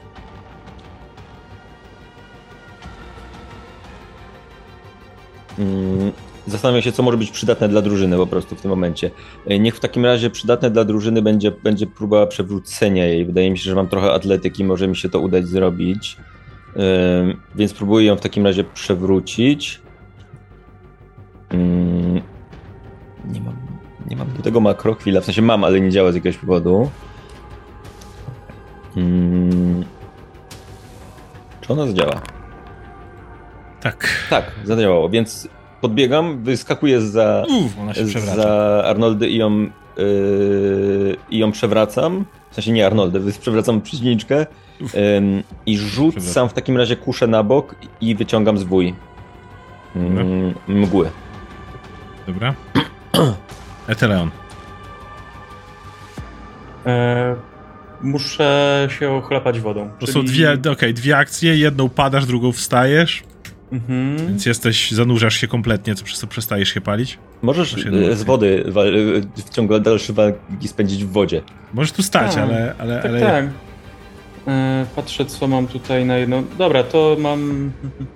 Mm, Zastanawiam się, co może być przydatne dla drużyny po prostu w tym momencie. Y, Niech w takim razie przydatne dla drużyny będzie, będzie próba przewrócenia jej. Wydaje mi się, że mam trochę atletyki, może mi się to udać zrobić. Yy, więc próbuję ją w takim razie przewrócić. do tego makro, chwila, w sensie mam, ale nie działa z jakiegoś powodu. Hmm. Czy ono zadziała? Tak. Tak, zadziałało, więc podbiegam, wyskakuję za, Uf, ona się przewraca. za Arnoldy i ją, yy, i ją przewracam. W sensie nie Arnoldę, przewracam przeciwniczkę yy, i rzucam Przewracam. w takim razie kuszę na bok i wyciągam zwój yy, mgły. Dobra. Eteleon. E, muszę się ochlapać wodą. To są dwie, okej, okay, dwie akcje, jedną padasz, drugą wstajesz, Mhm. więc jesteś, zanurzasz się kompletnie, co przez to przestajesz się palić. Możesz Właśnie yy, dobra. z wody wa- yy, w ciągu dalszej walki spędzić w wodzie. Możesz tu stać, Tak, ale... ale, Tak, ale... tak. E, patrzę, co mam tutaj na jedną. Dobra, to mam.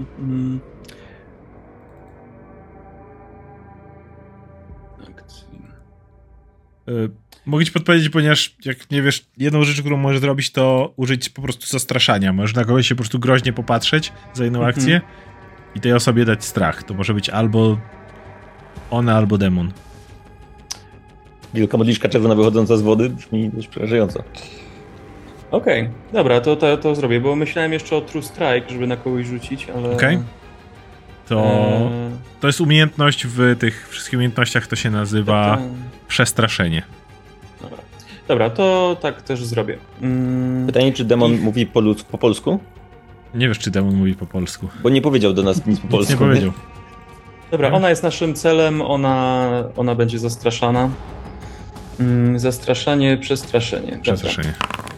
Akcji. Y, mogę ci podpowiedzieć, ponieważ jak nie wiesz, jedną rzecz, którą możesz zrobić, to użyć po prostu zastraszania. Możesz na kogoś się po prostu groźnie popatrzeć za jedną Mhm. akcję i tej osobie dać strach. To może być albo ona, albo demon. Wielka modliszka czerwona wychodząca z wody brzmi dość przerażająco. Okej, dobra, to, to, to zrobię, bo myślałem jeszcze o True Strike, żeby na kogoś rzucić, ale... Okej. To, E, to jest umiejętność w tych wszystkich umiejętnościach, to się nazywa to- przestraszenie. Dobra. Dobra, to tak też zrobię. Mm, Pytanie, czy demon mówi po, ludzku, po polsku? Nie wiesz, czy demon mówi po polsku. Bo nie powiedział do nas nic po Nic polsku. nie powiedział. Dobra, ona jest naszym celem, ona, ona będzie zastraszana. Mm, zastraszanie, przestraszenie. Dobra. Przestraszenie.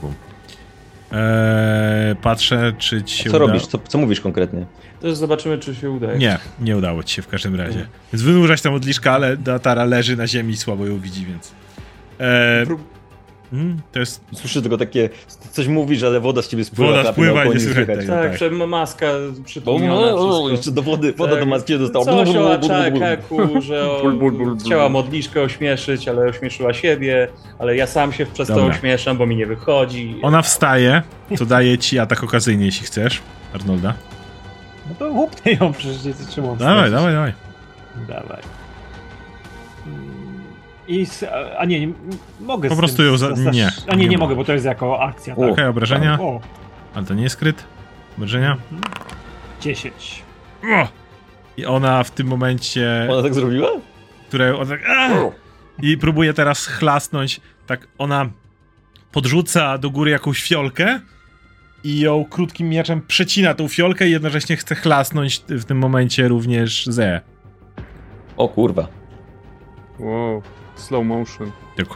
Eee, patrzę, czy ci się Co uda... robisz? Co, co mówisz konkretnie? Też zobaczymy, czy się uda. Nie, nie udało ci się w każdym razie. Nie. Więc wynurzać tę modliszkę, ale Datara leży na ziemi i słabo ją widzi, więc... Eee, Prób- mm, to jest... Słyszę tylko takie, coś mówisz, ale woda z ciebie spływa. Woda kapie spływa i naokoło, nie słychać tego. Tak, tak. że maska O, przypomniana. o, o, wszystko. jeszcze do wody, woda Tak. do maski dostała. Coś o Blu, blu, blu, blu, blu. Aczakeku, że o, Bul, bul, bul, bul. chciała modliszkę ośmieszyć, ale ośmieszyła siebie, ale ja sam się przez to Dobra. ośmieszam, bo mi nie wychodzi. Ona wstaje, to daje ci atak okazyjny, jeśli chcesz, Arnolda. No to łupnę ją przecież, nie trzymam. Dawaj, dawaj, dawaj. Dawaj. Mm, I s- a- a nie, nie mogę Po z prostu tym ją za- zastrasz- nie, A nie, nie nie, ma. mogę, bo to jest jako akcja. O. Tak? Okej, obrażenia, O, ale to nie jest kryt. Obrażenia. dziesięć. O! I ona w tym momencie, Ona tak zrobiła? które ona tak... A! I próbuje teraz chlasnąć, tak ona podrzuca do góry jakąś fiolkę i ją krótkim mieczem przecina tą fiolkę i jednocześnie chce chlasnąć w tym momencie również Ze. O kurwa. Wow, slow motion. Tak.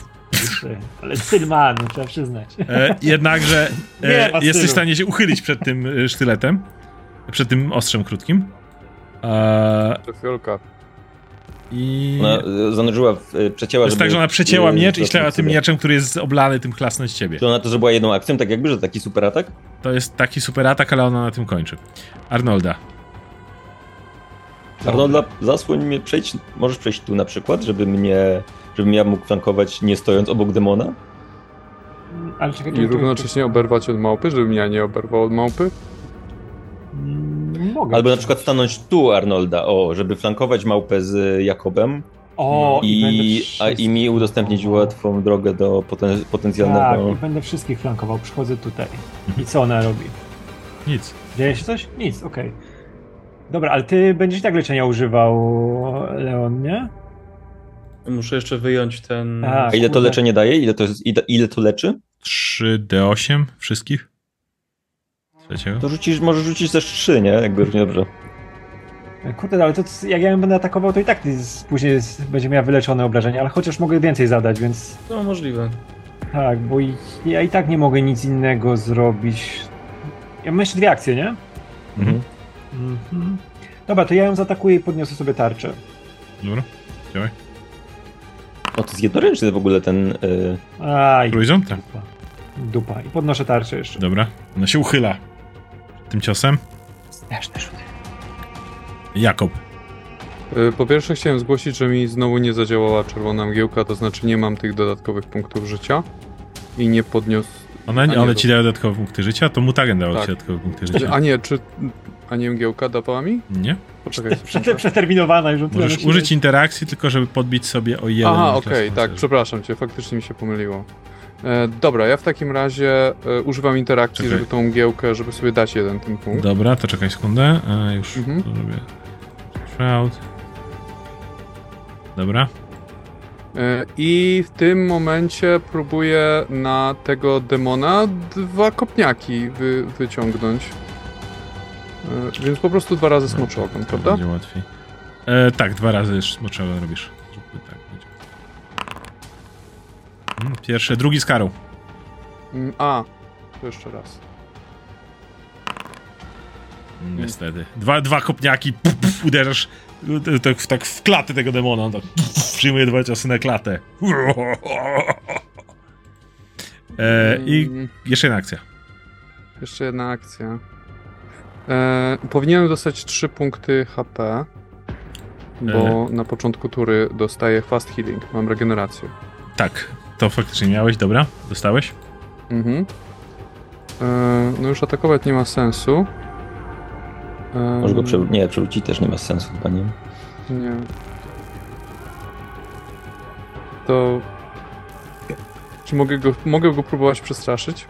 Ale styl ma, no trzeba przyznać. E, jednakże Nie e, ma jesteś w stylu. stanie się uchylić przed tym e, sztyletem, przed tym ostrzem krótkim. E, Trafiolka. I Ona e, zanurzyła, w, e, przecięła, to jest żeby... tak, że ona przecięła e, miecz i zasnąć chciała tym sobie. mieczem, który jest oblany tym chlasnąć ciebie. To ona to zrobiła jedną akcją, tak jakby, że taki super atak? To jest taki super atak, ale ona na tym kończy. Arnolda. Arnolda, zasłoń mnie, przejdź, możesz przejść tu na przykład, żeby mnie, żebym ja mógł flankować nie stojąc obok demona? Ale czekaj, I czekaj, równocześnie oberwać od małpy, żebym ja nie oberwał od małpy? Mm, Mogę. Albo na przykład stanąć tu Arnolda, o, żeby flankować małpę z Jakobem O, i, będę i, a, wszystkich i mi udostępnić flankował. łatwą drogę do poten, Tak, potencjalnego... i będę wszystkich flankował. Przychodzę tutaj. I co ona robi? Nic. Dzieje się coś? Nic, okej. Dobra, ale ty będziesz i tak leczenia używał, Leon, nie? Muszę jeszcze wyjąć ten... Tak. A ile to kurde. leczenie daje? Ile to, jest, ile, ile to leczy? trzy D osiem wszystkich? Trzeciego? To rzucisz, możesz rzucić też trzy, nie? Jakby równie dobrze. Kurde, ale to c- jak ja ją będę atakował, to i tak ty z- później z- będzie miała wyleczone obrażenia, ale chociaż mogę więcej zadać, więc No możliwe. tak, bo i, ja i tak nie mogę nic innego zrobić. Ja mam jeszcze dwie akcje, nie? Mhm. Mhm. Dobra, to ja ją zaatakuję i podniosę sobie tarczę. Dobra, działaj. O, to jest jednoręczny w ogóle ten... Y... Aj, Trójząb? Tak. dupa. Dupa. I podnoszę tarczę jeszcze. Dobra. Ona się uchyla tym ciosem. Też, też. Jakob. Y, Po pierwsze chciałem zgłosić, że mi znowu nie zadziałała czerwona mgiełka, to znaczy nie mam tych dodatkowych punktów życia i nie podniósł One, nie, one to- ci dają dodatkowe punkty życia, to mutagen dał Tak. ci dodatkowe punkty Czy, życia. a nie, czy... A nie mgiełka dawała mi? Nie? Poczekaj. Przete- Przeterminowana już. Możesz użyć interakcji, tylko żeby podbić sobie o jeden. Aha, czas okej, tak, pancerza. przepraszam cię, faktycznie mi się pomyliło. E, dobra, ja w takim razie e, używam interakcji, Czekaj. żeby tą mgiełkę, żeby sobie dać jeden ten punkt. Dobra, to czekaj sekundę. A, już Mhm. to robię. Shroud. Dobra. E, I w tym momencie próbuję na tego demona dwa kopniaki wy, wyciągnąć. E, więc po prostu dwa razy smoczy ogon, To prawda? będzie łatwiej. E, tak, dwa razy już smoczowe robisz. Zróbmy tak. będzie. Mm, Pierwszy, drugi z karą. Mm, A, to jeszcze raz. Mm, Niestety. Dwa, dwa kopniaki, puf, puf, uderzasz e, tak, tak w klatę tego demona. On tak puf, przyjmuje dwa ciosy na klatę. E, I Mm, jeszcze jedna akcja. Jeszcze jedna akcja. E, powinienem dostać trzy punkty H P, bo na początku tury dostaję fast healing, mam regenerację. Tak, to faktycznie miałeś, dobra? Dostałeś? Mhm. E, no już atakować nie ma sensu. E, Może go przewrócić. Nie, przewrócić też nie ma sensu chyba, nie? Nie. To... Czy mogę go, mogę go próbować przestraszyć?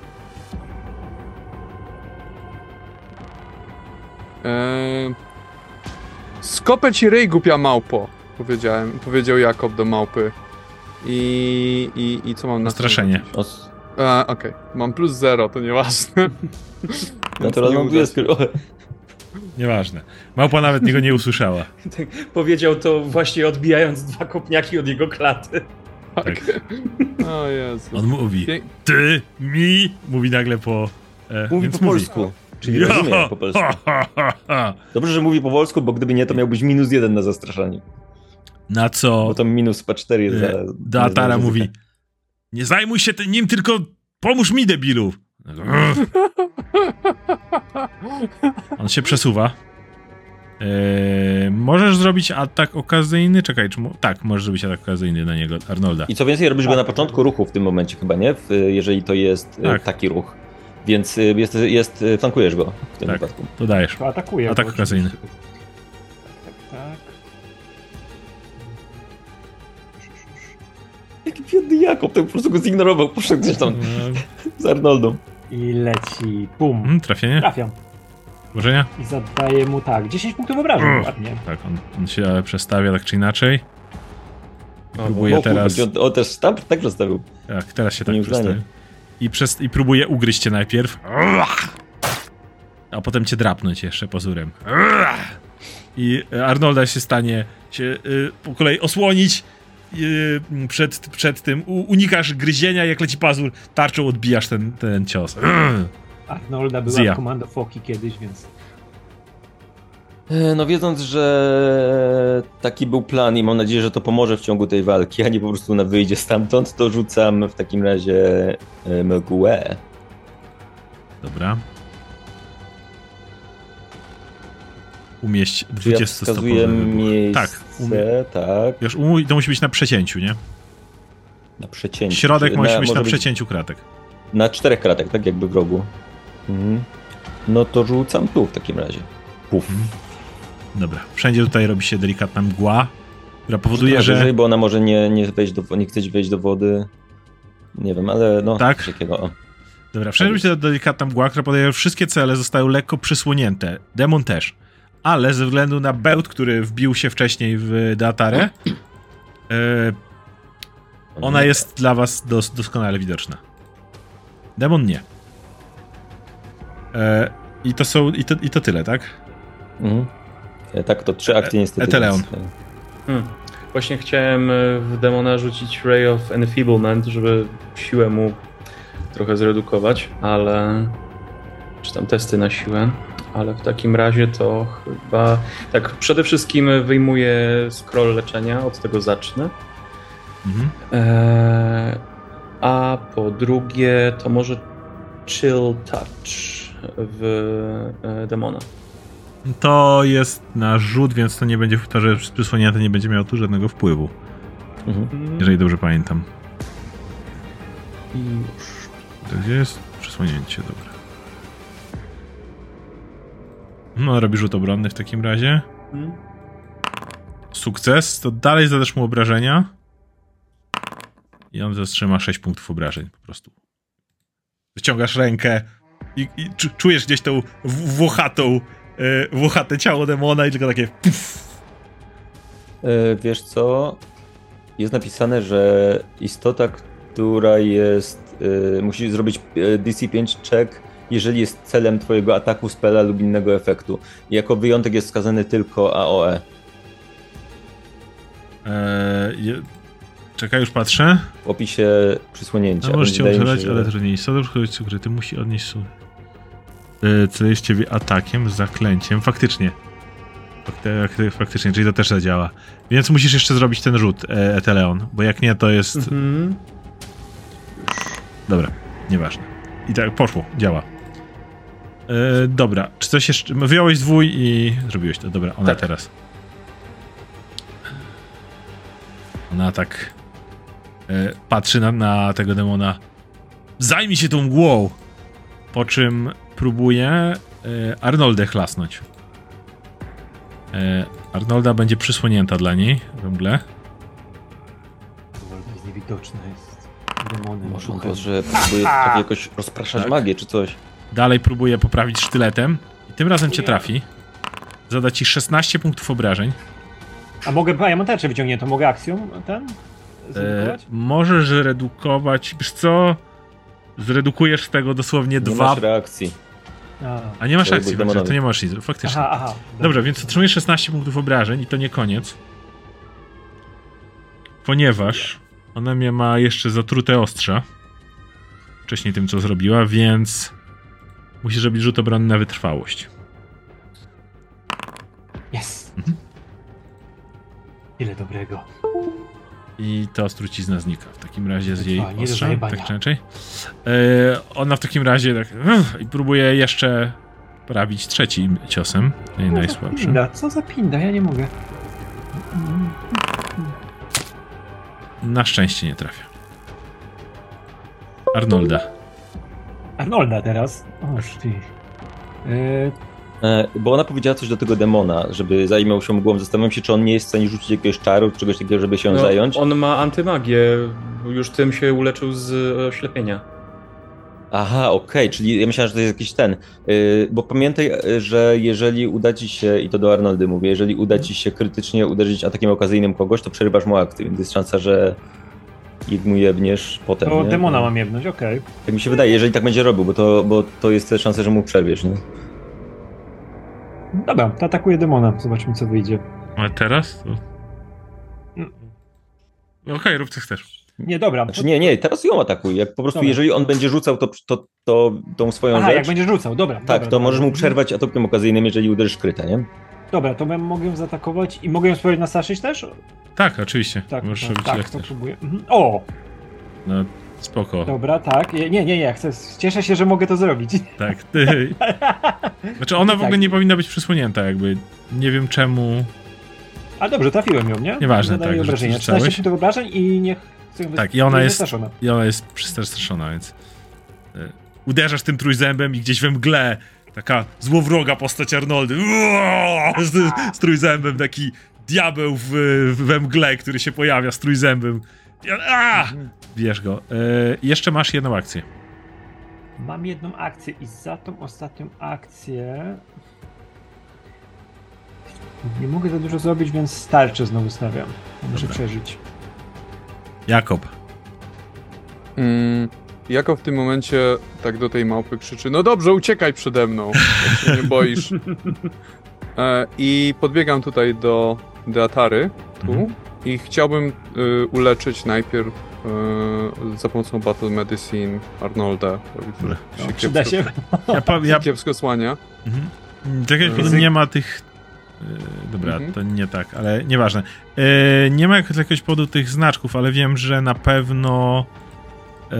Eee... Skopę ci ryj, głupia małpo! Powiedziałem, powiedział Jakob do małpy. I... i, i co mam na Straszenie. O, s- A, okej. Mam plus zero, to nieważne. no to raz nie mam uda się. dwudziestkę. Nieważne. Małpa nawet niego nie usłyszała. Powiedział to właśnie odbijając dwa kopniaki od jego klaty. Tak. O Jezu. On mówi, Pię- ty, mi, mówi nagle po... E, Mówi więc po polsku. Czyli rozumie po polsku. Ha, ha, ha, ha. Dobrze, że mówi po polsku, bo gdyby nie, to miałbyś minus jeden na zastraszanie. Na co Bo tam minus chyba cztery jest za... e, Daatara za mówi, języka. nie zajmuj się tym nim, tylko pomóż mi, debilu. On się przesuwa. E, możesz zrobić atak okazyjny? Czekaj, czy mu... tak, możesz zrobić atak okazyjny na niego, Arnolda. I co więcej, robisz go na początku ruchu w tym momencie chyba, nie? W, jeżeli to jest Tak. tak. taki ruch. Więc y, jest, jest, y, flankujesz go w tym Tak. wypadku. To dajesz. To atakuje. Atak go okazyjny. oczywiście. Tak, tak. Jaki biedny Jakob, ten po prostu go zignorował, poszedł gdzieś tam z Arnoldą. I leci. Bum. Mhm, trafienie? Trafiam. Włożenia? I zadaję mu tak. dziesięć punktów obrażeń. Mm. Ładnie. Tak, on, on się przestawia tak czy inaczej. I O, próbuje O, teraz... kurde, on też tam tak przestawił. Tak, teraz się tak Nieuznanie. przestawi. I, przez, I próbuje ugryźć cię najpierw. A potem cię drapnąć jeszcze pozórem. I Arnolda się stanie się y, po kolei osłonić y, przed, przed tym. U, unikasz gryzienia, jak leci pazur, tarczą odbijasz ten, ten cios. Arnolda była Zja. w komando Foki kiedyś, więc... E, No wiedząc, że taki był plan i mam nadzieję, że to pomoże w ciągu tej walki, a nie po prostu na wyjdzie stamtąd, to rzucam w takim razie e, mgłę. Dobra. Umieść Czy ja dwudziestostopowy wskazuję wybuch. miejsce? Tak, umie- tak. Wiesz, umuj, to musi być na przecięciu, nie? Na przecięciu. Środek Czy musi być na może przecięciu kratek. Na czterech kratek, tak jakby w rogu. Mhm. No to rzucam tu w takim razie. Puf. Dobra. Wszędzie tutaj robi się delikatna mgła, która powoduje, Trochę że... wyżej, bo ona może nie, nie, wejść do, nie chce wejść do wody. Nie wiem, ale no, Tak? coś takiego. O. Dobra, wszędzie robi się delikatna mgła, która powoduje, że wszystkie cele zostają lekko przysłonięte. Demon też. Ale ze względu na bełt, który wbił się wcześniej w Datarę, e, ona jest dla was dos doskonale widoczna. Demon nie. E, I to są... I to, i to tyle, tak? Mhm. E, Tak, to trzy akcje niestety. Eteleon. więc, e, Hmm. Właśnie chciałem y, w demona rzucić Ray of Enfeeblement, żeby siłę mu trochę zredukować, ale... czy tam testy na siłę, ale w takim razie to chyba... Tak, przede wszystkim wyjmuję scroll leczenia, od tego zacznę. Mhm. Eee, a po drugie to może Chill Touch w e, demona. To jest na rzut, więc to nie będzie, to, że przysłonięte nie będzie miało tu żadnego wpływu. Mhm. Jeżeli dobrze pamiętam. I już To gdzie jest przesłonięcie? Dobra. No, robi rzut obronny w takim razie. Hmm? Sukces, to dalej zadasz mu obrażenia. I on zatrzyma sześć punktów obrażeń po prostu. Wyciągasz rękę i, i czujesz gdzieś tą włochatą, yy, włochate ciało demona i tylko takie puf. Yy, wiesz co? Jest napisane, że istota, która jest... Yy, musi zrobić D C pięć check, jeżeli jest celem twojego ataku, spela lub innego efektu. I jako wyjątek jest wskazany tylko A O E. Eee, je... Czekaj, już patrzę. W opisie przysłonięcia. No, możecie używać, że... ale trudniej. Sodor przychodzi ukryty, musi odnieść sól. Eee, celuje ciebie atakiem, zaklęciem. Faktycznie. Fakty, faktycznie, czyli to też zadziała. Więc musisz jeszcze zrobić ten rzut, e, Eteleon, bo jak nie, to jest... Mhm. Dobra, nieważne. I tak poszło, działa. E, dobra, czy coś jeszcze... Wyjąłeś zwój i zrobiłeś to. Dobra, ona tak. teraz. Ona tak e, patrzy na, na tego demona. Zajmij się tą mgłą! Po czym próbuje e, Arnoldę chlasnąć. E, Arnolda będzie przysłonięta dla niej we mgle. Arnolda jest niewidoczna, jest demonem. Może on że próbuje tak jakoś rozpraszać Tak. magię czy coś. Dalej próbuje poprawić sztyletem. I tym razem cię trafi. Zada ci szesnaście punktów obrażeń. A mogę, a ja mam tarczę wyciągniętą, mogę akcją ten? E, Zredukować? możesz redukować. Wiesz co? Zredukujesz z tego dosłownie Nie dwa. masz reakcji. A. A nie masz To akcji, jakby faktycznie, to demonowi. nie masz nic. Faktycznie. Aha, aha. Dobrze, więc otrzymujesz szesnaście punktów obrażeń i to nie koniec. Ponieważ ona mnie ma jeszcze zatrute ostrza. Wcześniej tym, co zrobiła, więc musisz robić rzut obronny na wytrwałość. Jest. Mhm. Ile dobrego. I to trucizna znika. W takim razie z jej Trwa, nie do ostrza, zajebania. tak czy inaczej. Yy, ona w takim razie tak uff, i próbuje jeszcze porabić trzecim ciosem, Co za najsłabszym. pinda? Co za pinda? Ja nie mogę. Na szczęście nie trafia. Arnolda. Arnolda teraz. Oż ty. Yy, E, bo ona powiedziała coś do tego demona, żeby zajmował się mgłą. Zastanawiam się, czy on nie jest w stanie rzucić jakiegoś czaru, czegoś takiego, żeby się No, zająć. on ma antymagię, już tym się uleczył z oślepienia. Aha, okej, czyli ja myślałem, że to jest jakiś ten. Yy, bo pamiętaj, yy, że jeżeli uda ci się, i to do Arnoldy mówię, jeżeli uda ci się krytycznie uderzyć atakiem okazyjnym kogoś, to przerywasz mu akty, więc jest szansa, że i mu jebniesz potem. to nie? demona mam jebnąć, okej. Tak mi się wydaje, jeżeli tak będzie robił, bo to, bo to jest też szansa, że mu przerwiesz, nie? Dobra, to atakuję demona. Zobaczmy, co wyjdzie. A teraz? To... Okej, okay, rób co chcesz. Nie, dobra. Znaczy nie, nie, teraz ją atakuj. Jak po prostu, Dobra. jeżeli on będzie rzucał to, to, to tą swoją Aha, rzecz, jak będziesz rzucał, dobra. tak, dobra, to dobra. możesz mu przerwać atakiem okazyjnym, jeżeli uderzysz kryta, nie? Dobra, to ja mogę ją zaatakować i mogę ją spróbować nastraszyć też? Tak, oczywiście. Tak, Możesz tak, robić tak ile to chcesz. próbuję. Mhm. O! No, spoko. Dobra, tak. Nie, nie, nie, chcę. Cieszę się, że mogę to zrobić. Tak. Ty... Znaczy ona w ogóle Tak. nie powinna być przysłonięta, jakby. Nie wiem czemu. A dobrze, trafiłem ją, nie? Nieważne, Zadaję tak, że obrażenia. rzucałeś. trzynaście punktów obrażeń i niech... Tak, i ona jest- zastraszona. I ona jest przestraszona, więc. y, Uderzasz tym trójzębem i gdzieś we mgle taka złowroga postać Arnoldy. Uaa! Z, z trójzębem, taki diabeł w, we mgle, który się pojawia z trójzębem. A! Bierz go. Y, jeszcze masz jedną akcję. Mam jedną akcję i za tą ostatnią akcję... Nie mogę za dużo zrobić, więc starczy znowu stawiam. Muszę Dobra. przeżyć. Jakob. Mm, Jako w tym momencie tak do tej małpy krzyczy: no dobrze, uciekaj przede mną, jak się nie boisz. E, I podbiegam tutaj do Deatary, tu, Mhm. i chciałbym y, uleczyć najpierw y, za pomocą Battle Medicine Arnolda, który No, się Przyda kiepsko, się. Ja, pa, ja, kiepsko słania. mhm. Tak jak Fizyk- nie ma tych. Yy, dobra, Mhm. to nie tak, ale nieważne. Yy, nie ma jak- z jakiegoś powodu tych znaczków, ale wiem, że na pewno. Yy,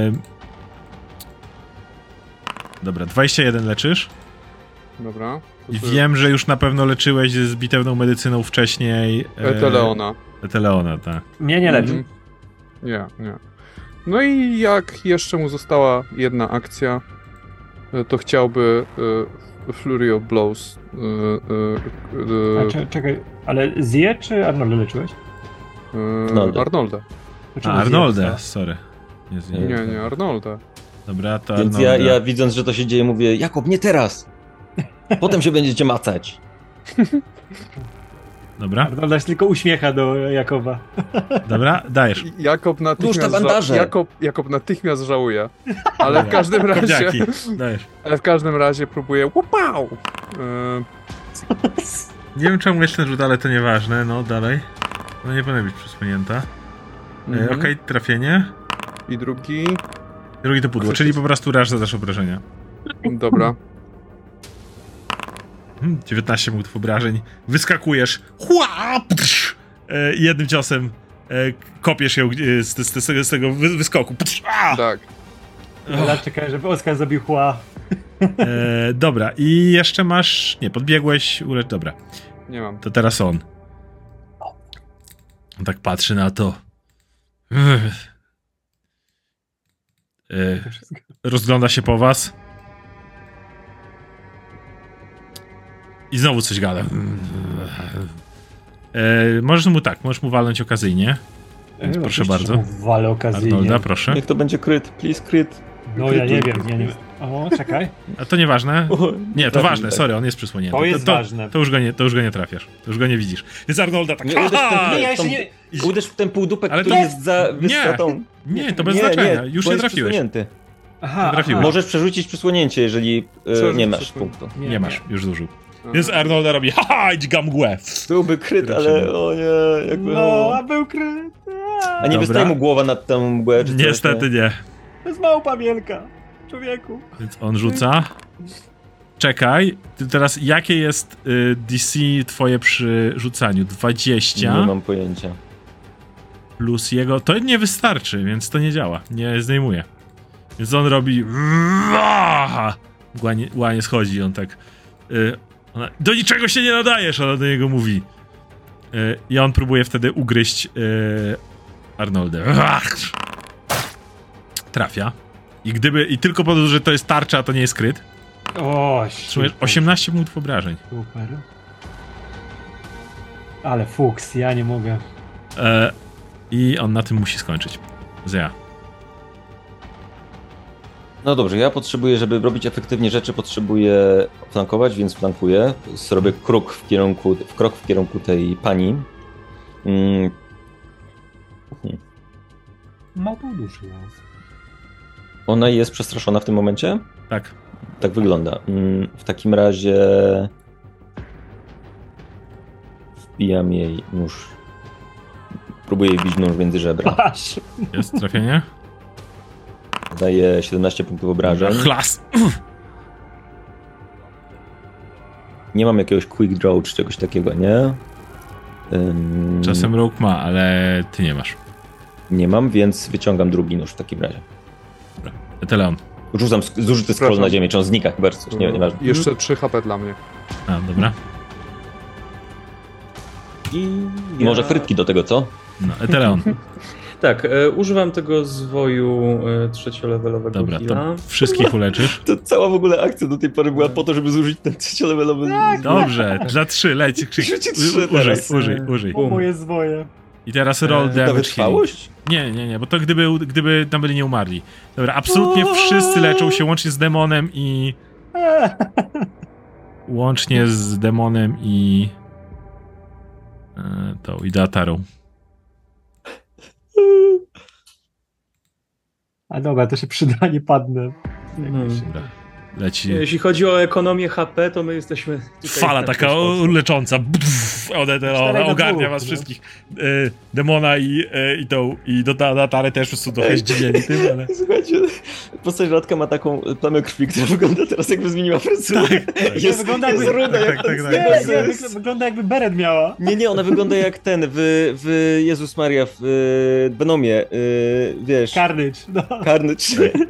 dobra, dwadzieścia jeden leczysz. Dobra. To I sobie- wiem, że już na pewno leczyłeś z bitewną medycyną wcześniej. e, Eteleona. Eteleona, tak. Mnie nie leczy. Mhm. Nie, nie. No i jak jeszcze mu została jedna akcja, to chciałby y, Flurry of Blows. Y, y, A, y, cze- czekaj, ale zje czy Arnolda leczyłeś? y, Arnolda. Arnolda. Dlaczego A, zje Arnolda, dostała? sorry. Nie, zje. Nie, nie, Arnolda. Dobra, to Więc Arnolda. ja, ja widząc, że to się dzieje, mówię, Jakub, nie teraz! Potem się będziecie macać. Dobra, Arnolda się tylko uśmiecha do Jakoba. dobra, dajesz. Jakob natychmiast, te bandaże. ża- Jakob, Jakob natychmiast żałuje. Ale w każdym razie, Kopniaki, dajesz. ale w każdym razie próbuje łupał! Y, Nie wiem czemu jest ten rzut, ale to nieważne, no dalej. No nie powinna być przysłonięta. E, mhm. Okej, trafienie. I drugi. Drugi to pudło, czyli po prostu raz zadasz obrażenia. Dobra. Hmm, dziewiętnaście punktów obrażeń. Wyskakujesz. Hua! Ptrz! E, i jednym ciosem e, kopiesz ją e, z, z, z, z tego wy, wyskoku. Ptrz! A! Tak. Ale czekaj, żeby Oskar zabił chła. E, dobra, i jeszcze masz... Nie, podbiegłeś, ulecz... Dobra, Nie mam. to teraz on. On tak patrzy na to. E, rozgląda się po was. I znowu coś gada. E, możesz mu tak, możesz mu walnąć okazyjnie. Więc No, proszę oczywiście, bardzo. że mu walę okazyjnie. Arnolda, proszę. Niech to będzie kryt, please kryt. No ja nie wiem, nie, nie. O, czekaj. A to nieważne. O, Nie, to trafił, ważne, tak. sorry, on jest przysłonięty. To jest to, ważne. To już, go nie, to już go nie trafiasz. To już go nie widzisz. Więc Arnolda tak... Nie, uderz w ten, "Haha!" Nie, ja jeszcze tą- nie... Uderz w ten półdupek, Ale który to- jest za wysotą. Nie, to bez nie, znaczenia. nie, Już bo nie jest trafiłeś. przysłonięty. Aha, trafiłem. aha. Możesz przerzucić przysłonięcie, jeżeli e, Przerzuć nie masz przysłonięcie. punktu. Nie, masz, już zużył. Więc Arnolda robi haha, dźga mgłę. Byłby kryt, Który ale przyjdzie. o nie, jakby... No, a był kryt. A nie Dobra. wystaje mu głowa nad tą mgłę, czy coś, Niestety nie. To jest małpa wielka. Człowieku. Więc on rzuca. Czekaj, ty teraz jakie jest y, D C twoje przy rzucaniu? dwadzieścia Nie mam pojęcia. plus jego. To nie wystarczy, więc to nie działa. Nie zdejmuje. Więc on robi. Mgła nie, mgła nie schodzi, on tak. Y, ona, do niczego się nie nadajesz, ona do niego mówi. Y, I on próbuje wtedy ugryźć y, Arnoldę. Trafia. I gdyby. I tylko po to, że to jest tarcza, a to nie jest kryt. O, Trzymujesz osiemnaście punktów obrażeń. Super. Ale fuks, ja nie mogę. E, I on na tym musi skończyć. Zja. No dobrze, ja potrzebuję, żeby robić efektywnie rzeczy, potrzebuję flankować, więc flankuję. Zrobię krok w kierunku, w krok w kierunku tej pani. Mm. Małpa uduszy nas. Ona jest przestraszona w tym momencie? Tak. Tak wygląda. Mm, W takim razie wbijam jej nóż. Próbuję wbić nóż między żebra. Aż. Jest trafienie? Daję siedemnaście punktów obrażeń. Chlas! Nie mam jakiegoś quick draw czy czegoś takiego, nie? Ym, Czasem Rogue ma, ale ty nie masz. Nie mam, więc wyciągam drugi nóż w takim razie. Eteleon. Rzucam sk- zużyty scroll Przepraszam. na ziemię, czy on znika chyba, czy coś, nie, nieważne. Jeszcze trzy H P dla mnie. A, dobra. I, I może frytki do tego, co? No, Eteleon. Tak, e, używam tego zwoju e, trzeciolevelowego Dobra, heala. to wszystkich uleczysz. To cała w ogóle akcja do tej pory była po to, żeby zużyć ten trzeciolevelowy... Dobrze, za trzy, leć. Krzyk. Rzuci trzy U- Użyj, teraz. użyj, użyj. O, moje zwoje. I teraz roll damage Nawet healing. trwałość? Nie, nie, nie, bo to gdyby, gdyby tam byli nie umarli. Dobra, absolutnie wszyscy leczą się łącznie z demonem i... Łącznie z demonem i... E, tą, i Datarą. A dobra, to się przyda, nie padnę. Hmm. Dobra, leci... Jeśli chodzi o ekonomię H P, to my jesteśmy tutaj Fala na taka pierwszy o, lecząca. Pff, Ona, ona, Cztery ona do ogarnia dwóch, was no. wszystkich. E, demona i, e, i tą. I do Datarę też po prostu trochę zdziwieni tym, ale... Słuchajcie, postać Radka ma taką plamę krwi, która wygląda teraz jakby zmieniła fryzurę. tak. Jest, Wygląda jest jakby- ruda tak, jak tak, ten tak, Nie, tak, nie, Jezus. wygl- wygląda jakby beret miała. Nie, nie, ona wygląda jak ten w, w Jezus Maria, w y, Venomie, y, wiesz, Carnage, no. Carnage.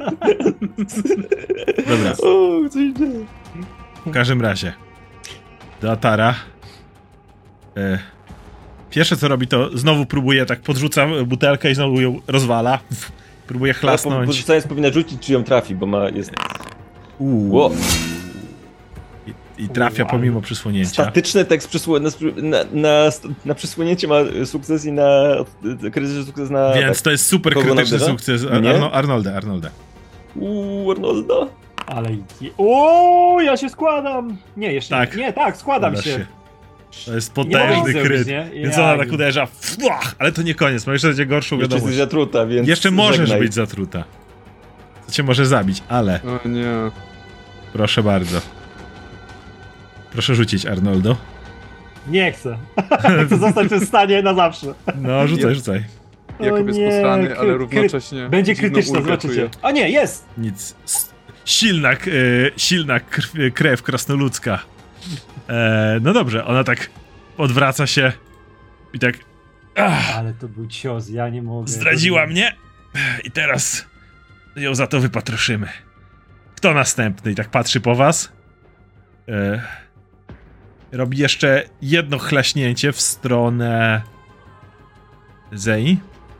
Dobra, O, coś dzieje. w każdym razie. Datara. E, pierwsze co robi, to znowu próbuje, tak podrzuca butelkę i znowu ją rozwala. Próbuję Ale po- chlasnąć. Porzucając powinna rzucić, czy ją trafi, bo ma jest Uuu. Ło. I, I trafia Wow. pomimo przysłonięcia. statyczny tekst przysło- na, spr- na, na, na przysłonięcie ma sukces i na kryzys sukces na... Więc tak. to jest super Kogo krytyczny nabywa? sukces. Ar- Nie? Arno, Arnolda, Arnolda. Uuu, Arnolda. Ale... je- O, ja się składam! Nie, jeszcze Tak. nie. Nie, tak, składam Składasz się. To jest Nie mogę potężny nic kryt. zrobić, nie? Więc Ja ona tak nie. uderza. Fuach, ale to nie koniec, ma jeszcze będzie gorszą Jeszcze wiadomość. jesteś zatruta, więc Jeszcze możesz żegnaj. być zatruta. To cię może zabić, ale O nie. proszę bardzo. Proszę rzucić, Arnoldo. Nie chcę. Chcę zostać w tym stanie na zawsze. No, rzucaj, rzucaj. Jakub jest nie, posrany, kry- ale kry- równocześnie Będzie dziwną krytyczne, ulgę zobaczycie. czuje. A nie, jest! Nic. S- Silna, k- e, silna krw, krew krasnoludzka. E, no dobrze, ona tak odwraca się i tak. Ach, Ale to był cios, ja nie mogę. zdradziła mnie i teraz ją za to wypatroszymy. Kto następny? I tak patrzy po was. E, robi jeszcze jedno chlaśnięcie w stronę Zei.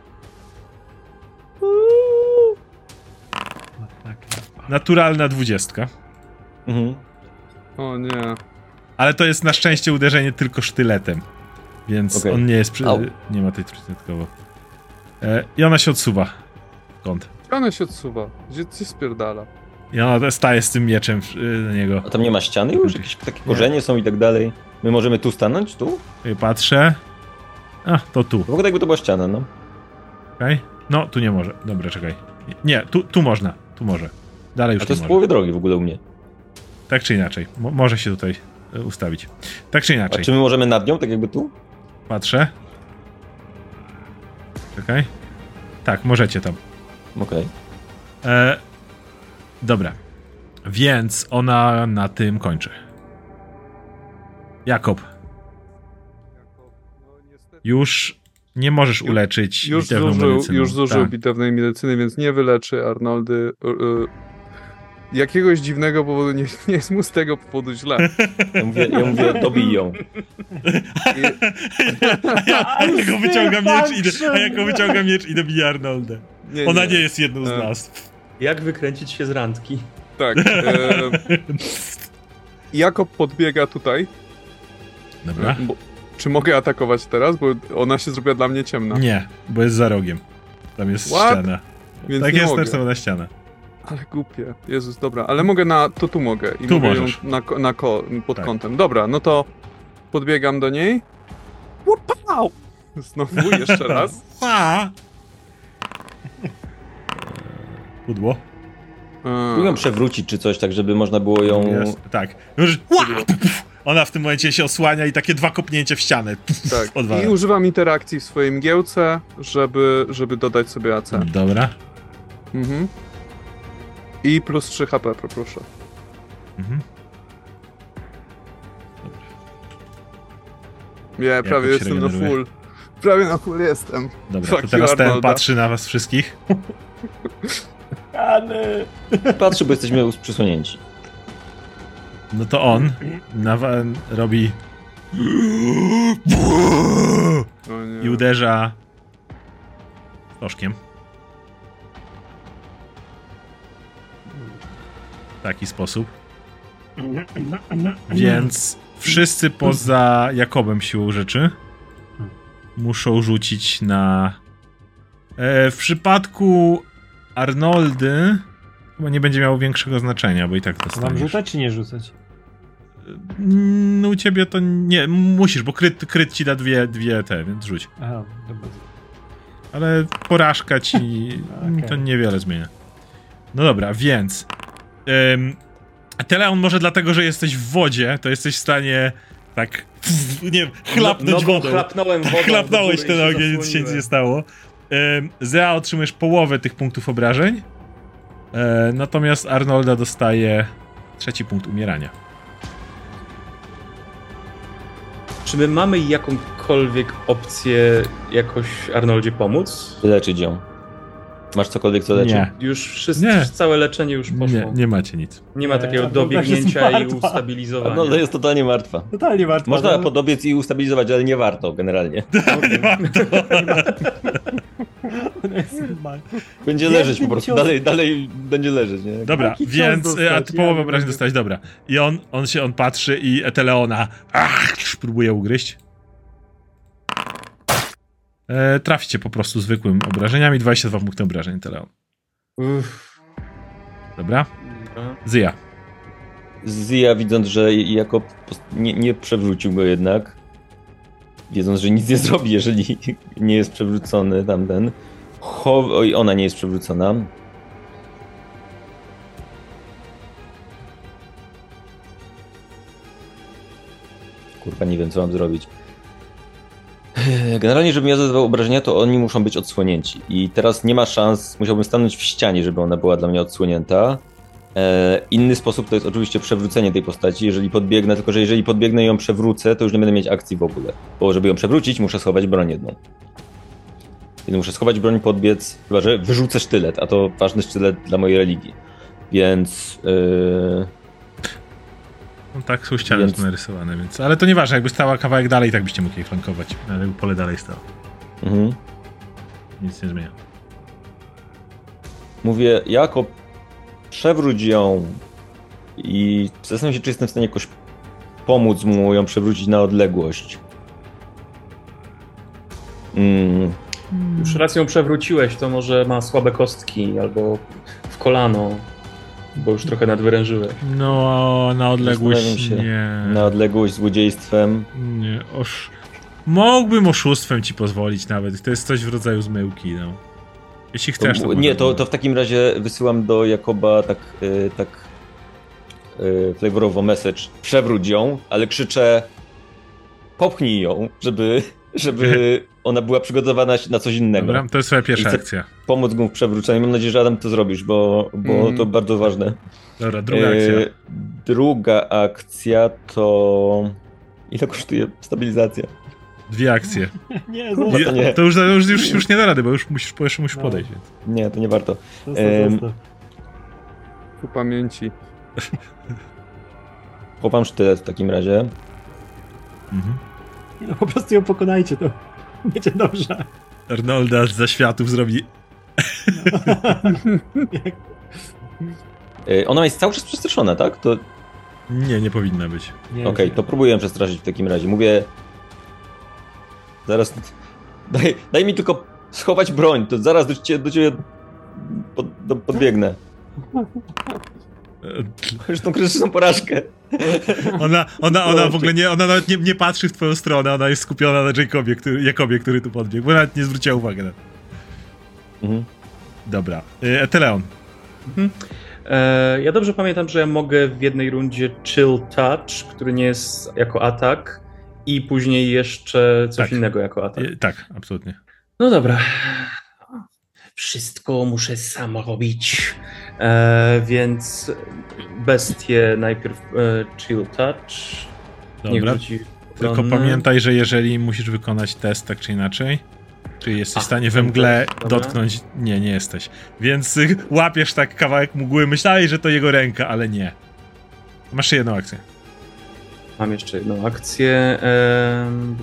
Naturalna dwudziestka. Mhm. O nie. Ale to jest na szczęście uderzenie tylko sztyletem. Więc Okej. on nie jest przy... Au. nie ma tej trójki dodatkowo. E, I ona się odsuwa. Kąt. Ona się odsuwa. Gdzie coś spierdala. I ona staje z tym mieczem w- y, na niego. A tam nie ma ściany już? Jakieś takie korzenie są i tak dalej. My możemy tu stanąć? Tu? I patrzę. A, to tu. W ogóle jakby to była ściana, no. Okej. No, tu nie może. Dobra, czekaj. Nie, tu, tu można. Tu może. Dalej już A to nie jest w może. połowie drogi w ogóle u mnie. Tak czy inaczej. Mo może się tutaj y, ustawić. Tak czy A inaczej. czy my możemy nad nią, tak jakby tu? Patrzę. Czekaj. Tak, możecie tam. Okej. E, dobra. Więc ona na tym kończy. Jakob, już nie możesz uleczyć Już bitewną zużył, medycyną. już zużył Tak. bitewnej medycyny, więc nie wyleczy Arnoldy. Y, y, jakiegoś dziwnego powodu nie, nie jest mu z tego powodu źle. Ja mówię, ja mówię dobij ją. I, A ja, a ja go wyciągam miecz i do, a ja go wyciągam miecz i dobiję Arnoldę. nie, Ona nie jest jedną z E. nas. Jak wykręcić się z randki? Tak. E, Jakob podbiega tutaj. Dobra. Bo, czy mogę atakować teraz? Bo ona się zrobiła dla mnie ciemna. Nie, bo jest za rogiem. Tam jest What? ściana. Więc Tak nie jest mogę. narysowana ściana. Ale głupie. Jezus, dobra. Ale mogę na... To tu mogę. I Tu mogę możesz. ją na, ko- na ko, pod Tak. kątem. Dobra, no to podbiegam do niej. Łopał! Znowu jeszcze raz. A! Pudło. Mogę ją przewrócić czy coś, tak żeby można było ją... Jest, tak. Już, ła! Ona w tym momencie się osłania i takie dwa kopnięcia w ścianę. Tak. Odwala. I używam interakcji w swojej mgiełce, żeby, żeby dodać sobie A C. Dobra. Mhm. I plus trzy H P, poproszę. Mhm. Nie, prawie się jestem na regeneruje? full. Prawie na full jestem. Dobra, Fuck to you, teraz ten Arnolda. patrzy na was wszystkich. Ale... Patrzy, bo jesteśmy przysłonięci. No to on nawa- robi O nie. i uderza stożkiem. W taki sposób. Więc wszyscy poza Jakobem siłą rzeczy muszą rzucić na... E, w przypadku Arnoldy chyba nie będzie miało większego znaczenia, bo i tak Mam dostaniesz. rzucać czy nie rzucać? No u ciebie to nie, musisz, bo kryt, kryt ci da dwie, dwie te, więc rzuć. Aha, dobra. Ale porażka ci Okej. to niewiele zmienia. No dobra, więc ym, Teleon może dlatego, że jesteś w wodzie, to jesteś w stanie tak, nie wiem, chlapnąć no, wodą. Chlapnąłem wodą. Tak, chlapnąłeś do góry i ten się ogień, nic się nic zasłoniłem. nie stało. Ym, Zea otrzymujesz połowę tych punktów obrażeń, e, natomiast Arnolda dostaje trzeci punkt umierania. Czy my mamy jakąkolwiek opcję jakoś Arnoldzie pomóc? Wyleczyć ją. Masz cokolwiek, co leczy? Nie, Już wszystko, Nie. całe leczenie już poszło. nie, nie macie nic. Nie ma Nie, takiego Arnolda jest dobiegnięcia i martwa. ustabilizowania. No, to jest totalnie martwa. Totalnie warto. Można no. podobiec i ustabilizować, ale nie warto generalnie. Nie warto. Ona jest normalna. Będzie Jednym leżeć po prostu, ciosem. dalej, dalej będzie leżeć, nie? Dobra, Taki cios więc dostać, a ty ja połowę nie obrażeń mogę. dostałeś, dobra. I on, on się, on patrzy i Eteleona ach, próbuje ugryźć. E, traficie po prostu zwykłym obrażeniami, dwadzieścia dwa punkty obrażeń Eteleon. Uff. Dobra? Dobra. Zja. Zia, widząc, że Jakob nie, nie przewrócił go jednak, wiedząc, że nic nie zrobi, jeżeli nie jest przewrócony tamten. Cho... Oj, ona nie jest przewrócona. Kurwa, nie wiem, co mam zrobić. Generalnie, żebym ja zadawał obrażenia, to oni muszą być odsłonięci. I teraz nie ma szans, musiałbym stanąć w ścianie, żeby ona była dla mnie odsłonięta. E, inny sposób to jest oczywiście przewrócenie tej postaci, jeżeli podbiegnę, tylko że jeżeli podbiegnę i ją przewrócę, to już nie będę mieć akcji w ogóle. Bo żeby ją przewrócić, muszę schować broń jedną. Więc muszę schować broń, podbiec, chyba że wyrzucę sztylet, a to ważny sztylet dla mojej religii. Więc... Yy... No tak, są ściany Więc- tu narysowane, więc... Ale to nieważne, jakby stała kawałek dalej, tak byście mogli jej flankować. Ale jakby pole dalej stało. Mhm. Nic nie zmienia. Mówię, Jakob, przewróć ją i zastanawiam się, czy jestem w stanie jakoś pomóc mu ją przewrócić na odległość. Mm. Już raz ją przewróciłeś, to może ma słabe kostki albo w kolano, bo już trochę nadwyrężyłeś. No, na odległość Zastanawiam się. nie. Na odległość złodziejstwem. Nie, osz... Mógłbym oszustwem ci pozwolić nawet. To jest coś w rodzaju zmyłki, no. Jeśli chcesz, to... To, nie, to, to w takim razie wysyłam do Jakoba tak, y, tak y, flavorowo message. Przewróć ją, ale krzyczę popchnij ją, żeby, żeby ona była przygotowana na coś innego. Dobra, to jest twoja pierwsza I chcę akcja. Pomóc mu w przewróceniu. Mam nadzieję, że Adam to zrobisz, bo, bo Mm. to bardzo ważne. Dobra, druga akcja. E, druga akcja to... Ile kosztuje stabilizacja? Dwie akcje. Nie, Kurwa, zostaw, to nie. To już, to już, już, już nie da rady, bo już musisz, jeszcze musisz No. podejść. Więc. Nie, to nie warto. zostaw, Em, zostaw. Ku pamięci. Chowam sztylet w takim razie. Mhm. No, po prostu ją pokonajcie, to będzie dobrze. Arnolda z zaświatów zrobi... Jak- E, ona jest cały czas przestraszona, tak? To Nie, nie powinna być. nie, okej, nie. to próbuję ją przestraszyć w takim razie. Mówię... Zaraz... Daj, daj mi tylko schować broń, to zaraz do ciebie, do ciebie pod, do, podbiegnę. Już tą krytyczną porażkę. Ona, ona, ona w ogóle nie, ona nawet nie, nie patrzy w twoją stronę, ona jest skupiona na Jacobie, który, Jakobie, który tu podbiegł, bo nawet nie zwróciła uwagi na to. Mhm. Dobra. Y, Eteleon. E, ja dobrze pamiętam, że ja mogę w jednej rundzie chill touch, który nie jest jako atak, i później jeszcze coś Tak. innego jako atak. Y, tak, absolutnie. No dobra. Wszystko muszę sam robić. E, więc bestie najpierw e, chill touch. Niech Dobra. rzuci Tylko obronny. pamiętaj, że jeżeli musisz wykonać test tak czy inaczej, czy jesteś A, w stanie we mgle dobra. dotknąć... Nie, nie jesteś. Więc y, łapiesz tak kawałek mgły, myślałeś, że to jego ręka, ale nie. Masz jeszcze jedną akcję. Mam jeszcze jedną akcję. em,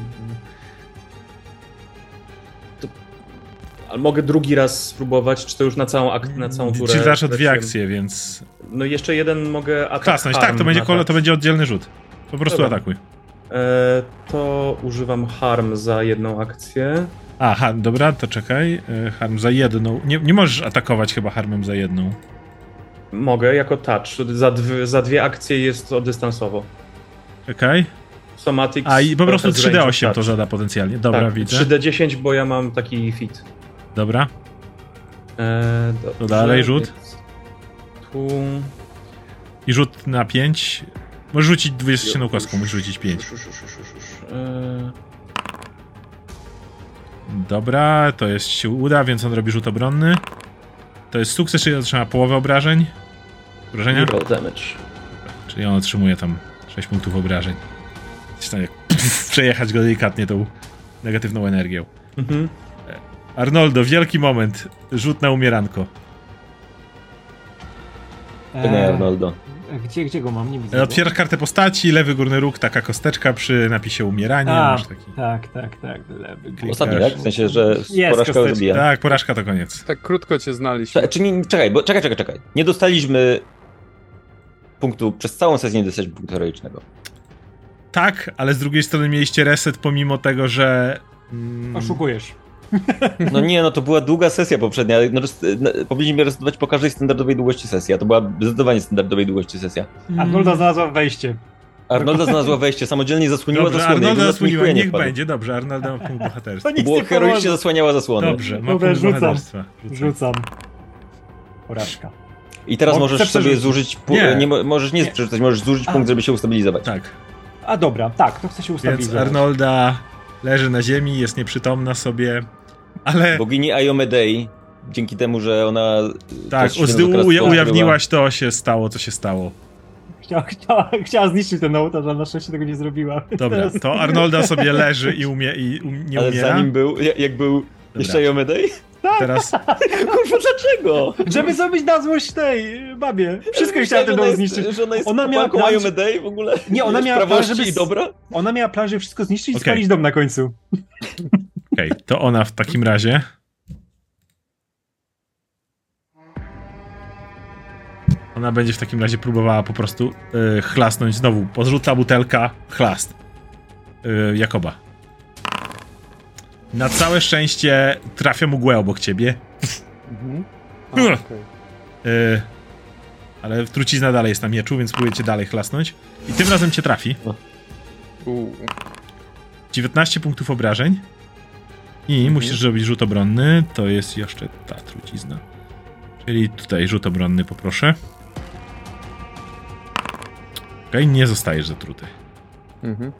To... Ale mogę drugi raz spróbować, czy to już na całą, ak- na całą turę? Czyli dasz o dwie leciłem? akcje, więc... No jeszcze jeden mogę atak. Klasnąć, tak, harm to będzie, kole, nadać. to będzie oddzielny rzut. Po prostu Dobra. atakuj. E, to używam harm za jedną akcję. A, harm, dobra, to czekaj. Y, Harm za jedną. Nie, nie możesz atakować chyba harmem za jedną. Mogę jako touch. Za, dwie- za dwie akcje jest to dystansowo. Czekaj. Somatics. A i po prostu bez trzy D range osiem touch. to zada potencjalnie. Dobra, tak, widzę. trzy D dziesięć, bo ja mam taki fit. Dobra. E, dobrze, To dalej rzut. więc Tu... I rzut na pięć. Możesz rzucić dwudziestościenną kostką, musisz rzucić pięć. Już, już, już, już, już, już. E, Dobra, to jest się uda, więc on robi rzut obronny. To jest sukces, czyli otrzyma połowę obrażeń. Obrażenia? roll damage. Czyli on otrzymuje tam sześć punktów obrażeń. Jest w stanie przejechać go delikatnie tą negatywną energią. Mhm. Arnoldo, wielki moment. Rzut na umieranko. To nie, Arnoldo. Gdzie, gdzie go mam? Nie widzę. Otwierasz kartę postaci, lewy górny róg, taka kosteczka przy napisie umieranie. A, masz taki... tak, tak, tak. Lewy. Klikasz. Ostatni, tak? W sensie, że Jest porażka kosteczka. zabija. Tak, porażka to koniec. Tak krótko cię znaliśmy. Cze- Czy nie, czekaj, bo czekaj, czekaj, czekaj. Nie dostaliśmy punktu, przez całą sesję nie dostaliśmy punktu heroicznego. Tak, ale z drugiej strony mieliście reset pomimo tego, że... Mm, Oszukujesz. No nie, no to była długa sesja poprzednia. No, res- no, powinniśmy resetować po każdej standardowej długości sesji, a to była zdecydowanie standardowej długości sesja. Arnolda znalazła wejście. Arnolda znalazła wejście, samodzielnie zasłoniła Dobrze, zasłonę. Arnolda jakby nas zasłoniła, nikt nie niech wpadł. będzie, dobrze, Arnolda ma punkt bohaterstwa. To nic Było nie heroicznie pomoże. zasłaniała zasłonę. Dobrze, ma Dobra, punkt rzucam. bohaterstwa. Rzucam. Rzucam. Porażka. I teraz O, możesz chcę sobie przerzucić. zużyć... Pu- Nie. nie. mo- możesz nie Nie. przeczytać, możesz zużyć A. punkt, żeby się ustabilizować. Tak, A dobra, tak, to chcę się więc ustabilizować. Arnolda leży na ziemi, jest nieprzytomna sobie, ale... Bogini Aiomedei, dzięki temu, że ona... Tak, to święto uzdy- królestwo uja- odkryła- ujawniłaś to, się stało, co się stało. Chciała, chciała, chciała zniszczyć ten ołtarz, ale na szczęście tego nie zrobiła. Dobra, Teraz- to Arnolda sobie leży i, umie, i um, nie Ale umiera. zanim był, jak, jak był jeszcze Aiomedei? Teraz Kurwa, dlaczego? Żeby zrobić na złość tej babie. Wszystko chciała ten że ona dom jest- zniszczyć. Że ona jest Ona ona miała miała plan, że- Aiomedei w ogóle? Nie, ona Jest miała plan, prawości żeby i s- dobra? Ona miała plan, żeby wszystko zniszczyć i Okej. spalić dom na końcu. Okej, to ona w takim razie. Ona będzie w takim razie próbowała po prostu y, chlasnąć znowu. Podrzuca butelka, chlast. Y, Jakoba. Na całe szczęście trafia mgłę obok ciebie. Mhm. A, Hmm. okej. Y, ale trucizna dalej jest na mieczu, więc próbujecie dalej chlasnąć. I tym razem cię trafi. U. dziewiętnaście punktów obrażeń. I musisz zrobić rzut obronny. To jest jeszcze ta trucizna. Czyli tutaj rzut obronny poproszę. Okej, nie zostajesz zatruty. Mhm.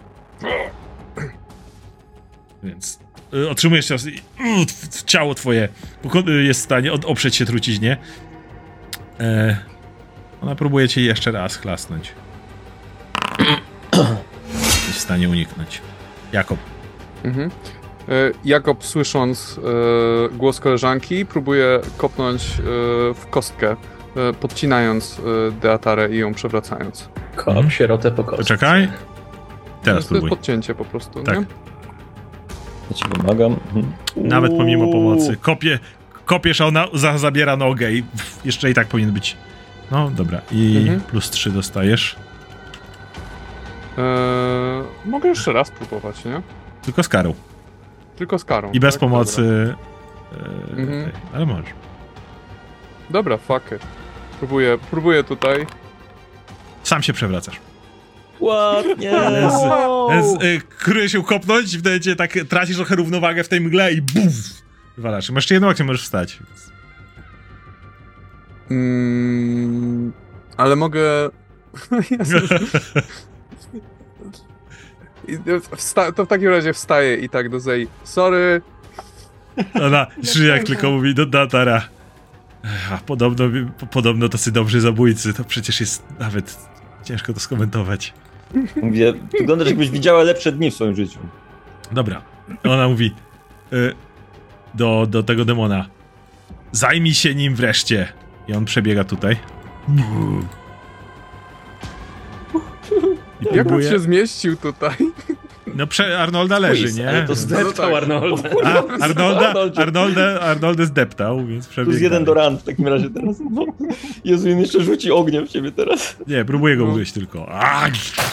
Więc y, otrzymujesz teraz i, y, t- ciało twoje poko- y, jest w stanie od- oprzeć się truciźnie. E, ona próbuje cię jeszcze raz chlasnąć. Jesteś w stanie uniknąć. Jakob. Mhm. E, Jakob, słysząc e, głos koleżanki, próbuje kopnąć e, w kostkę, e, podcinając e, Deatarę i ją przewracając. Kop Mhm. sierotę po kostce. Poczekaj. Teraz to jest próbuj. podcięcie po prostu, Tak. nie? Ja ci pomagam. Mhm. Nawet pomimo pomocy. Kopie, kopiesz, a ona za, zabiera nogę i pff, jeszcze i tak powinien być. No dobra. I Mhm. plus trzy dostajesz. E, mogę jeszcze raz próbować, nie? Tylko z karą. Tylko z karą. I bez tak? pomocy. E, Mhm. tej, ale możesz. Dobra, dobra fuck it. Próbuję, próbuję tutaj. Sam się przewracasz. Ładnie. Więc, więc y, kryje się kopnąć i wtedy cię tak tracisz trochę równowagę w tej mgle i buf! Wywalasz. Masz jeszcze jedną akcję, możesz wstać. Więc... Mm, ale mogę... Jezu. I wsta- to w takim razie wstaję i tak do Zei. Sorry. Ona jak tylko mówi do Datara. A podobno, po- podobno tacy dobrzy zabójcy, to przecież jest nawet ciężko to skomentować. Mówię, wyglądasz jakbyś widziała lepsze dni w swoim życiu. Dobra. Ona mówi y, do, do tego demona. Zajmij się nim wreszcie. I on przebiega tutaj. I Jak on próbuje... się zmieścił tutaj? No prze Arnolda leży, Quiz, nie? ale to Zdeptał Arnolda. A, Arnolda, Arnoldzie. Arnolda, Arnoldę zdeptał, więc przebiegł. Plus jeden do dalej. ran w takim razie teraz. No. Jezu, on jeszcze rzuci ogniem w ciebie teraz. Nie, próbuję go No. ugryźć tylko. A!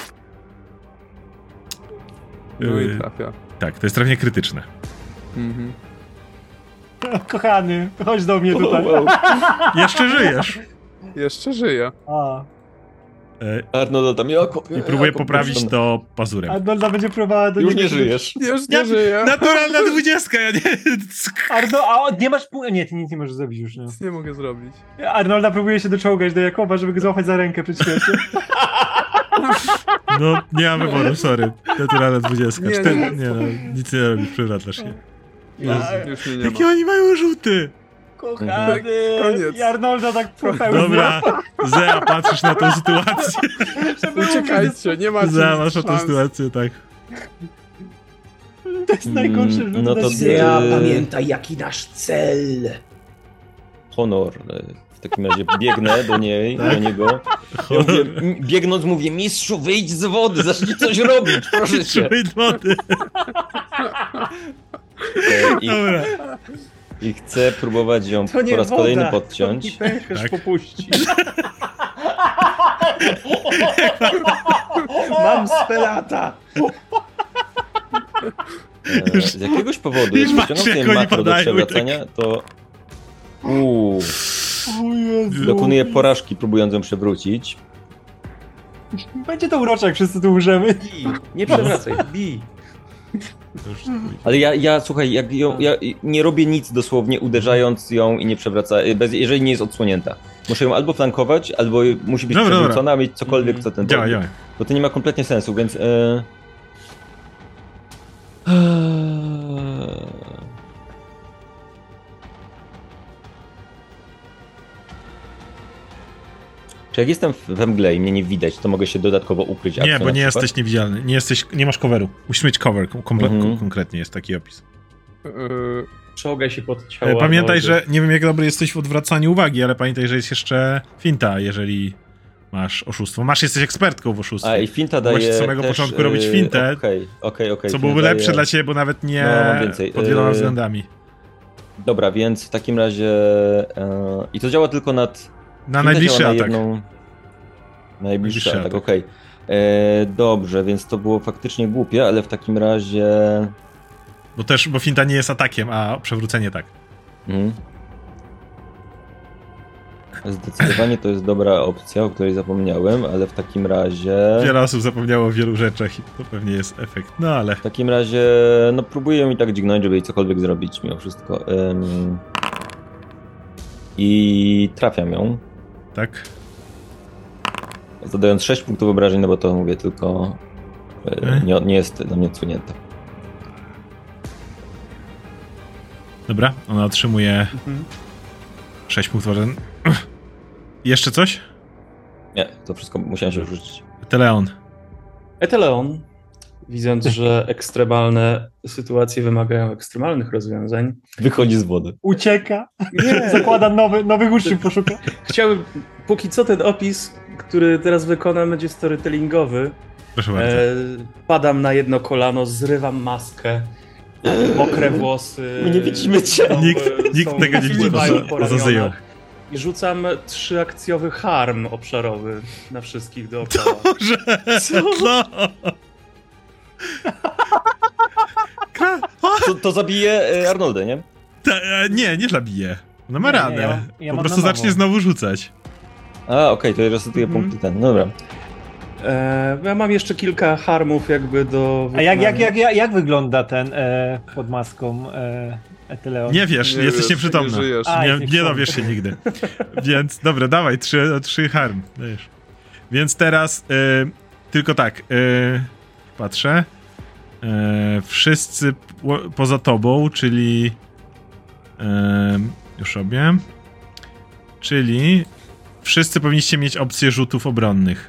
No i Yy, trafia. tak, to jest trafienie krytyczne. Mhm. Kochany, chodź do mnie O, tutaj. wow. Jeszcze żyjesz. Jeszcze żyje. A, E, Arnolda tam, Jakub, I próbuję Jakub, poprawić proszę. to pazurem. Arnolda będzie próbowała do Już niego... nie żyjesz. Już nie Ja- żyje. Naturalna dwudziestka, ja nie... Arno, a on- nie masz punktu... Nie, ty nic nie możesz zrobić już, nie. Nic nie mogę zrobić. Arnolda próbuje się doczołgać do Jakoba, żeby go złapać za rękę przed śmiercią. No, nie mam wyboru, sorry. Naturalna dwudziestka. Nie, Cztery... nie. Nie no, nic nie robisz, przewracasz się. Już, już mnie nie Jakie ma. oni mają rzuty? Kochany! Koniec. I Arnolda tak popełnił. Dobra, Zea, patrzysz na tą sytuację. Uciekajcie, nie macie Zea, masz na tą szans. sytuację, tak. To jest najgorszy rzut no to na ty- świecie. Ja pamiętaj, jaki nasz cel. Honor. e, W takim razie biegnę do niej, Tak? do niego. Ja mówię, m- biegnąc mówię, mistrzu, wyjdź z wody, zacznij coś robić, proszę cię. Szybej wody. E, I, Dobra. I chcę próbować ją To nie po raz woda, kolejny to podciąć. I pęcherz Tak. popuści. Mam spelata! E, z jakiegoś powodu, już jeśli patrzę, wciągam jak sobie oni makro do padają i przewracania, to... Uuu, O Jezu. dokonuję porażki, próbując ją przewrócić. Będzie to urocze, jak wszyscy tu umrzemy. Bij, nie przewracaj, bij. To już twój. Ale ja, ja słuchaj, jak ją, ja nie robię nic dosłownie, uderzając ją i nie przewraca, bez, jeżeli nie jest odsłonięta. Muszę ją albo flankować, albo musi być Dobra, dobra. przewrócona, a mieć cokolwiek, co ten... Działaj, działaj. Bo to nie ma kompletnie sensu, więc... E... Czy jak jestem w- we mgle i mnie nie widać, to mogę się dodatkowo ukryć? Nie, akcją bo na nie przykład? jesteś niewidzialny. Nie jesteś, nie masz coveru. Musisz mieć cover. Komple- Mhm. Konkretnie jest taki opis. Yy, Czołgaj się pod ciało. E, Pamiętaj, Arnolda. że nie wiem jak dobry jesteś w odwracaniu uwagi, ale pamiętaj, że jest jeszcze finta, jeżeli masz oszustwo. Masz, jesteś ekspertką w oszustwie. A i finta Mogłeś daje od samego też, początku robić e, fintę, Okej, okej, okej. co finta byłoby lepsze daje- dla ciebie, bo nawet nie No, mam więcej. pod wieloma E, względami. Dobra, więc w takim razie... E... I to działa tylko nad... Na finta najbliższy działa na atak. jedną... Najbliższy Najbliższy atak, atak. okej. E, Dobrze, więc to było faktycznie głupie, ale w takim razie... Bo też, bo finta nie jest atakiem, a przewrócenie tak. Mhm. Zdecydowanie to jest dobra opcja, o której zapomniałem, ale w takim razie... Wiele osób zapomniało o wielu rzeczach i to pewnie jest efekt. No ale W takim razie, no próbuję ją i tak dźgnąć, żeby jej cokolwiek zrobić mimo wszystko. Ym... I trafiam ją, tak. zadając sześć punktów obrażeń, no bo to mówię tylko... y, Okej. Nie, nie jest dla mnie odsunięta. Dobra, ona otrzymuje Mhm. sześć punktów obrażeń. Jeszcze coś? Nie, to wszystko musiałem się rzucić. Teleon. Eteleon, widząc, że ekstremalne sytuacje wymagają ekstremalnych rozwiązań, Wychodzi z wody. Ucieka, Nie. zakłada nowy, nowych uczniów, poszuka. chciałbym, póki co ten opis, który teraz wykonam, będzie storytellingowy. Proszę bardzo. E, padam na jedno kolano, zrywam maskę, mokre włosy. My nie widzimy cię. są- Nikt- są- nikt tego nie widzi spływają poza- po poza Zyją. ramionach. I rzucam trzyakcjowy harm obszarowy na wszystkich dookoła. Boże! Co? No. Kra- o, To, to zabije y, Arnoldę, nie? ta, e, nie, nie zabije. Ona ma Nie, nie, ranę. ja mam- ja po mam prostu na nowo. zacznie znowu rzucać. A, okej, to ja resetuję Mhm. punkty ten. No dobra. E, ja mam jeszcze kilka harmów jakby do A jak, jak, wykonania. jak, jak, jak wygląda ten e, pod maską e, Eteleon? Nie wiesz, Nie jesteś wiesz, nieprzytomna. nie żyjesz. A, nie, jest nie nieprzytomny. dowiesz się nigdy. Więc, dobra, dawaj, trzy, trzy harm. Dajesz. Więc teraz y, tylko tak, y, patrzę. Y, wszyscy po, poza tobą, czyli y, już robię. Czyli wszyscy powinniście mieć opcję rzutów obronnych.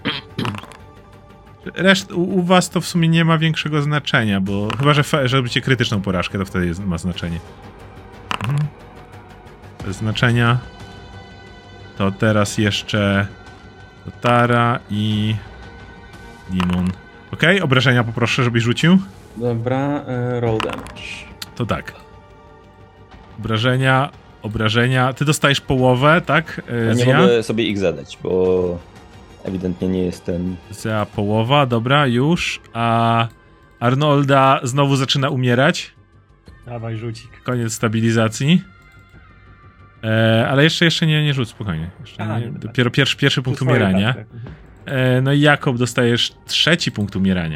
Reszt, u, u was to w sumie nie ma większego znaczenia, bo chyba, że, fe, że robicie krytyczną porażkę, to wtedy jest, ma znaczenie. Mhm. Bez znaczenia. To teraz jeszcze Tara i Dimon. Okej, obrażenia poproszę, żebyś rzucił. Dobra, e, roll damage. To tak. Obrażenia, obrażenia. Ty dostajesz połowę, tak? Ja Yy, nie Zja? mogę sobie ich zadać, bo ewidentnie nie jestem... Zja połowa, dobra, już. A Arnolda znowu zaczyna umierać. Dawaj, rzucik. Koniec stabilizacji. E, ale jeszcze, jeszcze nie, nie rzuć, spokojnie. Jeszcze A, nie, nie będę. dopiero pierwszy, pierwszy punkt Swoje, umierania. tak, tak. Mhm. E, no i Jakob dostajesz trzeci punkt umierania.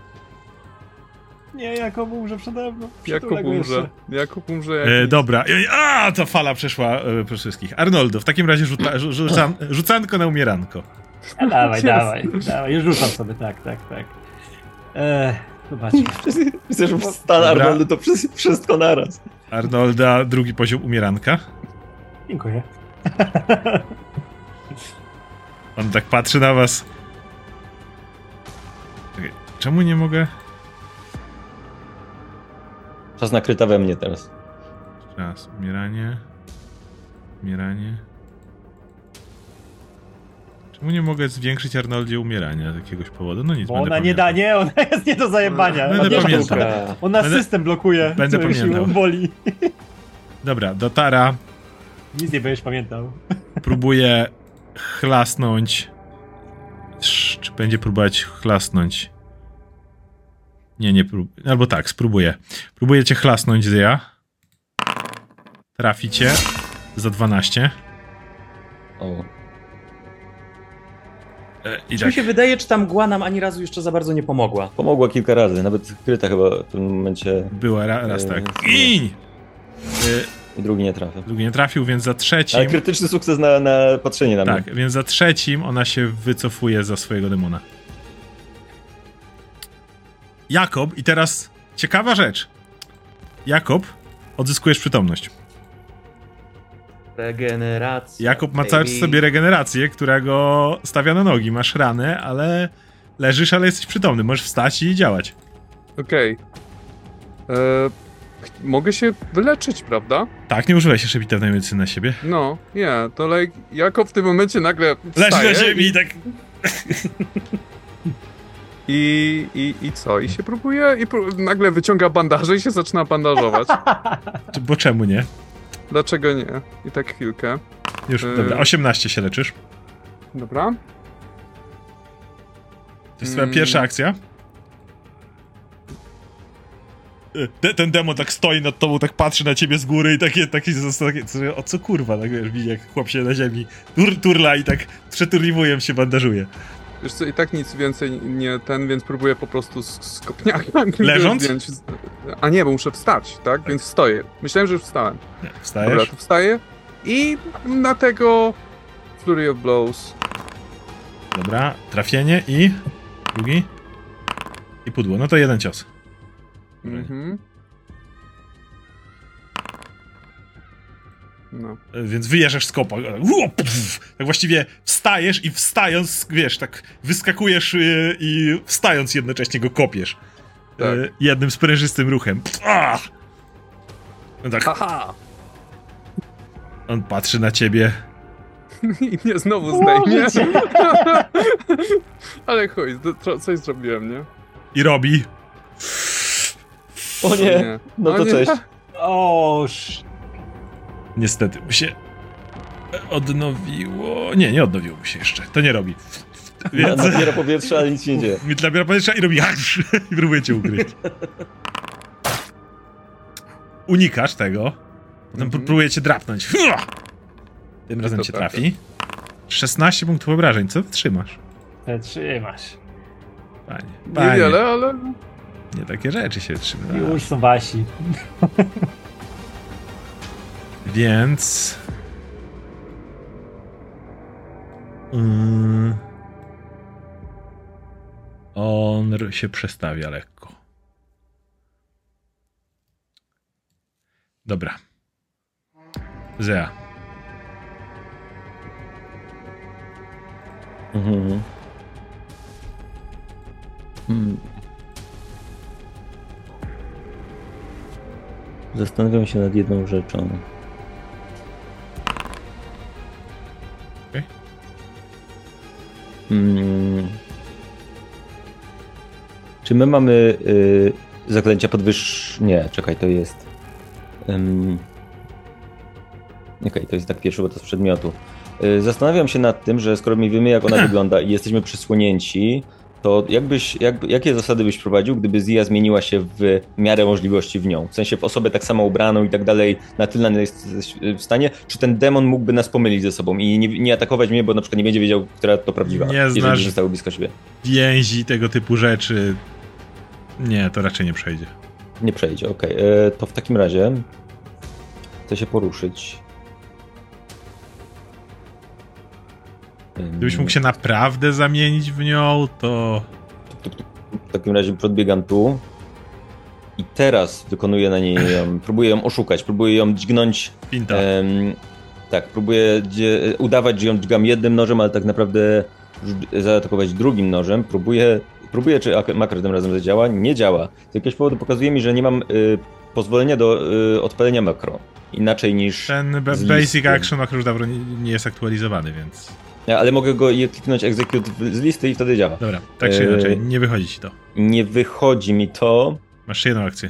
Nie, Jakub umrze przede mną. Jakub Przytulę go umrze. jeszcze. Jakub umrze jak E, nic. dobra. I- A, to fala przeszła e, przez wszystkich. Arnoldo, w takim razie rzuca, rzu- rzucam, rzucanko na umieranko. A, dawaj, Yes. dawaj, dawaj. Już rzucam sobie, tak, tak, tak. Eee, zobaczmy. Myślę, że stan Dobra. Arnoldy to przez- wszystko naraz. Arnolda, drugi poziom umieranka. Dziękuję. On tak patrzy na was. Czekaj, czemu nie mogę? Czas nakryta we mnie teraz. Raz, umieranie. Umieranie. Czemu nie mogę zwiększyć Arnoldzie umierania z jakiegoś powodu? No nic, Bo będę ona nie da, pamiętał. nie, ona jest nie do zajebania. Będę Ona, pamiętał. ona Będę- system blokuje. będę co pamiętał. Się boli. Dobra, Dotara Nic nie będziesz pamiętał. próbuje chlasnąć. Sz- Czy będzie próbować chlasnąć? Nie, nie próbuje. Albo tak, spróbuję. Próbuję cię chlasnąć, Zyja. Traficie za dwanaście. O. E, I Czy tak. mi się wydaje, czy ta mgła nam ani razu jeszcze za bardzo nie pomogła? Pomogła kilka razy, nawet Kryta chyba w tym momencie Była ra, raz E, tak. no. Iń! E, i drugi nie trafił. drugi nie trafił, więc za trzecim. Ale krytyczny sukces na, na patrzenie na mnie. Tak, więc za trzecim ona się wycofuje za swojego demona. Jakob, i teraz ciekawa rzecz. Jakob, odzyskujesz przytomność. Regeneracja. Jakub ma cały czas sobie regenerację, która go stawia na nogi. Masz ranę, ale leżysz, ale jesteś przytomny. Możesz wstać i działać. Okej. E, Mogę się wyleczyć, prawda? Tak, nie używaj się szepitewnej medycyny na siebie. No, nie, to like, Jakob w tym momencie nagle Leży wstaje na ziemi i tak... I, i, i co? I się próbuje, i pró- nagle wyciąga bandaże i się zaczyna bandażować. Bo czemu nie? Dlaczego nie? I tak chwilkę. Już, Yy. dobra, osiemnaście się leczysz. Dobra. To jest twoja Mm. pierwsza akcja. Ten, ten demon tak stoi nad tobą, tak patrzy na ciebie z góry i takie, takie, takie o co kurwa, tak wiesz, widzi jak chłop się na ziemi tur, turla i tak przeturliwuję się, bandażuje. Wiesz co, i tak nic więcej nie ten, więc próbuję po prostu z, z kopniaka Leżąc? zdjąć z- A nie, bo muszę wstać, tak? Więc stoję. Myślałem, że już wstałem. Nie, Dobra, wstajesz? to wstaję i na tego Flurry of Blows. Dobra, trafienie i drugi i pudło, no to jeden cios. Mhm. No. Więc wyjeżdżasz z kopa. Uo, pf, tak właściwie wstajesz i wstając, wiesz, tak wyskakujesz yy, i wstając jednocześnie go kopiesz. Tak. Yy, jednym sprężystym ruchem. Ah! On tak, Haha! on patrzy na ciebie. I mnie znowu zdejmie. Ale chuj, to- tro- coś zrobiłem, nie? I robi. O nie, no O to nie. cześć. O, sz... Niestety mu się odnowiło. Nie, nie odnowiło mu się jeszcze. To nie robi. Więc Nabiera powietrza, ale nic się nie dzieje. nabiera powietrza i robi i próbuje cię ukryć. Unikasz tego. Potem Mhm. próbuje cię drapnąć. Tym razem to cię trafia. trafi. szesnaście punktów obrażeń. Co trzymasz? Trzymasz. Panie. Panie. Niewiele, ale... Nie takie rzeczy się trzyma. Już są wasi. Więc... Yy... On r- się przestawia lekko. Dobra. Zea. Mhm. Hmm. Zastanawiam się nad jedną rzeczą. Okej. Hmm. Czy my mamy y, zaklęcia podwyż... Nie, czekaj, to jest... Ym... Okej, okay, to jest tak pierwszy, bo to z przedmiotu. Y, zastanawiam się nad tym, że skoro my wiemy, jak ona wygląda i jesteśmy przysłonięci, to jakbyś, jak, jakie zasady byś prowadził, gdyby Zia zmieniła się w miarę możliwości w nią? W sensie w osobę tak samo ubraną i tak dalej, na tyle na jest w stanie? Czy ten demon mógłby nas pomylić ze sobą i nie, nie atakować mnie, bo na przykład nie będzie wiedział, która to prawdziwa, Nie jeżeli znasz- by zostały blisko siebie? Więzi, tego typu rzeczy. Nie, to raczej nie przejdzie. Nie przejdzie, okej. E, To w takim razie chcę się poruszyć. Ym, Gdybyś mógł się naprawdę zamienić w nią, to... W takim razie podbiegam tu i teraz wykonuję na niej, ją, próbuję ją oszukać, próbuję ją dźgnąć. Pinta. Em, tak, próbuję dzie- udawać, że ją dźgam jednym nożem, ale tak naprawdę rzu- zaatakować drugim nożem. Próbuję, próbuję czy ak- makro tym razem zadziała. Nie działa. Z jakiegoś powodu pokazuje mi, że nie mam y, pozwolenia do y, odpalenia makro. Inaczej niż Ten ba- z basic listkiem. action akurat już dawno nie, nie jest aktualizowany, więc... Ja, ale mogę go je kliknąć execute z listy i wtedy działa. Dobra, tak czy inaczej, Eee. nie wychodzi ci to. Nie wychodzi mi to. Masz jedną akcję.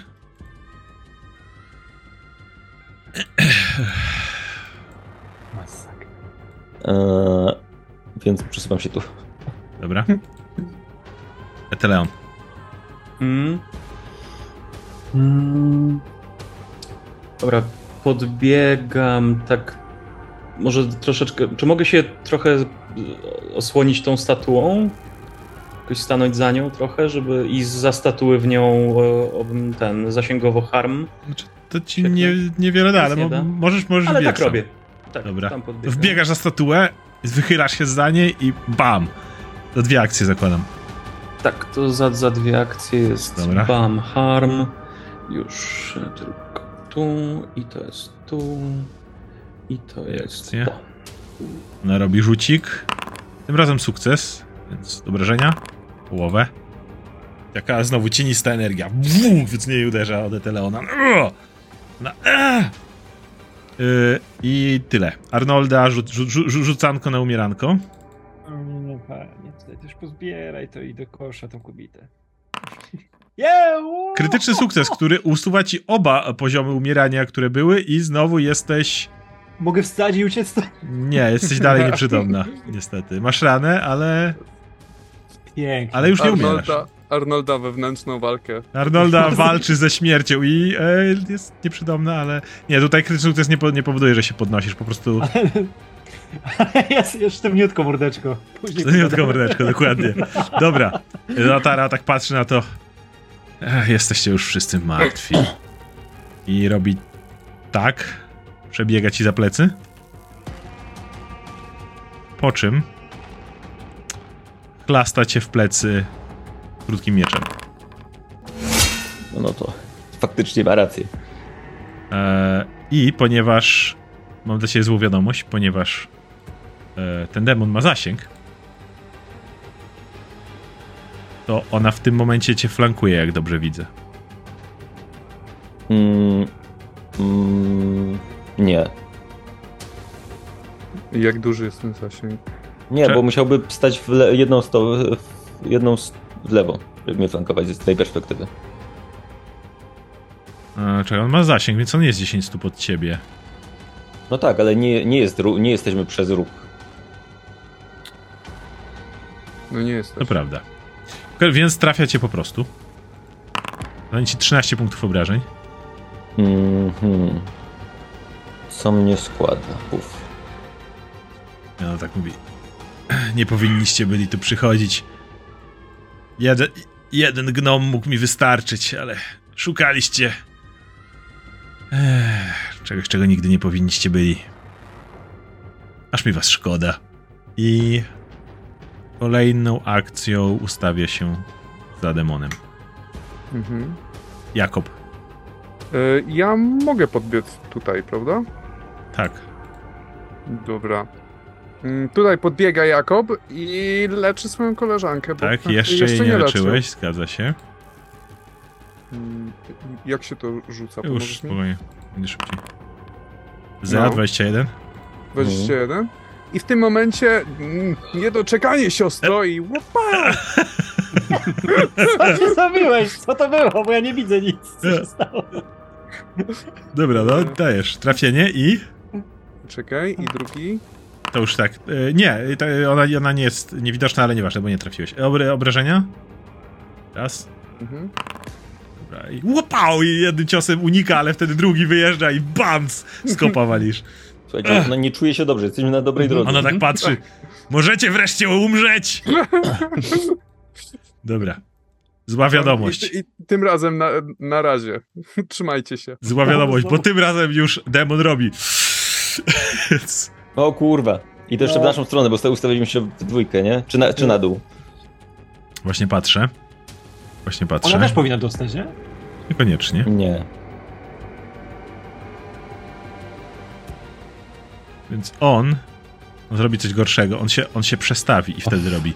Masakra. Eee, więc przesuwam się tu. Dobra. Eteleon. Mm. Mm. Dobra, podbiegam tak. Może troszeczkę. Czy mogę się trochę osłonić tą statuą? Jakoś stanąć za nią trochę, żeby i za statuły w nią e, ten zasięgowo harm. Znaczy, to ci Świetnie. nie, niewiele da, Nic ale nie mo- da. możesz, możesz Ale wbiec tak tam. robię. Tak, Dobra. tam podbiegam. Wbiegasz za statuę, wychylasz się za niej i bam! To dwie akcje zakładam. Tak, to za, za dwie akcje jest Dobra. bam, harm. Już e, tylko tu i to jest tu. I to jest nie? to. Ona robi rzucik. Tym razem sukces, więc do obrażenia. Połowę. Taka znowu cienista energia. Wum, więc nie uderza od Eteleona. Na, yy, I tyle. Arnolda, rzu, rzu, rzu, rzucanko na umieranko. No panie, tutaj też pozbieraj to i do kosza tą kobietę. Yeah, wow. Krytyczny sukces, który usuwa ci oba poziomy umierania, które były i znowu jesteś... Mogę wstać i uciec stąd? Nie, jesteś dalej nieprzytomna, niestety. Masz ranę, ale... Pięknie. Ale już nie umierasz. Arnolda, Arnolda wewnętrzną walkę. Arnolda walczy ze śmiercią i e, jest nieprzytomna, ale... Nie, tutaj krytyczny sukces nie, po, nie powoduje, że się podnosisz, po prostu... Ale jest jeszcze sztywniutko, mordeczko. Później Nie tylko mordeczko, dokładnie. Dobra, Latara tak patrzy na to. Ech, jesteście już wszyscy martwi. I robi tak. Przebiega ci za plecy. Po czym chlasta cię w plecy krótkim mieczem. No, no to faktycznie ma rację. E, I ponieważ mam dla ciebie złą wiadomość, ponieważ e, ten demon ma zasięg, to ona w tym momencie cię flankuje, jak dobrze widzę. Mm, mm, nie. Jak duży jest ten zasięg? Nie, Cze- bo musiałby stać w le- jedną, sto- w jedną s- w lewo, żeby mnie flankować z tej perspektywy. E, czekaj, on ma zasięg, więc on jest dziesięć stóp od ciebie. No tak, ale nie, nie, jest, ru- nie jesteśmy przez ruch. No nie jest To też. prawda. Okej, więc trafia cię po prostu. Daje ci trzynaście punktów obrażeń. Mhm. Co mnie składa? Uf. Ja no tak mówi. Nie powinniście byli tu przychodzić. Jeden, jeden gnom mógł mi wystarczyć, ale szukaliście Ech, czegoś, czego nigdy nie powinniście byli. Aż mi was szkoda. I kolejną akcją ustawia się za demonem. Mhm. Jakob. E, ja mogę podbiec tutaj, prawda? Tak. Dobra. Mm, Tutaj podbiega Jakob i leczy swoją koleżankę. Bo Tak, jeszcze jej nie leczył. leczyłeś, zgadza się. Mm, Jak się to rzuca? Już, Pomożesz mi? spokojnie. Będzie szybciej. zero No. dwadzieścia jeden. dwadzieścia jeden. I w tym momencie mm, niedoczekanie siostro i łopa! Co ty zrobiłeś? Co to było? Bo ja nie widzę nic, co się stało. Dobra, no dajesz. Trafienie i... Czekaj, i drugi. To już tak. E, nie, to, ona, ona nie jest niewidoczna, ale nieważne, bo nie trafiłeś. Obra, obrażenia? Raz. Mhm. Dobra. I łopał! I jednym ciosem unika, ale wtedy drugi wyjeżdża i bams! Skopa walisz. Słuchajcie, ona nie czuje się dobrze, jesteśmy na dobrej drodze. Ona tak patrzy. Możecie wreszcie umrzeć! Dobra. Zła wiadomość. I, I tym razem na, na razie. Trzymajcie się. Zła wiadomość, bo tym razem już demon robi. O kurwa. I to jeszcze w No. naszą stronę, bo sobie ustawiliśmy się w dwójkę, nie? Czy na, czy na dół? Właśnie patrzę. Właśnie Ona patrzę. też powinna dostać, nie? Niekoniecznie. Nie. Więc on, on zrobi coś gorszego. On się, on się przestawi i wtedy robi.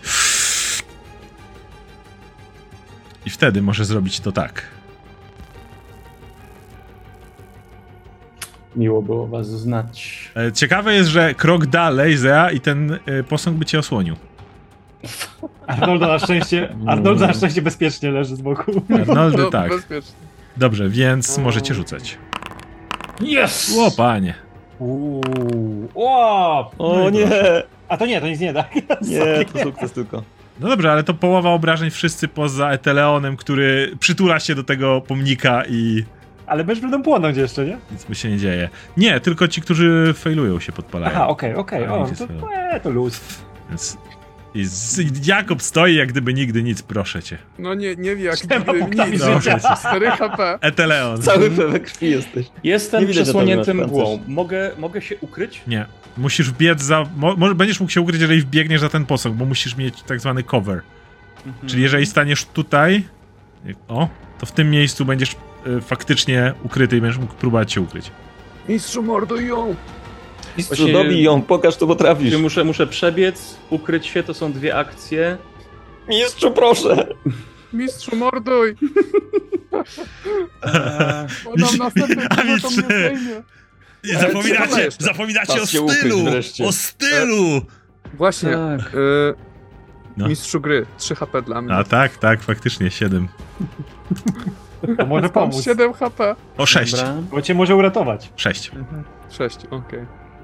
I wtedy może zrobić to tak. Miło było was znać. E, Ciekawe jest, że krok dalej, Zea, i ten e, posąg by cię osłonił. Arnoldo na szczęście, Arnoldo na szczęście bezpiecznie leży z boku. Arnoldy, No, tak. bezpiecznie. Dobrze, więc możecie rzucać. Yes! O, panie. Uuu. O, O nie! A to nie, to nic nie da. Nie, to sukces tylko. No dobrze, ale to połowa obrażeń wszyscy poza Eteleonem, który przytula się do tego pomnika i Ale będziesz będą płonąć jeszcze, nie? nic mu się nie dzieje. Nie, tylko ci, którzy failują, się podpalają. Aha, okej, okej. A, O, idzie to, swoją. e, to luz. Więc... I z... Jakob stoi jak gdyby nigdy nic, proszę cię. No nie, nie wie jak Trzema nigdy punktami nic. życia. cztery H P. Eteleon. Cały we krwi jesteś. Jestem Nie widać, że to przesłonięty masz mgłą. pancerz. Mogę, mogę się ukryć? Nie. Musisz wbiec za... Mo... Może będziesz mógł się ukryć, jeżeli wbiegniesz za ten posąg, bo musisz mieć tak zwany cover. Mhm. Czyli jeżeli staniesz tutaj... O, to w tym miejscu będziesz y, faktycznie ukryty i będziesz mógł próbować się ukryć. Mistrzu, morduj ją! Mistrzu, Właśnie- dobij ją, pokaż co potrafisz. Czyli muszę, muszę przebiec, ukryć się, to są dwie akcje. Mistrzu, proszę! Mistrzu, morduj! Eee, Podam następny A to mnie mistrz- zdejmie. I Ale co zapominacie, jeszcze? zapominacie Czas o się ukryć stylu! wreszcie. O stylu! Właśnie, tak. y, No. mistrzu gry, trzy H P dla mnie. A tak, tak, faktycznie, siedem. To może Mam pomóc. siedem H P. O, sześć. Dobra. Bo cię może uratować. sześć. sześć, okej.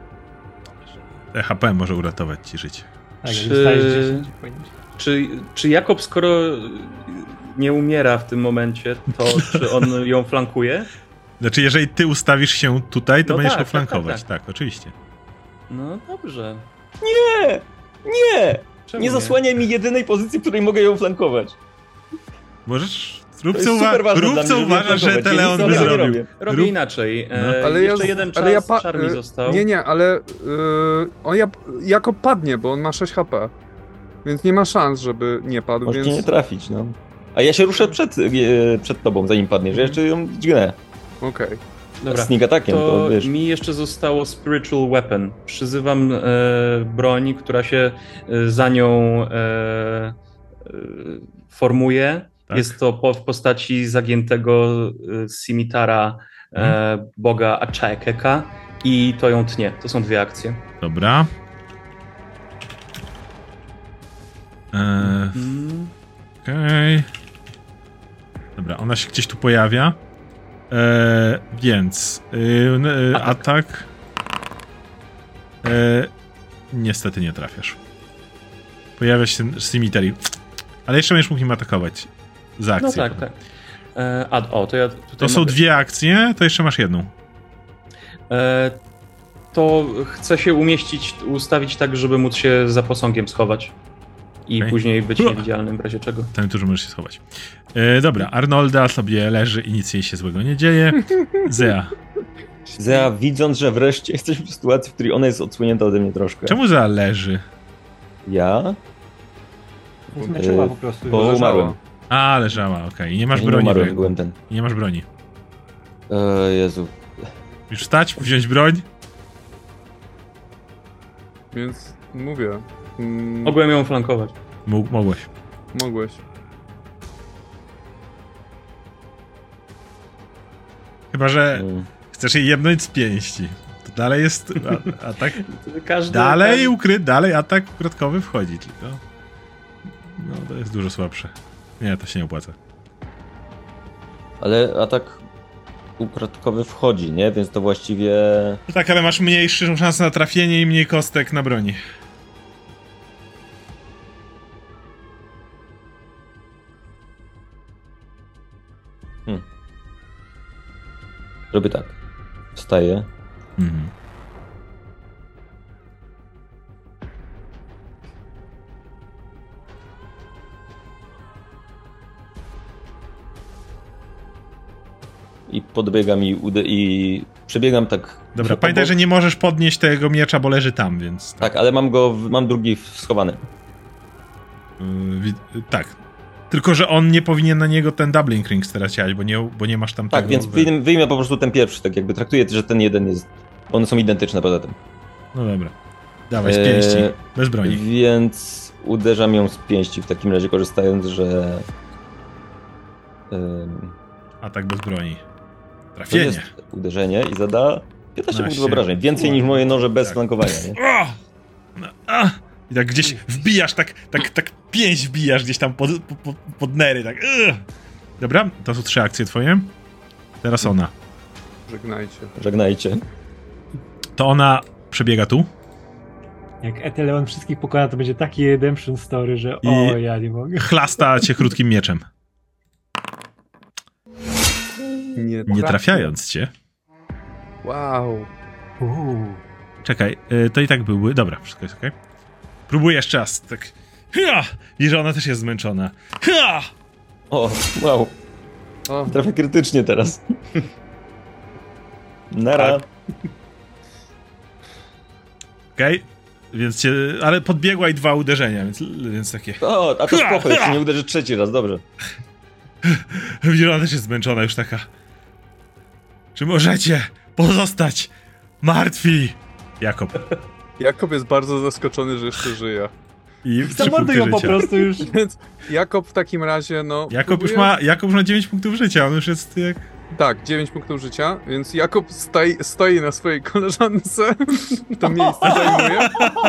H P może uratować ci życie. Tak, jak Czy- dostajesz dziesięć, powinieneś. Czy, czy Jakob, skoro nie umiera w tym momencie, to czy on ją flankuje? Znaczy, jeżeli ty ustawisz się tutaj, to No będziesz tak, go tak, flankować. tak, Tak, oczywiście. No dobrze. Nie! Nie! Czemu Nie zasłaniaj mi jedynej pozycji, w której mogę ją flankować. Możesz... Rób To co, jest uwa- super ważne rób, dla co mnie, żeby uważasz, że flankować. Ja Teleon nic by innego nie zrobił. robię. Robię Rób- inaczej. E, No. Ale jeszcze ja, jeden czas ale ja pa- czar mi y, został. Nie, nie, ale y, on ja, jako padnie, bo on ma sześć H P. Więc nie ma szans, żeby nie padł, Możecie więc... nie trafić, no. A ja się ruszę przed, e, przed tobą, zanim padniesz. Ja jeszcze ją dźgnę. Okej. Dobra. Sneak attackiem, to, To wiesz. mi jeszcze zostało Spiritual Weapon. Przyzywam e, broń, która się e, za nią e, e, formuje. Tak. Jest to po, w postaci zagiętego e, simitara e, boga Achaekeka i to ją tnie. To są dwie akcje. Dobra. Eee, Mm. Okej. Dobra, ona się gdzieś tu pojawia. Eee, więc... Yy, n- yy, Atak. atak. Eee, niestety nie trafiasz. Pojawia się ten cemetery. Ale jeszcze będziesz mógł nim atakować. Za No akcję. tak, tak. E, a, o, to ja tutaj To są mogę- dwie akcje, to jeszcze masz jedną. E, to chcę się umieścić, ustawić tak, żeby móc się za posągiem schować. I Okej. później być Ua. niewidzialnym w razie czego. Tam tu możesz się schować. E, dobra, Arnolda sobie leży i nic jej się złego nie dzieje. Zea. Zea, widząc, że wreszcie jesteśmy w sytuacji, w której ona jest odsłonięta ode mnie troszkę. Czemu Zea leży? Ja? Zmęczyła po prostu. Bo leżała. umarłem. A, leżała, okej. I nie masz Nie broni. w umarłem, ręku. byłem ten. I nie masz broni. E, Jezu. Już wstać, wziąć broń? Więc mówię. Mm, Mogłem ją flankować. Mógł, mogłeś. mogłeś. Chyba, że Mm. chcesz jej jebnąć z pięści. To dalej jest a, atak. Każdy, Dalej każdy... ukryt, dalej atak ukradkowy wchodzi, tylko... No, to jest dużo słabsze. Nie, to się nie opłaca. Ale atak ukradkowy wchodzi, nie? Więc to właściwie... No tak, ale masz mniejszą szansę na trafienie i mniej kostek na broni. Robię tak. Wstaję. Mhm. I podbiegam i, ude- i przebiegam tak... Dobra, obok. pamiętaj, że nie możesz podnieść tego miecza, bo leży tam, więc... Tak, ale mam go, w- mam drugi w- schowany. Yy, wi- tak. Tylko, że on nie powinien na niego ten doubling ring teraz siać, bo nie, bo nie masz tam Tak, tego... więc we- wyjmę, wyjmę po prostu ten pierwszy, tak jakby traktuję, że ten jeden jest... One są identyczne poza tym. No dobra. Dawaj, z Eee, pięści. Bez broni. Więc uderzam ją z pięści w takim razie, korzystając, że... Ym, Atak bez broni. to Trafienie. jest uderzenie i zada piętnaście punktów obrażeń. Więcej niż moje noże bez tak. flankowania, nie? O! No, a! I tak gdzieś wbijasz, tak, tak, tak pięść wbijasz gdzieś tam pod, pod, pod nery, tak. Ugh. Dobra, to są trzy akcje twoje. Teraz ona. Żegnajcie. Żegnajcie. To ona przebiega tu. Jak Eteleon wszystkich pokona, to będzie taki redemption story, że I- o, ja nie mogę. Chlasta cię krótkim mieczem. Nie, Nie trafiając cię. Wow. Uuu. Czekaj, y, to i tak były. Dobra, wszystko jest okej. Próbuję jeszcze raz, tak. Hia! I że ona też jest zmęczona. Hia! O, wow. O, Trafię krytycznie teraz. Nara. Tak. Okej, więc cię. Ale podbiegła i dwa uderzenia, więc, więc takie. O, a to spoko, jeszcze nie uderzy trzeci raz, dobrze. Widzisz, że ona też jest zmęczona, już taka. Czy możecie pozostać martwi? Jakob. Jakob jest bardzo zaskoczony, że jeszcze żyje. I trzy Zamorduj punkty ją po życia. prostu już. Więc Jakob w takim razie, no... Jakob już, próbuje- ma, Jakob już ma dziewięć punktów życia, on już jest jak... Tak, dziewięć punktów życia, więc Jakob stoi, stoi na swojej koleżance, to miejsce zajmuje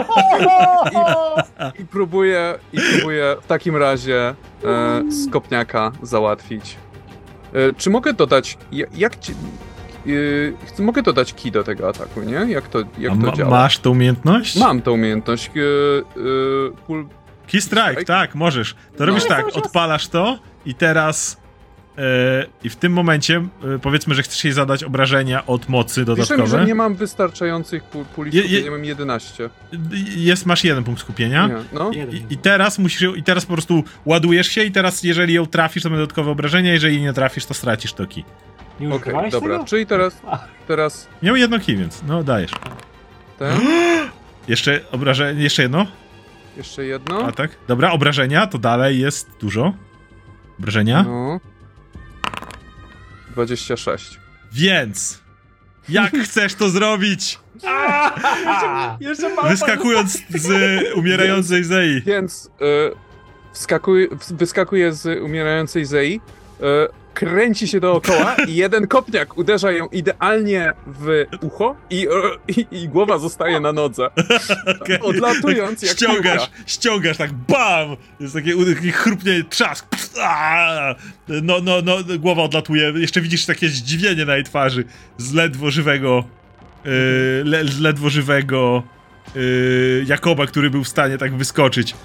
i, i, próbuje, i próbuje w takim razie e, Skopniaka załatwić. E, czy mogę dodać, ja- jak ci, e, chcę- mogę dodać ki do tego ataku, nie? Jak to, jak A to ma, działa? masz tą umiejętność? Mam tę umiejętność. E, e, pul... Key strike, Strike? tak, możesz. To No. robisz tak, Cały czas. odpalasz to i teraz... e, I w tym momencie, e, powiedzmy, że chcesz jej zadać obrażenia od mocy Pisze mi, dodatkowe. że nie mam wystarczających pul, puli Je- skupienia, je- mam jedenaście. Jest, masz jeden punkt skupienia. Nie, no. Jeden. I, I teraz musisz ją, i teraz po prostu ładujesz się i teraz jeżeli ją trafisz, to będą dodatkowe obrażenia, jeżeli nie trafisz, to stracisz to ki. Nie Okej, używałeś dobra, tego? czyli teraz, teraz Miał jedno ki, więc no dajesz. ten, Jeszcze obrażenie, jeszcze jedno jeszcze jedno. atak. Dobra, obrażenia, to dalej jest dużo. Obrażenia. No. dwadzieścia sześć. Więc jak chcesz to zrobić? Jeszcze małpa Wyskakując z umierającej Zei. Więc y, wskakuje, w- wyskakuje z umierającej Zei, y, kręci się dookoła i jeden kopniak uderza ją idealnie w ucho i, y, i, i głowa zostaje na nodze. Okej. Odlatując jak ściągasz, piłka. ściągasz tak BAM! Jest takie, takie chrupnienie, trzask. Pst, aaa! No, no, no, głowa odlatuje. Jeszcze widzisz takie zdziwienie na jej twarzy z ledwo żywego yy, le, z ledwo żywego yy, Jakoba, który był w stanie tak wyskoczyć.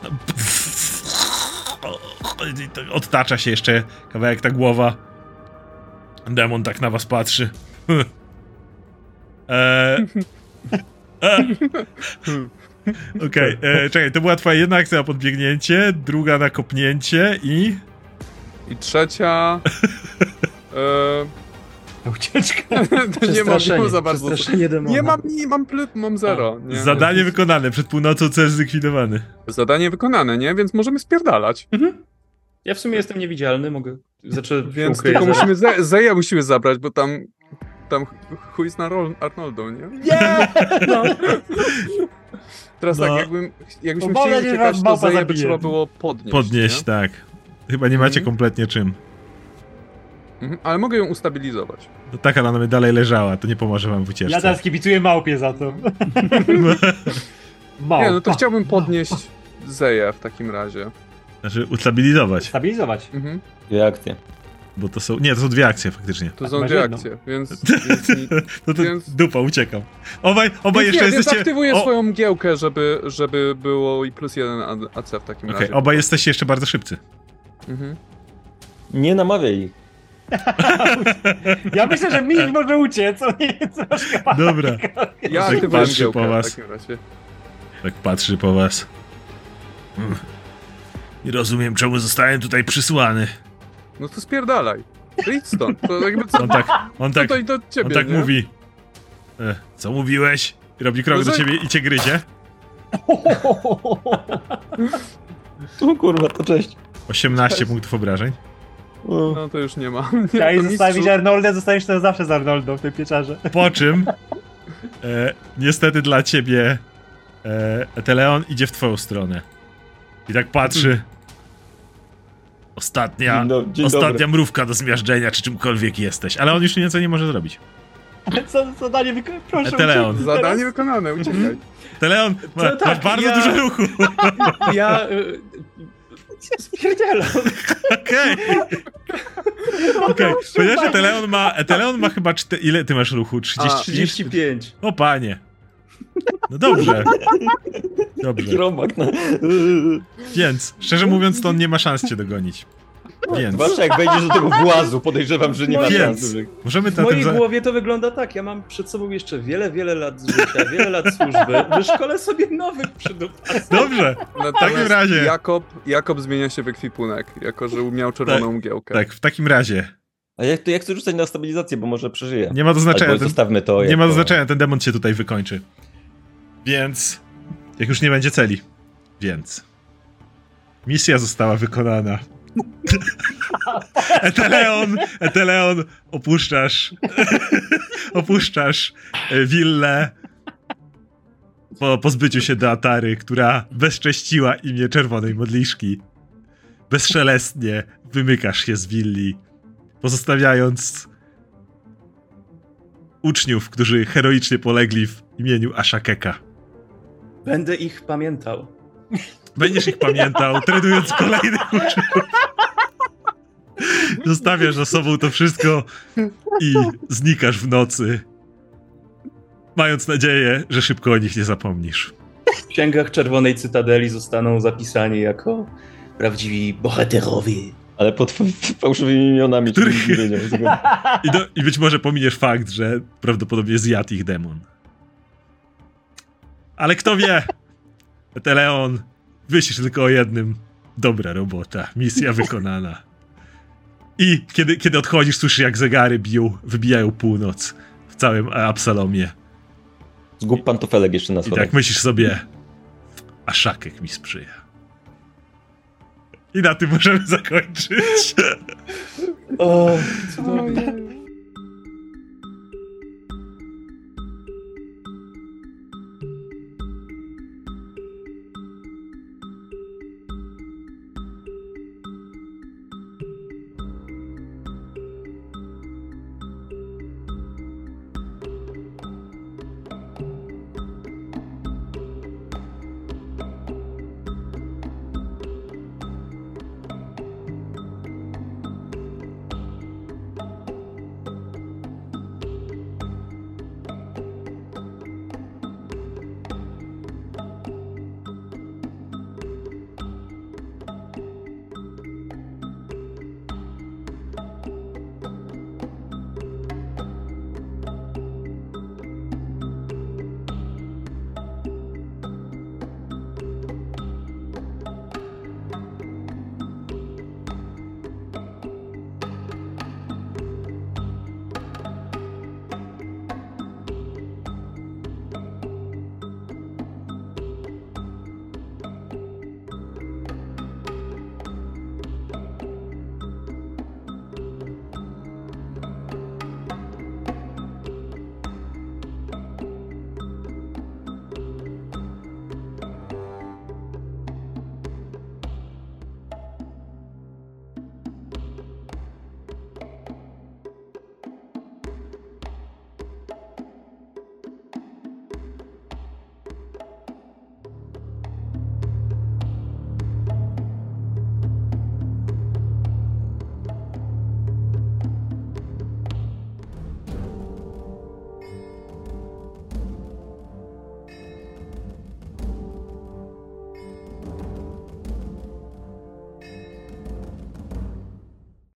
I tak odtacza się jeszcze kawałek ta głowa. Demon tak na was patrzy. eee, e. Okej, okay, czekaj, to była twoja jedna akcja na podbiegnięcie, druga na kopnięcie i... I trzecia... y, Ucieczka. to nie mam, nie mam za bardzo... Przestraszenie demona. Nie mam, nie mam pl, mam zero. Nie? Zadanie wykonane, przed północą cel zlikwidowany. Zadanie wykonane, nie? Więc możemy spierdalać. Ja w sumie jestem niewidzialny, mogę... Znaczy, Więc ukryję tylko za- musimy Ze- Zeja musimy zabrać, bo tam tam chuj z Arnol- Arnoldą, nie? Nie! No. Teraz No. tak, jakbym, jakbyśmy Bo mam chcieli nadzieję, że uciekać, to małpa Zeja by zabije. trzeba było podnieść. Podnieść, nie? tak. Chyba nie macie Mhm. kompletnie czym. Mhm, ale mogę ją ustabilizować. No tak, ale ona by dalej leżała, to nie pomoże wam w ucieczce. Ja teraz kibicuję małpie za to. Małpa. Nie, no to chciałbym podnieść Zeję w takim razie. Znaczy, ustabilizować, Stabilizować. Mhm. Dwie akcje. bo to są... Nie, to są dwie akcje faktycznie. To A, są masz dwie jedną. akcje, więc... więc ni- No to Więc- dupa, uciekam. Obaj, obaj więc jeszcze nie, więc jesteście... aktywuję o- swoją mgiełkę, żeby, żeby było i plus jeden A C w takim Okej, razie. obaj jesteście jeszcze bardzo szybcy. Mhm. Nie namawiaj ich. Ja myślę, że Miś może uciec, on nie jest troszkę Dobra. Ja Tak aktywuję patrzy mgiełkę po w was. takim razie. Tak patrzy po was. Mm. Nie rozumiem, czemu zostałem tutaj przysłany. No to spierdalaj. To idź stąd. To jakby co, On tak, on tak, tutaj do ciebie, on tak nie? mówi. E, co mówiłeś? I robi krok No, do że- ciebie i cię gryzie. O kurwa, to cześć. osiemnaście punktów obrażeń. O. No to już nie ma. Chciałeś To zostawić mistrzu- Arnolda, zostaniesz teraz zawsze z Arnoldą w tej pieczarze. Po czym, e, niestety dla ciebie, e, Eteleon idzie w twoją stronę. I tak patrzy. Ostatnia, Dzień, do, dzień ostatnia dobry. mrówka do zmiażdżenia, czy czymkolwiek jesteś. Ale on już nieco nie może zrobić. Ale co, zadanie wykonane? Proszę, Eteleon. ucieknij Zadanie teraz. wykonane, uciekaj. Teleon, ma, To tak, masz bardzo ja- dużo ruchu. Ja... Y... Spierdzielam. Okej. Okej, ponieważ Eteleon ma, Eteleon ma chyba czte... Ile ty masz ruchu? trzydzieści? trzydzieści pięć. O panie. No dobrze. Dobrze. Robak, no. Więc, szczerze mówiąc, to on nie ma szans cię dogonić. Więc, Zwłaszcza jak wejdziesz do tego włazu, podejrzewam, że nie ma Więc. szans. możemy W na tym... mojej Za... głowie to wygląda tak, ja mam przed sobą jeszcze wiele, wiele lat życia, wiele lat służby, wyszkolę sobie nowych przydupasów. Dobrze, Natomiast w takim razie... Jakob, Jakob zmienia się w ekwipunek, jako że miał czerwoną mgiełkę. Tak, w takim razie. A ja, to ja chcę rzucać na stabilizację, bo może przeżyję. Nie ma to znaczenia. Albo Ten, zostawmy to nie jako... ma to znaczenia, ten demon cię tutaj wykończy. Więc, jak już nie będzie celi. Więc, misja została wykonana. Eteleon, Eteleon, opuszczasz, opuszczasz willę po pozbyciu się do Atary, która bezcześciła imię Czerwonej Modliszki. Bezszelestnie wymykasz się z willi, pozostawiając uczniów, którzy heroicznie polegli w imieniu Ashakeka. Będę ich pamiętał. Będziesz ich pamiętał, trenując kolejnych uczniów. Zostawiasz za sobą to wszystko i znikasz w nocy, mając nadzieję, że szybko o nich nie zapomnisz. W księgach Czerwonej Cytadeli zostaną zapisani jako prawdziwi bohaterowie. Ale pod f- fałszywymi imionami, Których- których nie wiedział. I, do, I być może pominiesz fakt, że prawdopodobnie zjadł ich demon. Ale kto wie? Eteleon, myślisz tylko o jednym. Dobra robota, misja wykonana. I kiedy, kiedy odchodzisz, słyszysz jak zegary biją, wybijają północ w całym Absalomie. Zgub pantofelek jeszcze na I schodach. tak myślisz sobie, a Szakek mi sprzyja. I na tym możemy zakończyć. O, Ojej.